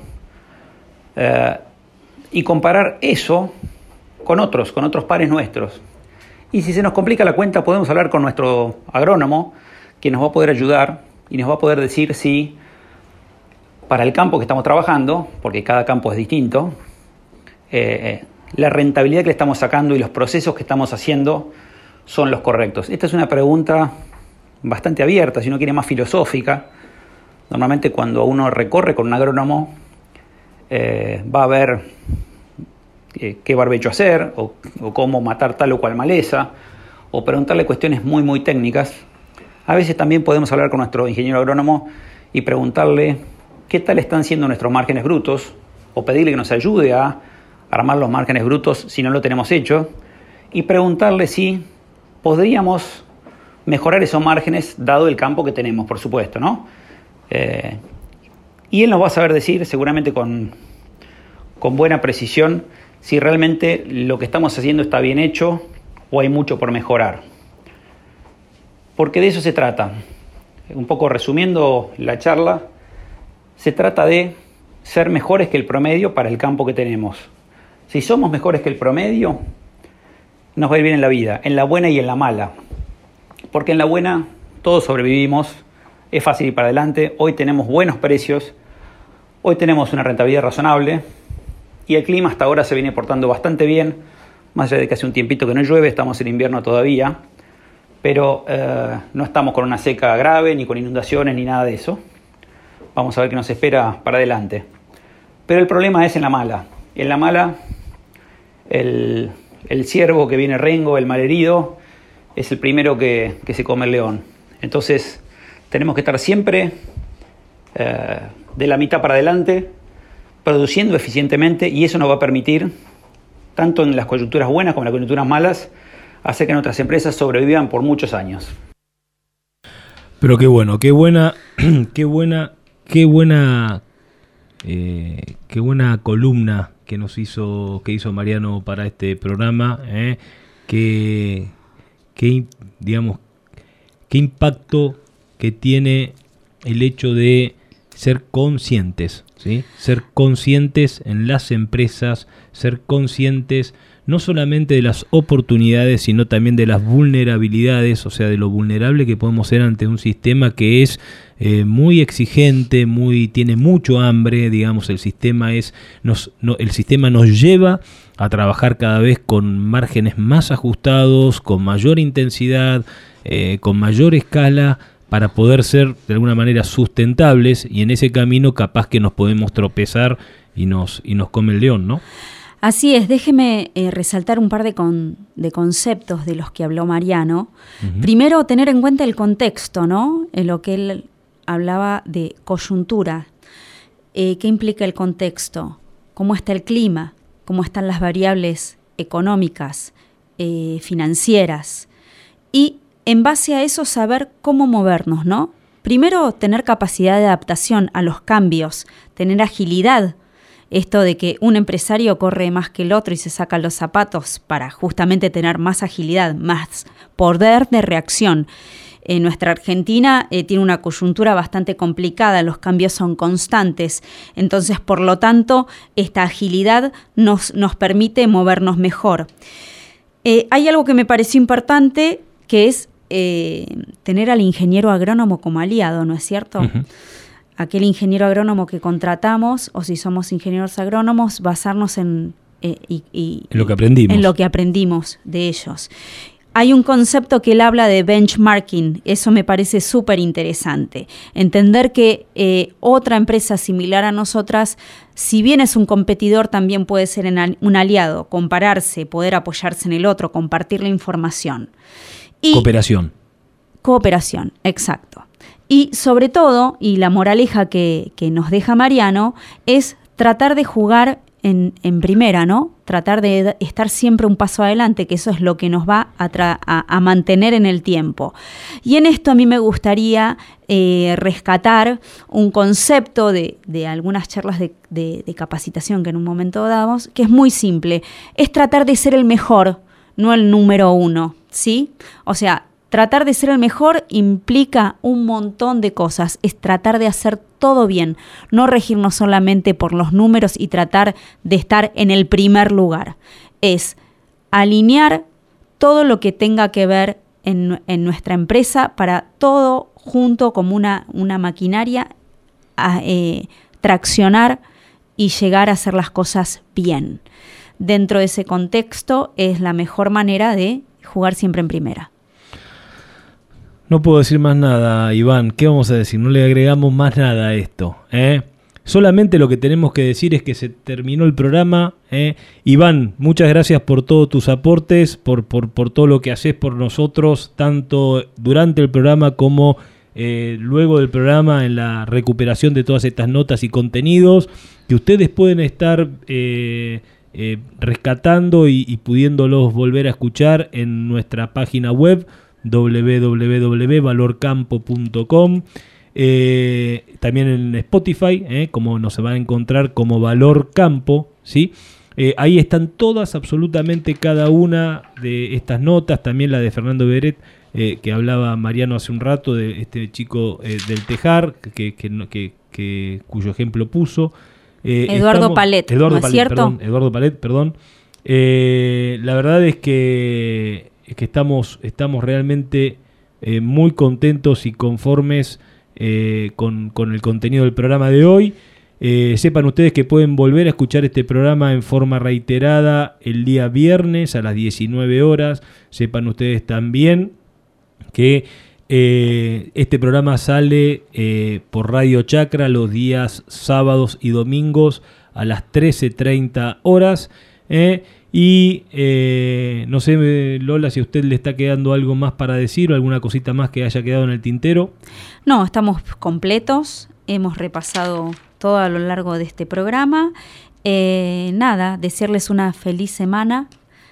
Y comparar eso con otros pares nuestros. Y si se nos complica la cuenta, podemos hablar con nuestro agrónomo, que nos va a poder ayudar y nos va a poder decir si para el campo que estamos trabajando, porque cada campo es distinto, la rentabilidad que le estamos sacando y los procesos que estamos haciendo son los correctos. Esta es una pregunta bastante abierta, si uno quiere más filosófica. Normalmente cuando uno recorre con un agrónomo va a ver qué barbecho hacer o cómo matar tal o cual maleza o preguntarle cuestiones muy muy técnicas. A veces también podemos hablar con nuestro ingeniero agrónomo y preguntarle qué tal están siendo nuestros márgenes brutos o pedirle que nos ayude a armar los márgenes brutos si no lo tenemos hecho y preguntarle si podríamos mejorar esos márgenes dado el campo que tenemos, por supuesto, ¿no? Y él nos va a saber decir, seguramente con buena precisión, si realmente lo que estamos haciendo está bien hecho o hay mucho por mejorar. Porque de eso se trata. Un poco resumiendo la charla, se trata de ser mejores que el promedio para el campo que tenemos. Si somos mejores que el promedio, nos va a ir bien en la vida, en la buena y en la mala. Porque en la buena todos sobrevivimos, es fácil ir para adelante, hoy tenemos buenos precios, hoy tenemos una rentabilidad razonable y el clima hasta ahora se viene portando bastante bien, más allá de que hace un tiempito que no llueve, estamos en invierno todavía, pero no estamos con una seca grave, ni con inundaciones, ni nada de eso. Vamos a ver qué nos espera para adelante. Pero el problema es en la mala. En la mala, el ciervo que viene rengo, el malherido, es el primero que se come el león. Entonces, tenemos que estar siempre de la mitad para adelante, produciendo eficientemente, y eso nos va a permitir, tanto en las coyunturas buenas como en las coyunturas malas, hacer que nuestras empresas sobrevivan por muchos años. Pero qué bueno, qué buena columna que hizo Mariano para este programa, qué impacto que tiene el hecho de ser conscientes, ¿sí? Ser conscientes en las empresas, ser conscientes no solamente de las oportunidades, sino también de las vulnerabilidades, o sea, de lo vulnerable que podemos ser ante un sistema que es muy exigente, tiene mucho hambre, digamos, el sistema nos lleva a trabajar cada vez con márgenes más ajustados, con mayor intensidad, con mayor escala, para poder ser de alguna manera sustentables, y en ese camino capaz que nos podemos tropezar y nos come el león, ¿no? Así es, déjeme resaltar un par de conceptos de los que habló Mariano. Uh-huh. Primero, tener en cuenta el contexto, ¿no? En lo que él hablaba de coyuntura. ¿Qué implica el contexto? ¿Cómo está el clima? ¿Cómo están las variables económicas, financieras? Y en base a eso saber cómo movernos, ¿no? Primero, tener capacidad de adaptación a los cambios, tener agilidad. Esto de que un empresario corre más que el otro y se saca los zapatos para justamente tener más agilidad, más poder de reacción. Nuestra Argentina tiene una coyuntura bastante complicada, los cambios son constantes, entonces por lo tanto esta agilidad nos permite movernos mejor. Hay algo que me pareció importante, que es tener al ingeniero agrónomo como aliado, ¿no es cierto? Uh-huh. Aquel ingeniero agrónomo que contratamos, o si somos ingenieros agrónomos, basarnos en lo que aprendimos. En lo que aprendimos de ellos. Hay un concepto que él habla de benchmarking, eso me parece súper interesante. Entender que otra empresa similar a nosotras, si bien es un competidor, también puede ser un aliado, compararse, poder apoyarse en el otro, compartir la información. Cooperación, exacto. Y sobre todo, y la moraleja que nos deja Mariano, es tratar de jugar en primera, ¿no? Tratar de estar siempre un paso adelante, que eso es lo que nos va a mantener en el tiempo. Y en esto a mí me gustaría rescatar un concepto de algunas charlas de capacitación que en un momento damos, que es muy simple. Es tratar de ser el mejor, no el número uno, ¿sí? O sea, tratar de ser el mejor implica un montón de cosas, es tratar de hacer todo bien, no regirnos solamente por los números y tratar de estar en el primer lugar. Es alinear todo lo que tenga que ver en nuestra empresa para todo junto como una maquinaria traccionar y llegar a hacer las cosas bien. Dentro de ese contexto es la mejor manera de jugar siempre en primera. No puedo decir más nada, Iván. ¿Qué vamos a decir? No le agregamos más nada a esto, ¿eh? Solamente lo que tenemos que decir es que se terminó el programa, ¿eh? Iván, muchas gracias por todos tus aportes, por todo lo que haces por nosotros, tanto durante el programa como luego del programa, en la recuperación de todas estas notas y contenidos que ustedes pueden estar rescatando y pudiéndolos volver a escuchar en nuestra página web www.valorcampo.com, también en Spotify, como nos van a encontrar como Valor Campo, ¿sí? Ahí están todas, absolutamente cada una de estas notas, también la de Fernando Beret, que hablaba Mariano hace un rato, de este chico del Tejar, cuyo ejemplo puso. Eduardo Palet, ¿no es cierto? Eduardo Palet, perdón. La verdad es que estamos realmente muy contentos y conformes con el contenido del programa de hoy. Sepan ustedes que pueden volver a escuchar este programa en forma reiterada el día viernes a las 19 horas. Sepan ustedes también que este programa sale por Radio Chacra los días sábados y domingos a las 13:30 horas. Y no sé, Lola, si a usted le está quedando algo más para decir o alguna cosita más que haya quedado en el tintero. No, estamos completos. Hemos repasado todo a lo largo de este programa. Nada, desearles una feliz semana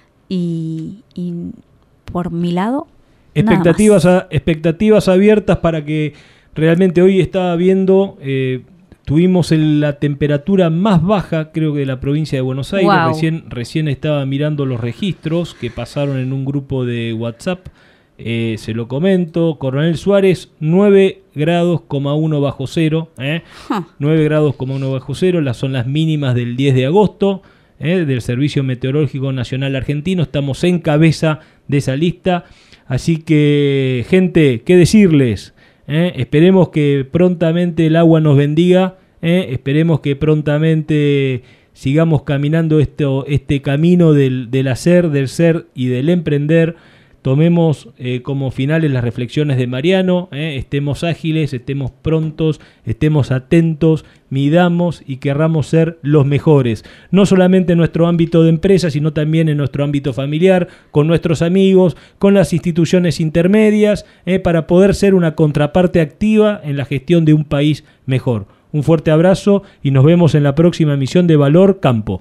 y por mi lado, expectativas abiertas para que realmente hoy estaba viendo, tuvimos la temperatura más baja, creo que de la provincia de Buenos Aires. Wow. Recién estaba mirando los registros que pasaron en un grupo de WhatsApp. Se lo comento, Coronel Suárez, 9 grados, 1 bajo cero. 9 grados, 1 bajo cero, son las mínimas del 10 de agosto del Servicio Meteorológico Nacional Argentino. Estamos en cabeza de esa lista. Así que, gente, ¿qué decirles? Esperemos que prontamente el agua nos bendiga. Esperemos que prontamente sigamos caminando este camino del hacer, del ser y del emprender. Tomemos como finales las reflexiones de Mariano, estemos ágiles, estemos prontos, estemos atentos, midamos y querramos ser los mejores. No solamente en nuestro ámbito de empresa, sino también en nuestro ámbito familiar, con nuestros amigos, con las instituciones intermedias, para poder ser una contraparte activa en la gestión de un país mejor. Un fuerte abrazo y nos vemos en la próxima emisión de Valor Campo.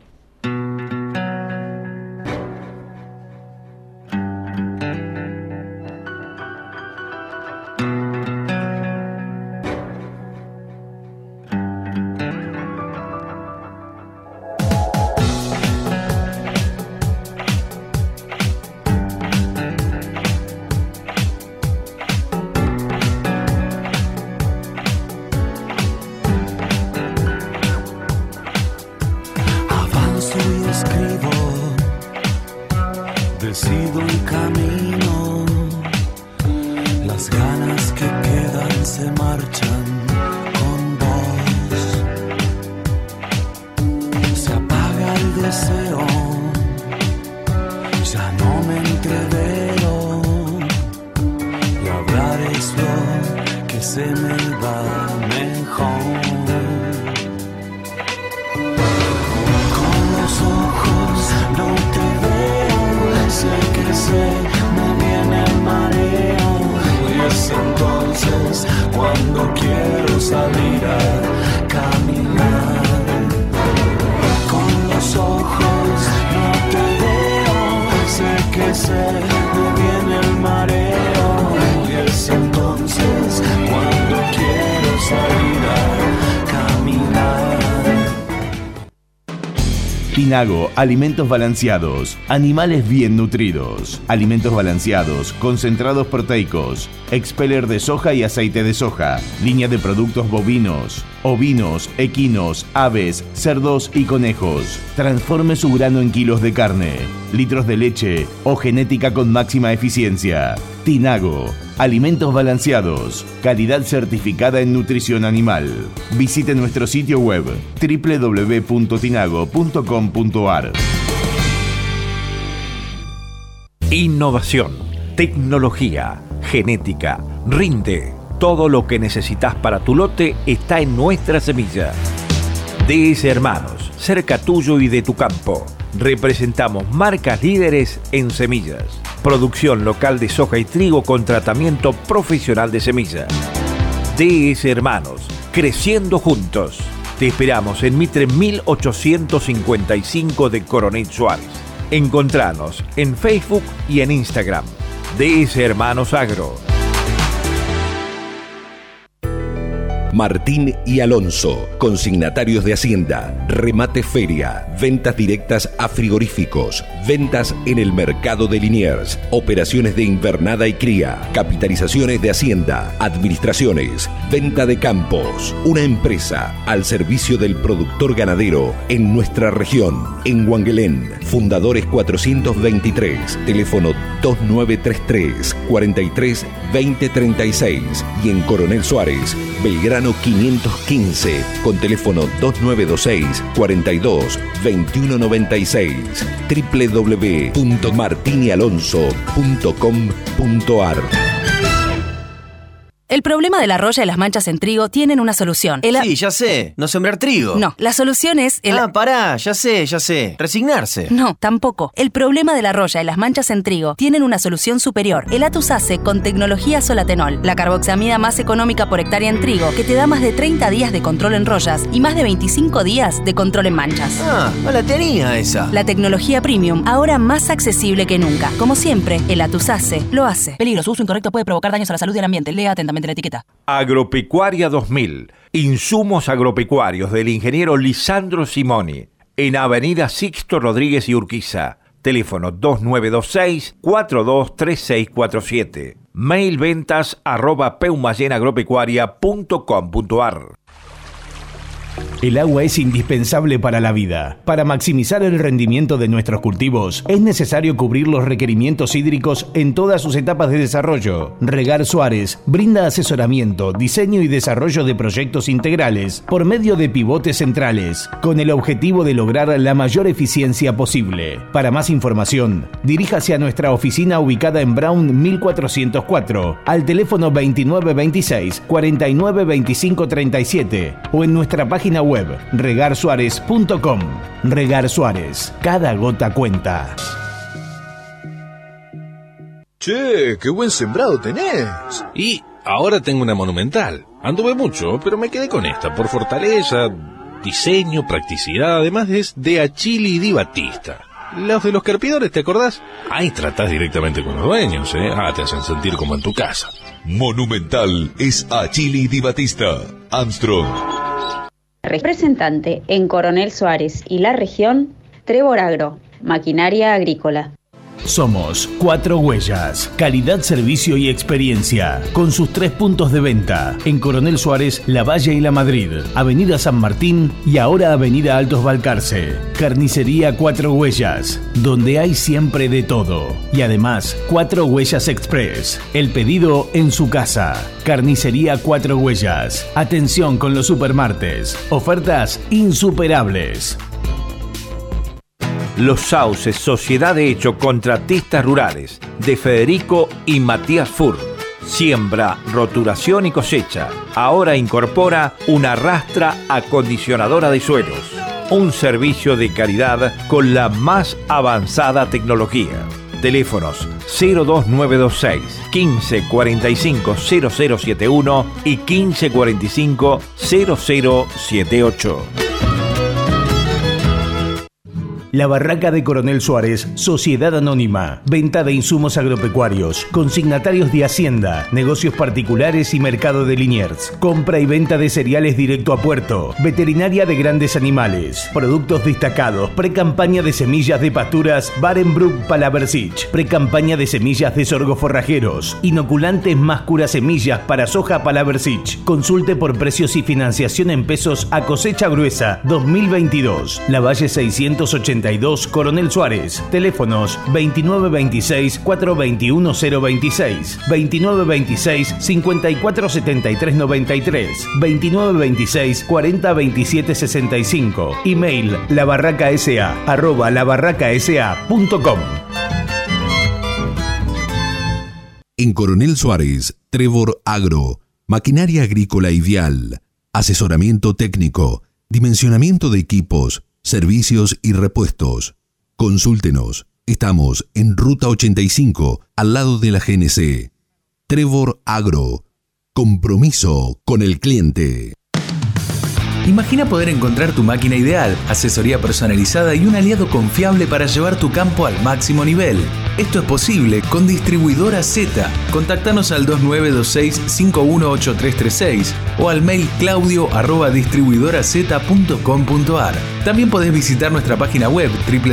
Tinago, alimentos balanceados, animales bien nutridos, alimentos balanceados, concentrados proteicos, expeller de soja y aceite de soja, línea de productos bovinos, ovinos, equinos, aves, cerdos y conejos. Transforme su grano en kilos de carne, litros de leche o genética con máxima eficiencia. Tinago, alimentos balanceados, calidad certificada en nutrición animal. Visite nuestro sitio web www.tinago.com.ar. Innovación, tecnología, genética, rinde. Todo lo que necesitas para tu lote está en nuestra semilla. DS Hermanos, cerca tuyo y de tu campo. Representamos marcas líderes en semillas. Producción local de soja y trigo con tratamiento profesional de semilla. DS Hermanos, creciendo juntos. Te esperamos en Mitre 1855 de Coronel Suárez. Encontranos en Facebook y en Instagram. DS Hermanos Agro. Martín y Alonso, consignatarios de Hacienda, remate feria, ventas directas a frigoríficos, ventas en el mercado de Liniers, operaciones de invernada y cría, capitalizaciones de Hacienda, administraciones, venta de campos. Una empresa al servicio del productor ganadero en nuestra región. En Huanguelén, Fundadores 423, teléfono 2933 43 2036 y en Coronel Suárez, Belgrano 515, con teléfono 2926 42 2196, www.martinialonso.com.ar. El problema de la roya y las manchas en trigo tienen una solución. Sí, ya sé. No sembrar trigo. No, la solución es pará, ya sé. Resignarse. No, tampoco. El problema de la roya y las manchas en trigo tienen una solución superior. El Atus ACE con tecnología Solatenol, la carboxamida más económica por hectárea en trigo, que te da más de 30 días de control en rollas y más de 25 días de control en manchas. No la tenía esa. La tecnología premium, ahora más accesible que nunca. Como siempre, el Atus ACE lo hace. Peligro, su uso incorrecto puede provocar daños a la salud y al ambiente. Lea atentamente la etiqueta. Agropecuaria 2000. Insumos agropecuarios del ingeniero Lisandro Simoni. En Avenida Sixto Rodríguez y Urquiza. Teléfono 2926-423647. Mail ventas@peumayenagropecuaria.com.ar. El agua es indispensable para la vida. Para maximizar el rendimiento de nuestros cultivos, es necesario cubrir los requerimientos hídricos en todas sus etapas de desarrollo. Regar Suárez brinda asesoramiento, diseño y desarrollo de proyectos integrales por medio de pivotes centrales, con el objetivo de lograr la mayor eficiencia posible. Para más información, diríjase a nuestra oficina ubicada en Brown 1404, al teléfono 2926 492537 o en nuestra página web regarsuárez.com. Regar Suárez, cada gota cuenta. Che, qué buen sembrado tenés. Y ahora tengo una monumental. Anduve mucho, pero me quedé con esta por fortaleza, diseño, practicidad. Además es de Achille Di Battista. Los de los carpidores, ¿te acordás? Ahí tratás directamente con los dueños, ¿eh? Te hacen sentir como en tu casa. Monumental es Achille Di Battista. Armstrong. Representante en Coronel Suárez y la región, Trevor Agro, maquinaria agrícola. Somos 4 Huellas, calidad, servicio y experiencia, con sus 3 puntos de venta, en Coronel Suárez, La Valle y La Madrid, Avenida San Martín y ahora Avenida Altos Balcarce. Carnicería 4 Huellas, donde hay siempre de todo. Y además, 4 Huellas Express, el pedido en su casa. Carnicería 4 Huellas, atención con los supermartes, ofertas insuperables. Los Sauces, Sociedad de Hecho Contratistas Rurales, de Federico y Matías Fur. Siembra, roturación y cosecha. Ahora incorpora una rastra acondicionadora de suelos. Un servicio de calidad con la más avanzada tecnología. Teléfonos 02926 1545 0071 y 1545 0078. La Barraca de Coronel Suárez, Sociedad Anónima, venta de insumos agropecuarios, consignatarios de Hacienda, negocios particulares y mercado de Liniers, compra y venta de cereales directo a puerto, veterinaria de grandes animales, productos destacados, precampaña de semillas de pasturas Barenbroek Palaversich, precampaña de semillas de sorgo forrajeros, inoculantes más cura semillas para soja Palaversich. Consulte por precios y financiación en pesos a cosecha gruesa 2022. La Valle 680 Coronel Suárez. Teléfonos 2926-421-026, 2926-547393, 2926-402765. Email labarracasa@labarracasa.com. En Coronel Suárez, Trevor Agro, maquinaria agrícola y vial, asesoramiento técnico, dimensionamiento de equipos, servicios y repuestos. Consúltenos. Estamos en Ruta 85, al lado de la GNC. Trevor Agro. Compromiso con el cliente. Imagina poder encontrar tu máquina ideal, asesoría personalizada y un aliado confiable para llevar tu campo al máximo nivel. Esto es posible con Distribuidora Z. Contactanos al 2926-518336 o al mail claudio@distribuidoraz.com.ar. También podés visitar nuestra página web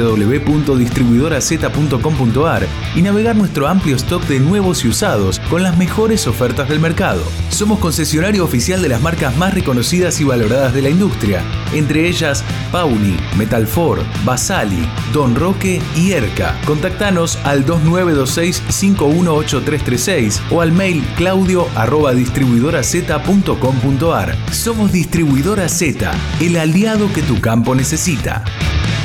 www.distribuidoraz.com.ar y navegar nuestro amplio stock de nuevos y usados con las mejores ofertas del mercado. Somos concesionario oficial de las marcas más reconocidas y valoradas de la industria, entre ellas Pauni, Metalfor, Basali, Don Roque y Erca. Contactanos al 2926-518336 o al mail claudio@distribuidoraz.com.ar. Somos Distribuidora Z, el aliado que tu campo necesita.